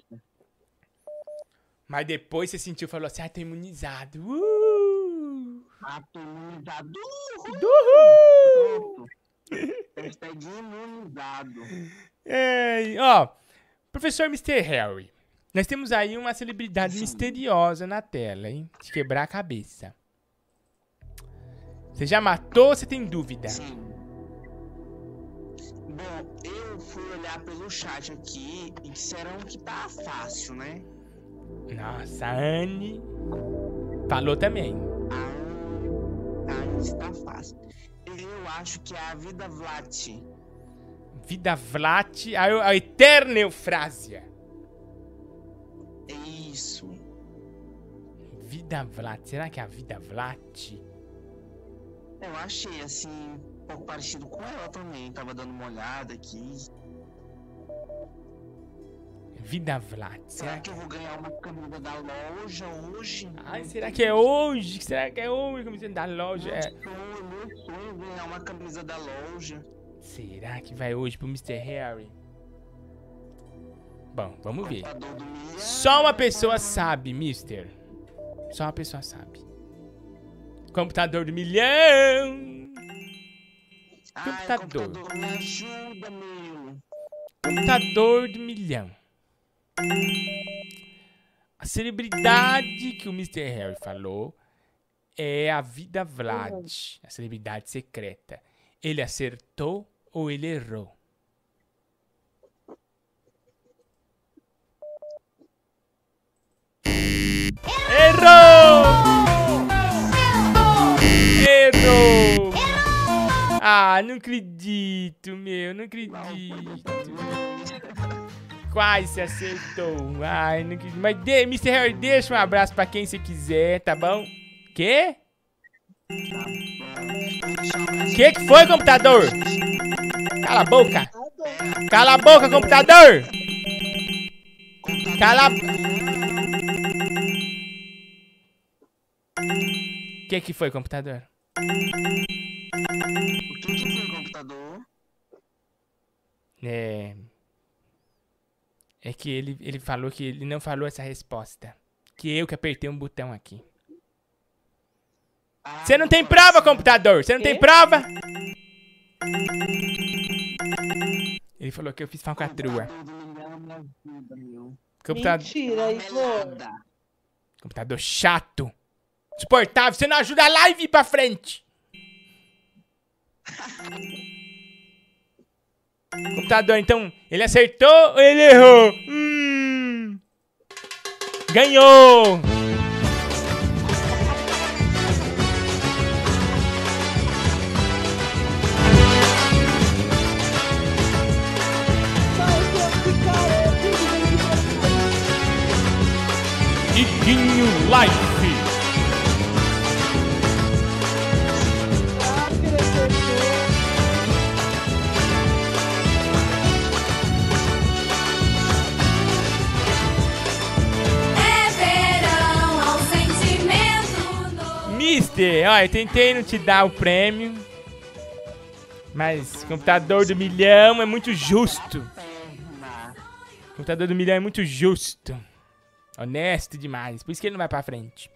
Mas depois você sentiu, falou assim, ah, tô imunizado. Uh! Ah, tô imunizado. Uhul! Hashtag imunizado. É, ó, professor mister Harry, nós temos aí uma celebridade Sim. misteriosa na tela, hein? De quebrar a cabeça. Você já matou ou você tem dúvida? Sim. Bom, eu fui olhar pelo chat aqui e disseram que tá fácil, né? Nossa, a Anny falou também. A Anny está fácil. Eu acho que é a Vida Vlat. Vida Vlat, a, a eterna Eufrásia. É isso. Vida Vlat, será que é a Vida Vlat? Eu achei, assim, um pouco parecido com ela também. Tava dando uma olhada aqui. Vida Vlat. Será, será que eu vou ganhar uma camisa da loja hoje? Ai, será que é hoje? Será que é hoje a camisa da loja? Meu sonho, meu sonho é ganhar uma camisa da loja. Será que vai hoje pro mister Harry? Bom, vamos ver. Só uma pessoa sabe, mister. Só uma pessoa sabe. Computador do milhão. Ai, computador. computador, me ajuda, meu. Computador do milhão. A celebridade que o mister Harry falou é a Vida Vlad, a celebridade secreta. Ele acertou ou ele errou? Errou! Errou! Ah, não acredito, meu, não acredito. Quase acertou. Ai, não acredito. Mas, de, mister Harry, deixa um abraço pra quem você quiser, tá bom? Quê? Que que foi, computador? Cala a boca. Cala a boca, computador. Cala a... Que que foi, computador? O que que foi, computador? É... É que ele, ele falou que ele não falou essa resposta. Que eu que apertei um botão aqui. Você ah, não tem prova, computador? Você não tem prova? Ele falou que eu fiz falcatrua. Computador... Mentira, Igor. Computador chato. Insuportável. Você não ajuda a live a ir pra frente. Computador, então, ele acertou ou ele errou? Hum. Ganhou! Diguinho Life. Mister, ó, eu tentei não te dar o prêmio, mas computador do milhão é muito justo. Computador do milhão é muito justo. Honesto demais, por isso que ele não vai pra frente.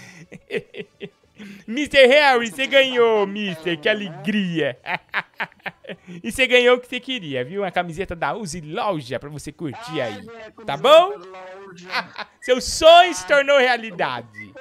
mister Harry, você ganhou, mister, que alegria. E você ganhou o que você queria, viu? Uma camiseta da Uzi Loja pra você curtir aí, tá bom? Seu sonho se tornou realidade.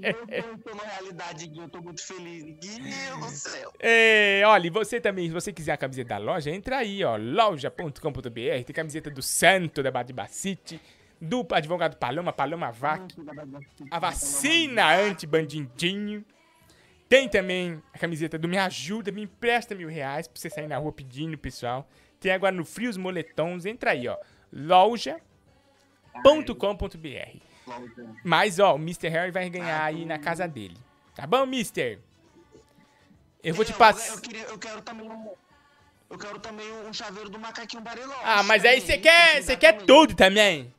Eu tô muito feliz, Guinho do céu. É, olha, e você também, se você quiser a camiseta da loja, entra aí, ó, loja ponto com ponto br. Tem camiseta do Santo, da Badibacite, do advogado Paloma, Paloma Vac, a vacina anti-bandidinho. Tem também a camiseta do Me Ajuda, me empresta mil reais pra você sair na rua pedindo, pessoal. Tem agora no Frios Moletons, entra aí, ó, loja ponto com ponto b r. Mas, ó, o mister Harry vai ganhar aí na casa dele. Tá bom, mister? Eu vou te passar... Eu, queria, eu quero também um... Eu quero também um chaveiro do macaquinho Bariloche. Ah, mas aí você quer, você quer tudo também.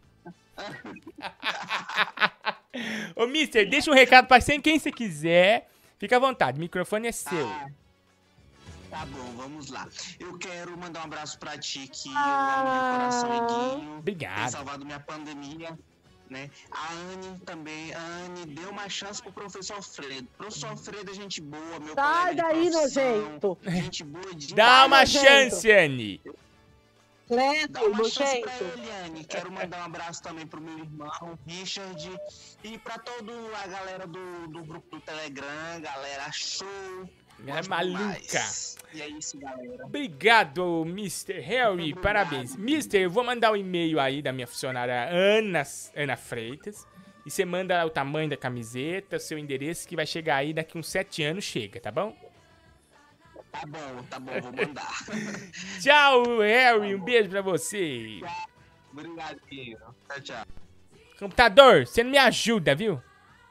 Ô, mister, deixa um recado pra quem você quiser. Fica à vontade, o microfone é seu. Ah, tá bom, vamos lá. Eu quero mandar um abraço pra ti, que eu amo meu coração, Iguinho. Obrigado. Tem salvado minha pandemia, né? A Anne também. A Anne deu uma chance pro professor Alfredo. Professor Alfredo é gente boa, meu Sai colega daí, de profissão, nojento. Gente boa de... Dá uma nojento. chance, Anne. Credo, Dá uma chance nojento. pra ele, Anne. Quero mandar um abraço também pro meu irmão, Richard, e pra toda a galera do, do grupo do Telegram, galera show. É Gosto maluca. demais. E é isso, galera. Obrigado, mister Harry. Parabéns. mister, eu vou mandar o um e-mail aí da minha funcionária Ana, Ana Freitas. E você manda o tamanho da camiseta, o seu endereço, que vai chegar aí daqui uns sete anos, chega, tá bom? Tá bom, tá bom, vou mandar. Tchau, Harry. Um beijo pra você. Obrigado, filho. Tchau, tchau. Computador, você não me ajuda, viu?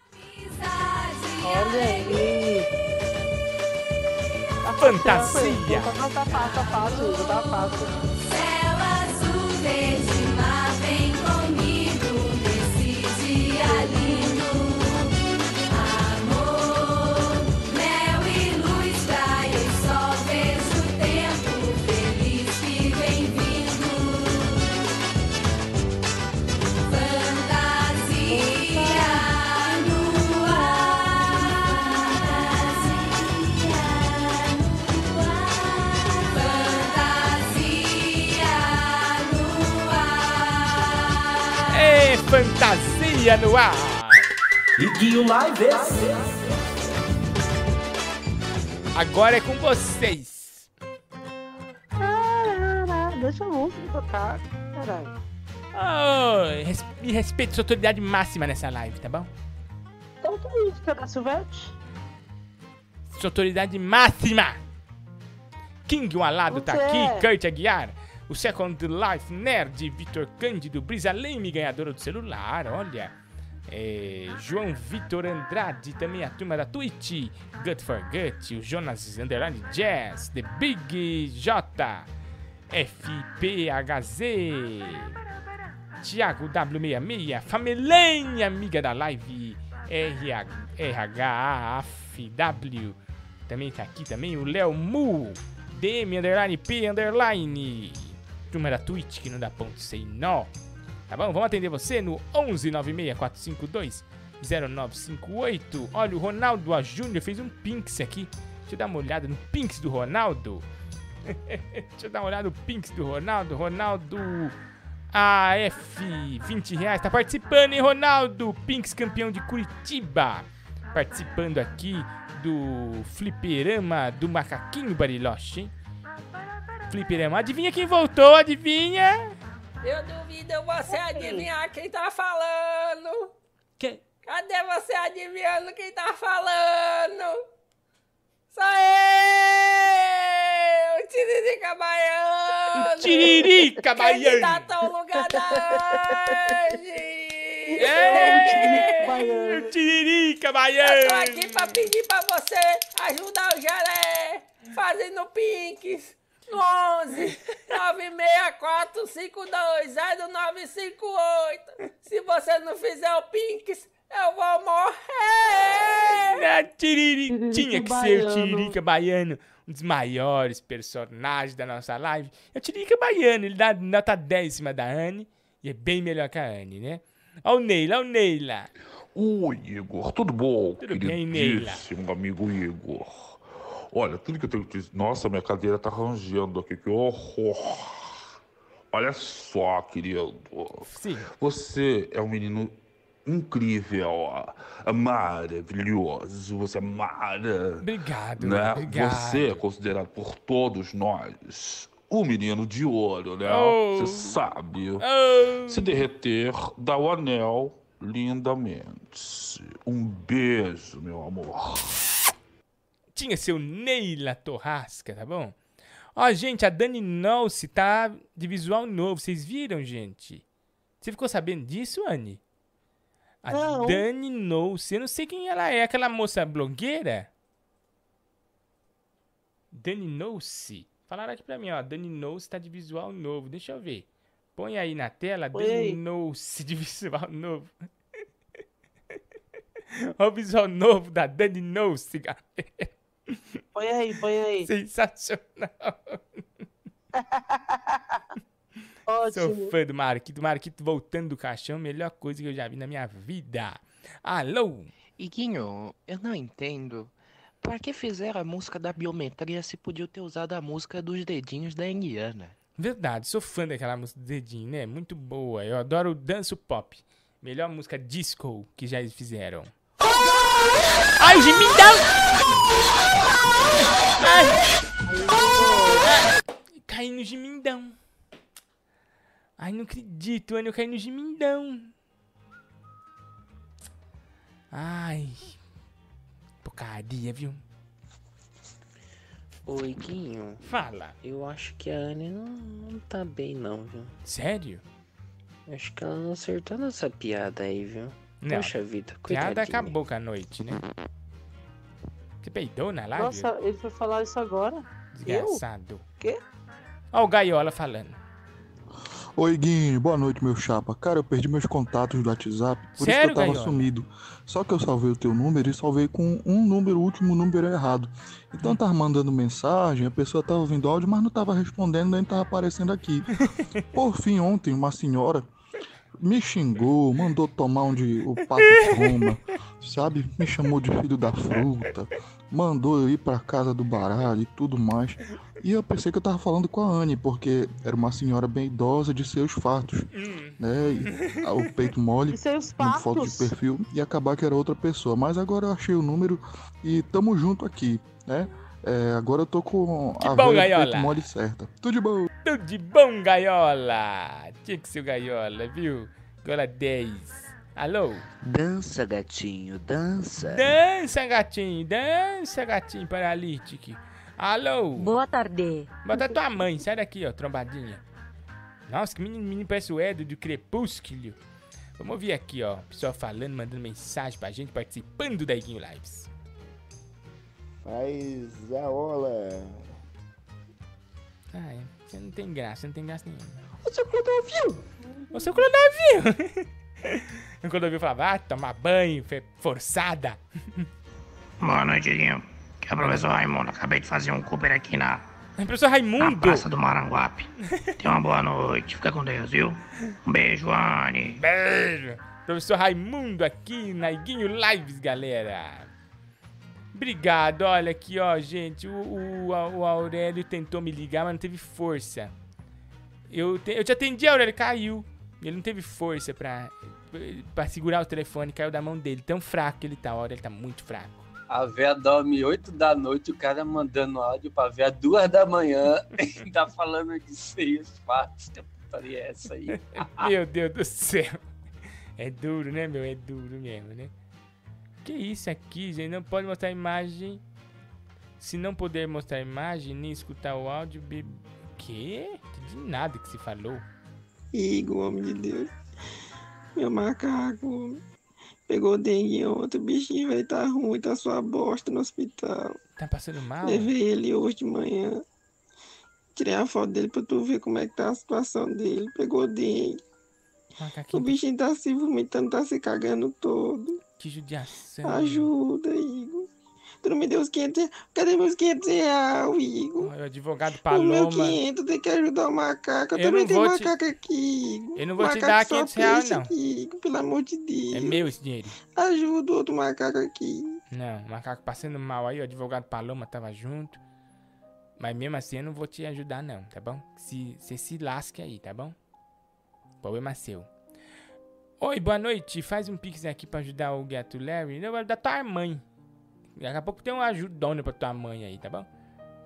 Olha aí. Fantasia. Tá fácil, tá fácil, tá fácil. Céu azul, verde mar, vem comigo nesse dia lindo. Amor, mel e luz, praia e sol, vejo o tempo feliz que vem vindo. Fantasia no ar. Ei, fantasia no ar. Iguinho Live. Agora é com vocês. Ah, deixa a música tocar. Caralho. Oh, res me respeite sua autoridade máxima nessa live, tá bom? Então que música da Silvete? Sua autoridade máxima. King um alado tá Você aqui, é. Kurt Aguiar. O Second Life Nerd, Vitor Cândido, Brisa Leme, ganhadora do celular, olha. É, João Vitor Andrade, também a turma da Twitch. Gut for Gut, o Jonas Underline Jazz, The Big J, F P H Z, Thiago W sessenta e seis, Familene, amiga da live, R H A F W, também tá aqui também o Léo Mu, D M Underline P Underline, turma da Twitch que não dá ponto sem nó. Tá bom? Vamos atender você no onze nove seis quatro cinco dois zero nove cinco oito. Olha, o Ronaldo A. Júnior fez um Pinks aqui. Deixa eu dar uma olhada no Pinks do Ronaldo. Deixa eu dar uma olhada no Pinks do Ronaldo. Ronaldo A F, vinte reais. Tá participando, hein, Ronaldo? Pinks campeão de Curitiba. Participando aqui do Fliperama do Macaquinho Bariloche, hein? Fliperama. Adivinha quem voltou? Adivinha? Eu duvido você adivinhar quem tá falando. Quem? Cadê você adivinhando quem tá falando? Sou eu! Tiririca Baiano! Tiririca Baiano! Candidato ao lugar da Angie! É, Tiririca Baiano! Eu tô aqui pra pedir pra você ajudar o Gelé fazendo Pinks no onze nove seis quatro cinco dois zero nove cinco oito. Se você não fizer o Pinks, eu vou morrer! É, tiriri... Tinha que ser o Tiririca Baiano, um dos maiores personagens da nossa live. É o Tiririca Baiano, ele dá nota dez em cima da Anne e é bem melhor que a Anne, né? Olha o Neila, olha o Neila. Oi, Igor, tudo bom? Tudo bem, Neila? Queridíssimo amigo Igor. Olha, tudo que eu tenho que dizer... Nossa, minha cadeira tá rangendo aqui, que horror. Olha só, querido. Sim. Você é um menino incrível, maravilhoso, você é mara... Obrigado, né? obrigado. Você é considerado por todos nós o menino de ouro, né? Oh. Você sabe. Oh. Se derreter, dá o anel lindamente. Um beijo, meu amor. Tinha seu Neila Torrasca, tá bom? Ó, gente, a Dani Nolce tá de visual novo. Vocês viram, gente? Você ficou sabendo disso, Anne? A Não. Dani Nolce. Eu não sei quem ela é. Aquela moça blogueira? Dani Nolce. Falaram aqui pra mim, ó. Dani Nolce tá de visual novo. Deixa eu ver. Põe aí na tela. Põe Dani aí. Nolce de visual novo. Olha o visual novo da Dani Nolce, galera. Põe aí, põe aí. Sensacional. Ótimo. Sou fã do Marquito. Marquito voltando do caixão. Melhor coisa que eu já vi na minha vida. Alô? Iguinho, eu não entendo. Pra que fizeram a música da biometria se podia ter usado a música dos dedinhos da Indiana? Verdade, sou fã daquela música do dedinho, né? Muito boa. Eu adoro o danço pop. Melhor música disco que já fizeram. Ai, o gemidão! Ai. Ai. Caí no gemindão. Ai, não acredito, Ana, eu caí no gemindão. Ai. Porcaria, viu? Oi, Guinho. Fala. Eu acho que a Anne não, não tá bem, não, viu? Sério? Acho que ela não acertou nessa piada aí, viu? Não. Poxa vida, Piada coitadinha. acabou com a noite, né? Você peidou na live? Nossa, ele foi falar isso agora? Desgraçado. Eu? Quê? Ó o Gaiola falando. Oi, Guinho, boa noite, meu chapa. Cara, eu perdi meus contatos do WhatsApp, por Sério, isso que eu tava Gaiola? sumido. Só que eu salvei o teu número e salvei com um número, o último número errado. Então eu tava mandando mensagem, a pessoa tava ouvindo áudio, mas não tava respondendo, nem tava aparecendo aqui. Por fim, ontem, uma senhora me xingou, mandou tomar onde o pato toma, sabe? Me chamou de filho da fruta, mandou eu ir pra casa do baralho e tudo mais. E eu pensei que eu tava falando com a Anne, porque era uma senhora bem idosa de seus fartos, né? E, ah, o peito mole, no foto de perfil, e acabar que era outra pessoa. Mas agora eu achei o número e tamo junto aqui, né? É, agora eu tô com Que a bom, velha do Gaiola. peito mole certa. Tudo de bom. Tudo de bom, Gaiola. Tinha que ser o Gaiola, viu? Gaiola dez. Alô? Dança, gatinho, dança. Dança, gatinho. Dança, gatinho paralítico. Alô? Boa tarde. Bota tua mãe. Sai daqui, ó, trombadinha. Nossa, que menino, menino parece o Edo do Crepúsculo. Vamos ouvir aqui, ó. Pessoal falando, mandando mensagem pra gente, participando da Iguinho Lives. Faz a ola. Ah, é. Você não tem graça, não tem graça nenhuma. Ô, seu Clodovil! Ô, seu Clodovil! O Clodovil falava, ah, tomar banho, fe- forçada. Boa noite, Guinho. Que é o professor Raimundo. Acabei de fazer um Cooper aqui na, Professor Raimundo! na Praça do Maranguape. Tenha uma boa noite. Fica com Deus, viu? Um beijo, Anne. Beijo! Professor Raimundo aqui na Iguinho Lives, galera. Obrigado, olha aqui, ó, gente. O, o, o Aurélio tentou me ligar, mas não teve força. Eu, te, eu te atendi, Aurélio, caiu. Ele não teve força pra, pra segurar o telefone, caiu da mão dele. Tão fraco que ele tá, o Aurélio tá muito fraco. A véia dorme oito da noite, o cara mandando áudio pra véia duas da manhã e tá falando de seios fartos. Que putaria é essa aí? Meu Deus do céu. É duro, né, meu? É duro mesmo, né? Que isso aqui, gente? Não pode mostrar imagem. Se não puder mostrar imagem, nem escutar o áudio, be... Quê? De nada que se falou. Igor, homem de Deus. Meu macaco, homem. Pegou dengue ontem, o bichinho vai tá ruim, tá sua bosta no hospital. Tá passando mal? Levei ele hoje de manhã. Tirei a foto dele pra tu ver como é que tá a situação dele. Pegou dengue. Macaquinho. O bichinho tá se vomitando, tá se cagando todo. Que judiação. Ajuda, Igor. Tu não me deu os quinhentos reais. Cadê meus quinhentos reais, Igor? O advogado O meu Paloma. quinhentos tem que ajudar o macaco. Eu, Eu também não tenho vou te- macaco aqui, Igor. Eu não vou te Macaco dar só quinhentos reais, peixe não. aqui, Igor, pelo amor de Deus. É meu esse dinheiro. Ajuda o outro macaco aqui. Não, o macaco passando mal aí, o advogado Paloma tava junto. Mas mesmo assim eu não vou te ajudar não, tá bom? Se, você se lasque aí, tá bom? O problema é seu. Oi, boa noite. Faz um pix aqui pra ajudar o gato Larry. Não, vai ajudar tua mãe. Daqui a pouco tem uma ajudona pra tua mãe aí, tá bom?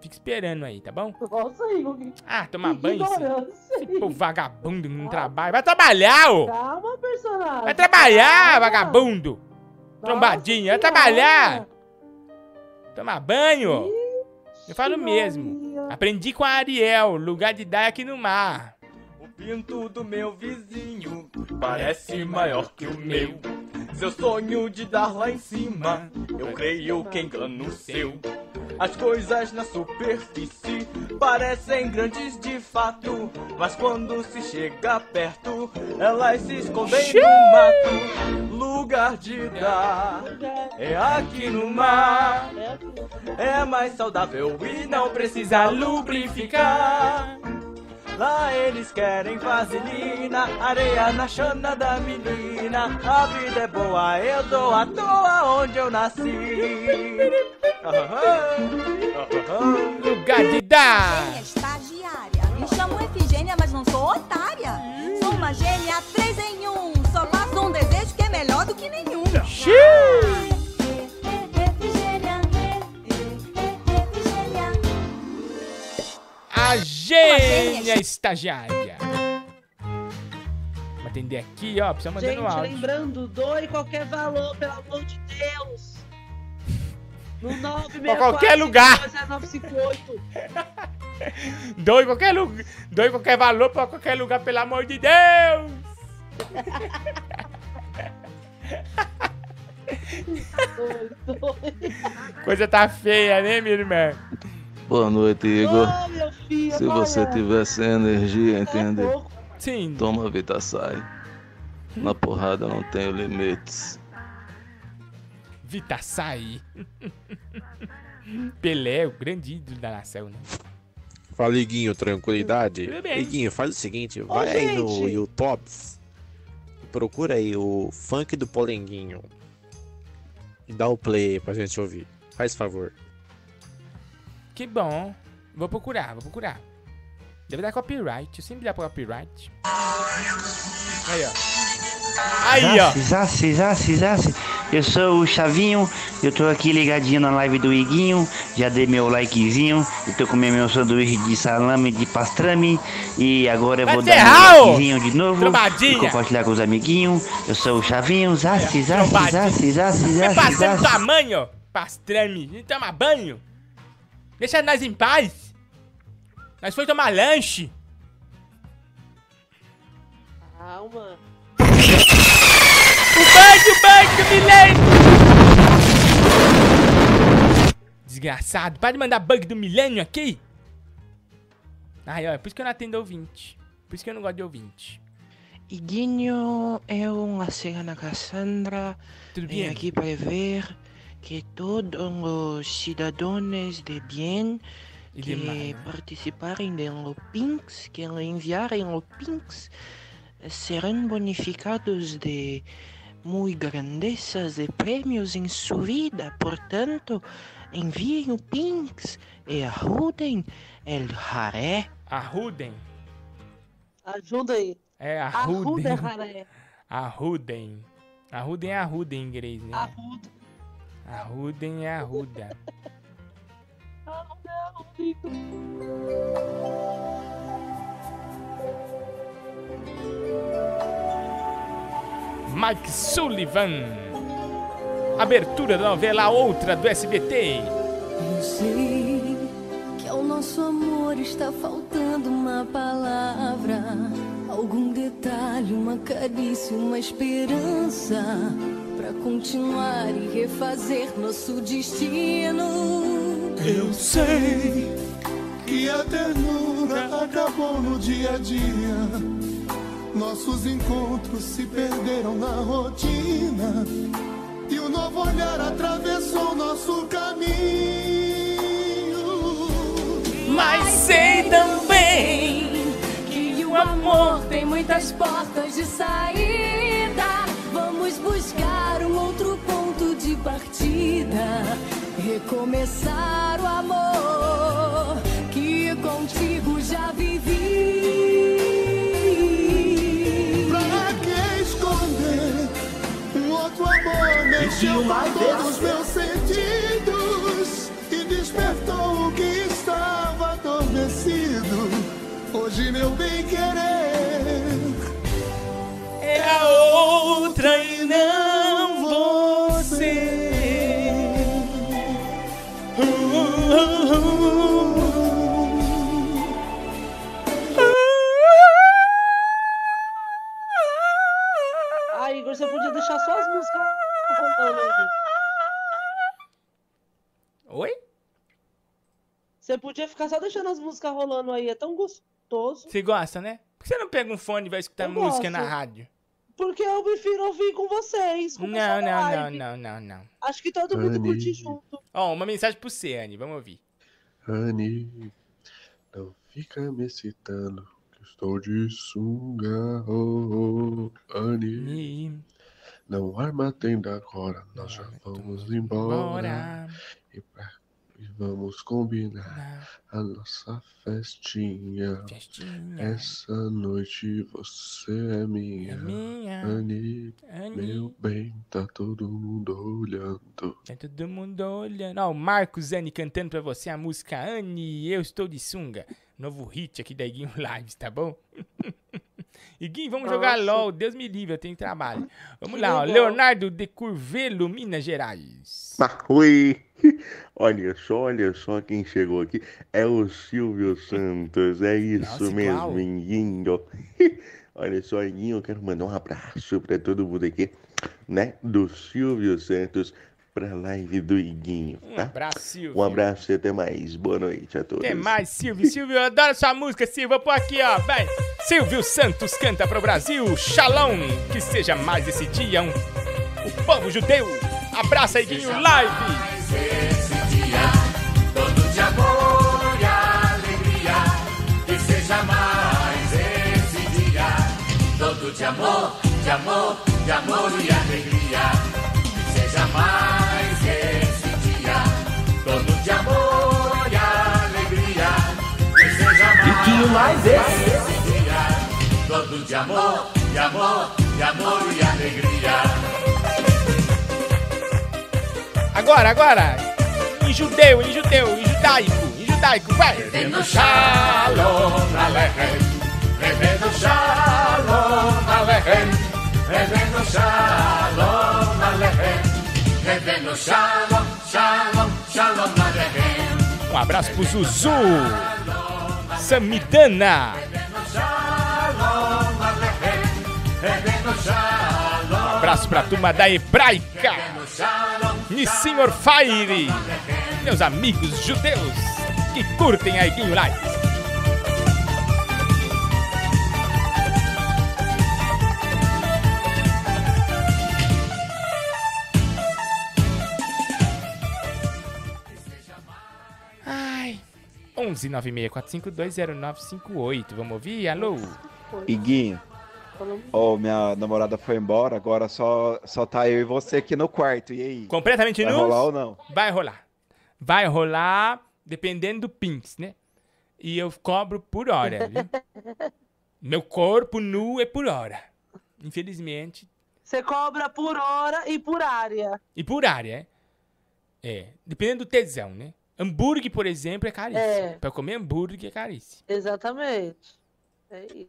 Fica esperando aí, tá bom? Nossa, Igor. que- Ah, tomar que banho. Esse, ignorância, esse Igor. povo vagabundo que não trabalha. Vai trabalhar, ô! Calma, personagem. Vai trabalhar, Calma. vagabundo! Trombadinha, vai trabalhar! Tomar banho! Eu falo mesmo. Aprendi com a Ariel, lugar de dar é aqui no mar. O pinto do meu vizinho parece maior que o meu. Seu sonho de dar lá em cima, eu creio que engano o seu. As coisas na superfície parecem grandes de fato, mas quando se chega perto, elas se escondem no mato. Lugar de dar é aqui no mar. É mais saudável e não precisa lubrificar. Lá eles querem vaselina, areia na chana da menina. A vida é boa, eu dou à toa onde eu nasci. Lugar de dar! Gênia estagiária. Me chamo Efigênia, mas não sou otária. Sou uma gênia três em um. Só faço um desejo que é melhor do que nenhum. A gênia estagiária. Vou atender aqui, ó, precisa mandar no Gente, áudio. lembrando, doe qualquer valor, pelo amor de Deus. No nove Pra qualquer lugar. nove cinco oito. Doe qualquer lugar, doe qualquer valor pra qualquer lugar, pelo amor de Deus. Coisa tá feia, né, minha irmã? Boa noite, Igor. Ô, meu filho, Se você olha. tiver sem energia, entende? Sim. Toma Vitasai. Na porrada não tenho limites. Vitasai. Pelé, o grande ídolo da nação, né? Fala, Iguinho, tranquilidade? Tudo bem. Iguinho, faz o seguinte, Ô, vai aí no gente. YouTube e procura aí o funk do Polenguinho e dá o play aí pra gente ouvir. Faz favor. Que bom. Vou procurar, vou procurar. Deve dar copyright, eu sempre dá copyright. Aí, ó. Aí, ó. Zace, zace, zace. Eu sou o Chavinho, eu tô aqui ligadinho na live do Iguinho, já dei meu likezinho, eu tô comendo meu sanduíche de salame de pastrame e agora eu Vai vou enterrar, dar meu ô! likezinho de novo Trombadinha! e compartilhar com os amiguinhos. Eu sou o Chavinho, zace, zace, zace, zace, Que zace, pastrame zace. tamanho, pastrame. Não toma banho. Deixa nós em paz. Nós foi tomar lanche. Calma. O bug, o bug do milênio! Desgraçado, para de mandar bug do milênio aqui. Ai, ó, é por isso que eu não atendo ouvinte. Por isso que eu não gosto de ouvinte. Iguinho, eu, a cigana Cassandra, Tudo vim bem? aqui para ver que todos os cidadãos de bem E que de mal, né? participarem do Pinks, que enviarem o Pinks, serão bonificados de muito grandezas de prêmios em sua vida. Portanto, enviem o Pinks e ajudem el Jaré. Arrudem. Ajuda aí. É, Arruda, arrudem. Jaré. Arrudem. Arrudem é arruda em inglês, né? Arruda. Arrudem é arruda. Mike Sullivan. Abertura da novela Outra do S B T. Eu sei que ao nosso amor está faltando uma palavra, algum detalhe, uma carícia, uma esperança pra continuar e refazer nosso destino. Eu sei que a ternura acabou no dia a dia. Nossos encontros se perderam na rotina. E o novo olhar atravessou nosso caminho. Mas sei também que o amor tem muitas portas de saída. Vamos buscar um outro ponto de partida. Recomeçar o amor que contigo já vivi. Pra que esconder um outro amor? Mexeu com todos os meus sentidos e despertou o que está esquecido. Hoje meu bem querer é a outra e não você. Uh, uh, uh, uh. Ah, Igor, você podia deixar só as músicas rolando aí. Oi? Você podia ficar só deixando as músicas rolando aí, é tão gostoso. Você gosta, né? Por que você não pega um fone e vai escutar Eu música gosto. na rádio? Porque eu prefiro ouvir com vocês. Com o Não, pessoal da não, não, live. não, não, não. Acho que todo mundo Anny. curte junto. Ó, uma mensagem pro você, Anny. Vamos ouvir. Anny, não fica me excitando, que estou de sunga, oh, oh, Anny. Não arma a tenda agora, nós já vamos embora. E, pra- e vamos combinar a nossa festinha. Essa noite você é minha. É minha. Anny, Anny. meu bem, tá todo mundo olhando. Tá todo mundo olhando. Ó, o Marcos Anny cantando pra você a música Anny, Eu Estou de Sunga. Novo hit aqui da Iguinho Lives, tá bom? Iguinho, vamos jogar Nossa. LOL. Deus me livre, eu tenho trabalho. Vamos Que lá, ó. legal. Leonardo de Curvelo, Minas Gerais. Ah, oi! Olha só, olha só quem chegou aqui. É o Silvio Santos, é isso Nossa, igual. mesmo, Iguinho. Olha só, Iguinho, eu quero mandar um abraço pra todo mundo aqui, né? Do Silvio Santos pra live do Iguinho, Um tá? abraço, Silvio. Um abraço e até mais. Boa noite a todos. Até mais, Silvio. Silvio, eu adoro sua música, Silvio. Vou pôr aqui, ó. Vai. Silvio Santos canta pro Brasil. Shalom. Que seja mais esse dia um... o povo judeu. Abraça, Iguinho Live. esse dia, todo de amor e alegria. Que seja mais esse dia, todo de amor, de amor, de amor e alegria. Que seja mais esse dia, todo de amor e alegria. Que seja mais esse dia, todo de amor, de amor, de amor e alegria. Agora, agora. Em judeu, em judeu, em judaico, em judaico, vai. Revendo Shalom Aleichem, Revendo Shalom Aleichem, Revendo Shalom Aleichem, Revendo Shalom, Shalom, Shalom Aleichem. Um abraço pro Zuzu. Samidana. Shalom Aleichem, Revendo Shalom. Um abraço pra turma da Hebraica. Nissim Orfaire. Meus amigos judeus que curtem a Iguinho Live. Ai. onze nove seis quatro cinco dois zero nove cinco oito. Vamos ouvir? Alô? Iguinho, ó, minha namorada foi embora, agora só, só tá eu e você aqui no quarto, e aí? Completamente Vai nus? rolar ou não? Vai rolar. Vai rolar, dependendo do Pinks, né? E eu cobro por hora, viu? Meu corpo nu é por hora. Infelizmente. Você cobra por hora e por área. E por área, é? É. Dependendo do tesão, né? Hambúrguer, por exemplo, é caríssimo. É. Pra comer hambúrguer é caríssimo. Exatamente. É isso.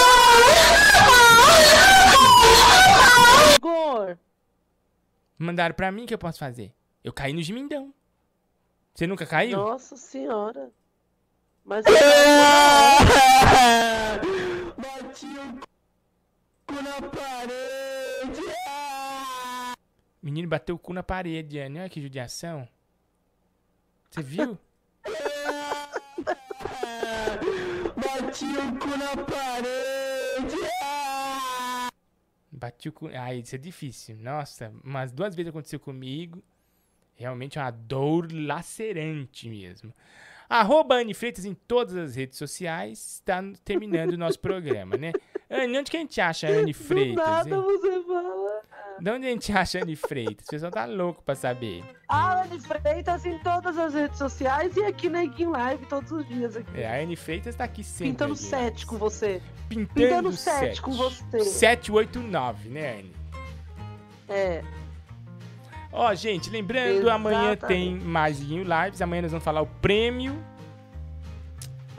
Igor! Mandaram pra mim, o que eu posso fazer? Eu caí no Gimindão. Você nunca caiu? Nossa senhora. Mas... Bati o cu na parede. Menino bateu o cu na parede, Anny. Olha que judiação. Você viu? Bati o cu na parede. Bati o cu... Ah, isso é difícil. Nossa, umas duas vezes aconteceu comigo. Realmente é uma dor lacerante mesmo. Arroba Anny Freitas em todas as redes sociais. Está terminando o nosso programa, né? Anny, onde que a gente acha a Anny Freitas? Nada hein? você fala. De onde a gente acha a Anny Freitas? O pessoal tá louco pra saber. A Anny Freitas em todas as redes sociais e aqui na Iguinho Live todos os dias. Aqui. É, a Anny Freitas tá aqui sempre. Pintando aqui. sete com você. Pintando, Pintando sete. sete com você. sete oito nove, né, Anny? É. Ó, gente, lembrando, amanhã tem mais Iguinho Lives. Amanhã nós vamos falar o prêmio.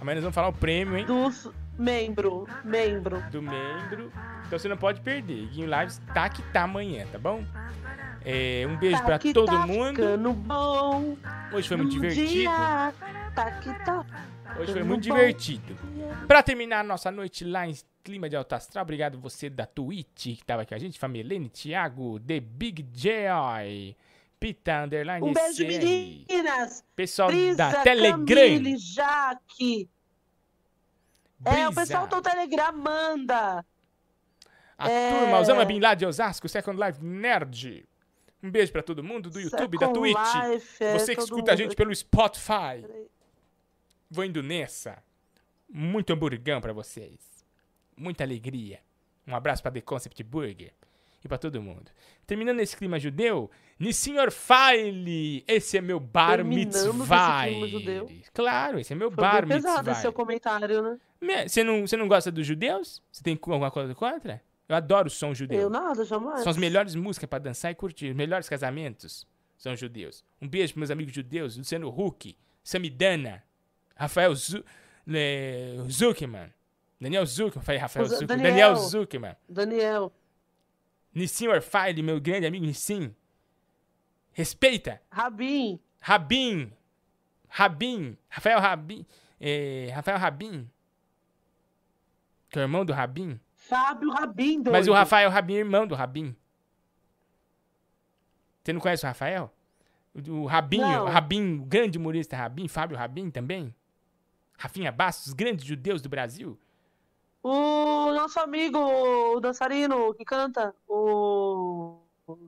Amanhã nós vamos falar o prêmio, hein? Dos membro, membro. Do membro. Então você não pode perder. Iguinho Lives tá que tá amanhã, tá bom? É, um beijo Tá pra que todo tá mundo. ficando bom. Hoje foi muito no divertido. dia. Tá que tá. Hoje foi ficando muito bom. divertido. Pra terminar a nossa noite lá em clima de alto astral, obrigado você da Twitch que tava aqui com a gente, Famelene, Thiago, The Big Joy, Pita Underline Um beijo, C R, meninas. pessoal Brisa, da Telegram. Camille, Jaque. É, o Brisa. pessoal do Telegram manda. A É. turma, Osama Bin Laden de Osasco, Second Life Nerd. Um beijo pra todo mundo do YouTube, da Second Twitch. Life, é, Você que todo escuta a mundo. gente pelo Spotify. Vou indo nessa. Muito hamburgão pra vocês. Muita alegria. Um abraço pra The Concept Burger. E pra todo mundo. Terminando esse clima judeu, Nissenhor File. Esse é meu bar Terminando com esse mitzvah. clima judeu. Claro, esse é meu Foi bar bem pesado mitzvah. esse seu comentário, né? Me- Você não, você não gosta dos judeus? Você tem alguma coisa contra? Eu adoro o som judeu. Eu nada, jamais. São as melhores músicas pra dançar e curtir. Os melhores casamentos são judeus. Um beijo pros meus amigos judeus. Luciano Huck, Samidana, Rafael Zu é, Zuckerman. Daniel Zuckerman. Falei Rafael Os- Zuckerman. Daniel. Daniel Zuckerman. Daniel. Nissim Orfile, meu grande amigo Nissim. Respeita. Rabin. Rabin. Rabin. Rafael Rabin. É, Rafael Rabin. Que é o irmão do Rabin. Fábio Rabin, doido. Mas o Rafael Rabin é irmão do Rabin. Você não conhece o Rafael? O, o Rabinho, Não. o Rabin, o grande humorista Rabin, Fábio Rabin também. Rafinha Bastos, os grandes judeus do Brasil. O nosso amigo, o dançarino que canta, o...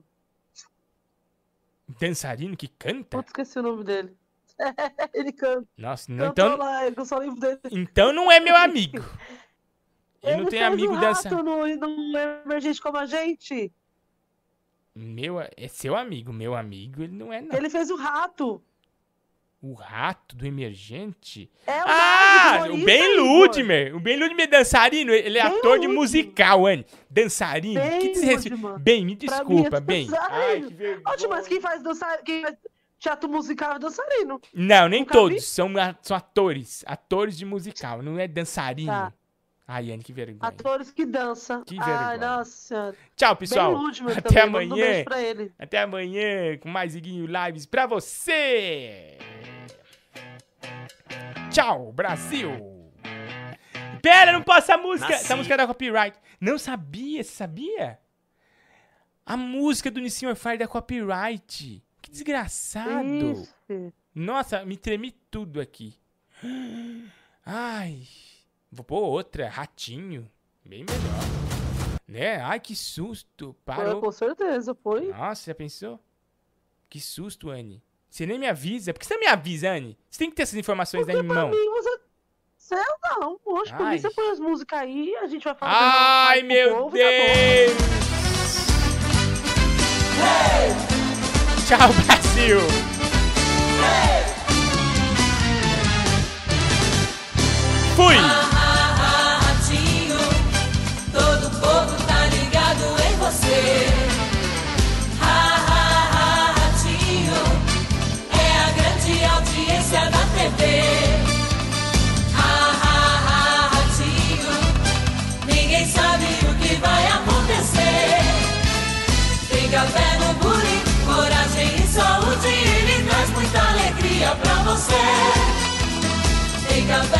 Dançarino que canta? Putz, esqueci o nome dele. Ele canta. Nossa, não, Cantou então, lá, eu só lembro dele. então não é meu amigo. Eu Ele não tenho fez amigo um dança. rato no, no Emergente Como a Gente. Meu, é seu amigo. Meu amigo, ele não é, não. Ele fez o rato. O rato do Emergente? É o Ah, Nerd, o humorista, Ben Igor. Ludmer. O Ben Ludmer é dançarino. Ele é Ben ator de Ludmer. musical, Anne. Dançarino. Ben que desrespeito. Ludmer. Ben, me Pra desculpa, mim, é Ben. dançarino. Ai, que vergonha. Ótimo, mas quem faz dançar, quem faz teatro musical é dançarino. Não, nem Nunca todos. vi. São, a- são atores. Atores de musical. Não é dançarino. Tá. Ai, Anne, que vergonha. Atores que dançam. Que Ai, vergonha. nossa senhora. Tchau, pessoal. Ben Ludmer Até também, manda um amanhã. beijo pra ele. Até amanhã com mais Iguinho Lives pra você. Tchau, Brasil. Pera, não posso essa música. Nasci. Essa música é da copyright. Não sabia, você sabia? A música do Nissim Orfire é da copyright. Que desgraçado. Ixi. Nossa, me tremi tudo aqui. Ai. Vou pôr outra, Ratinho. Bem melhor. Né? Ai, que susto. Foi, Parou. com certeza, foi. Nossa, já pensou? Que susto, Anne. Você nem me avisa. Por que você não me avisa, Anne? Você tem que ter essas informações Porque aí em pra mão. mim você... Céu não, poxa, por Ai. mim você põe as músicas aí, a gente vai falar. Ai, meu Deus! Tchau, Brasil! Fui! Ratinho, todo povo tá ligado em você. Ha, ha, ha, Ratinho, é a grande audiência da T V. Ha, ha, ha, Ratinho, ninguém sabe o que vai acontecer. Fica fé no bullying, coragem e saúde, ele traz muita alegria pra você. Fica fé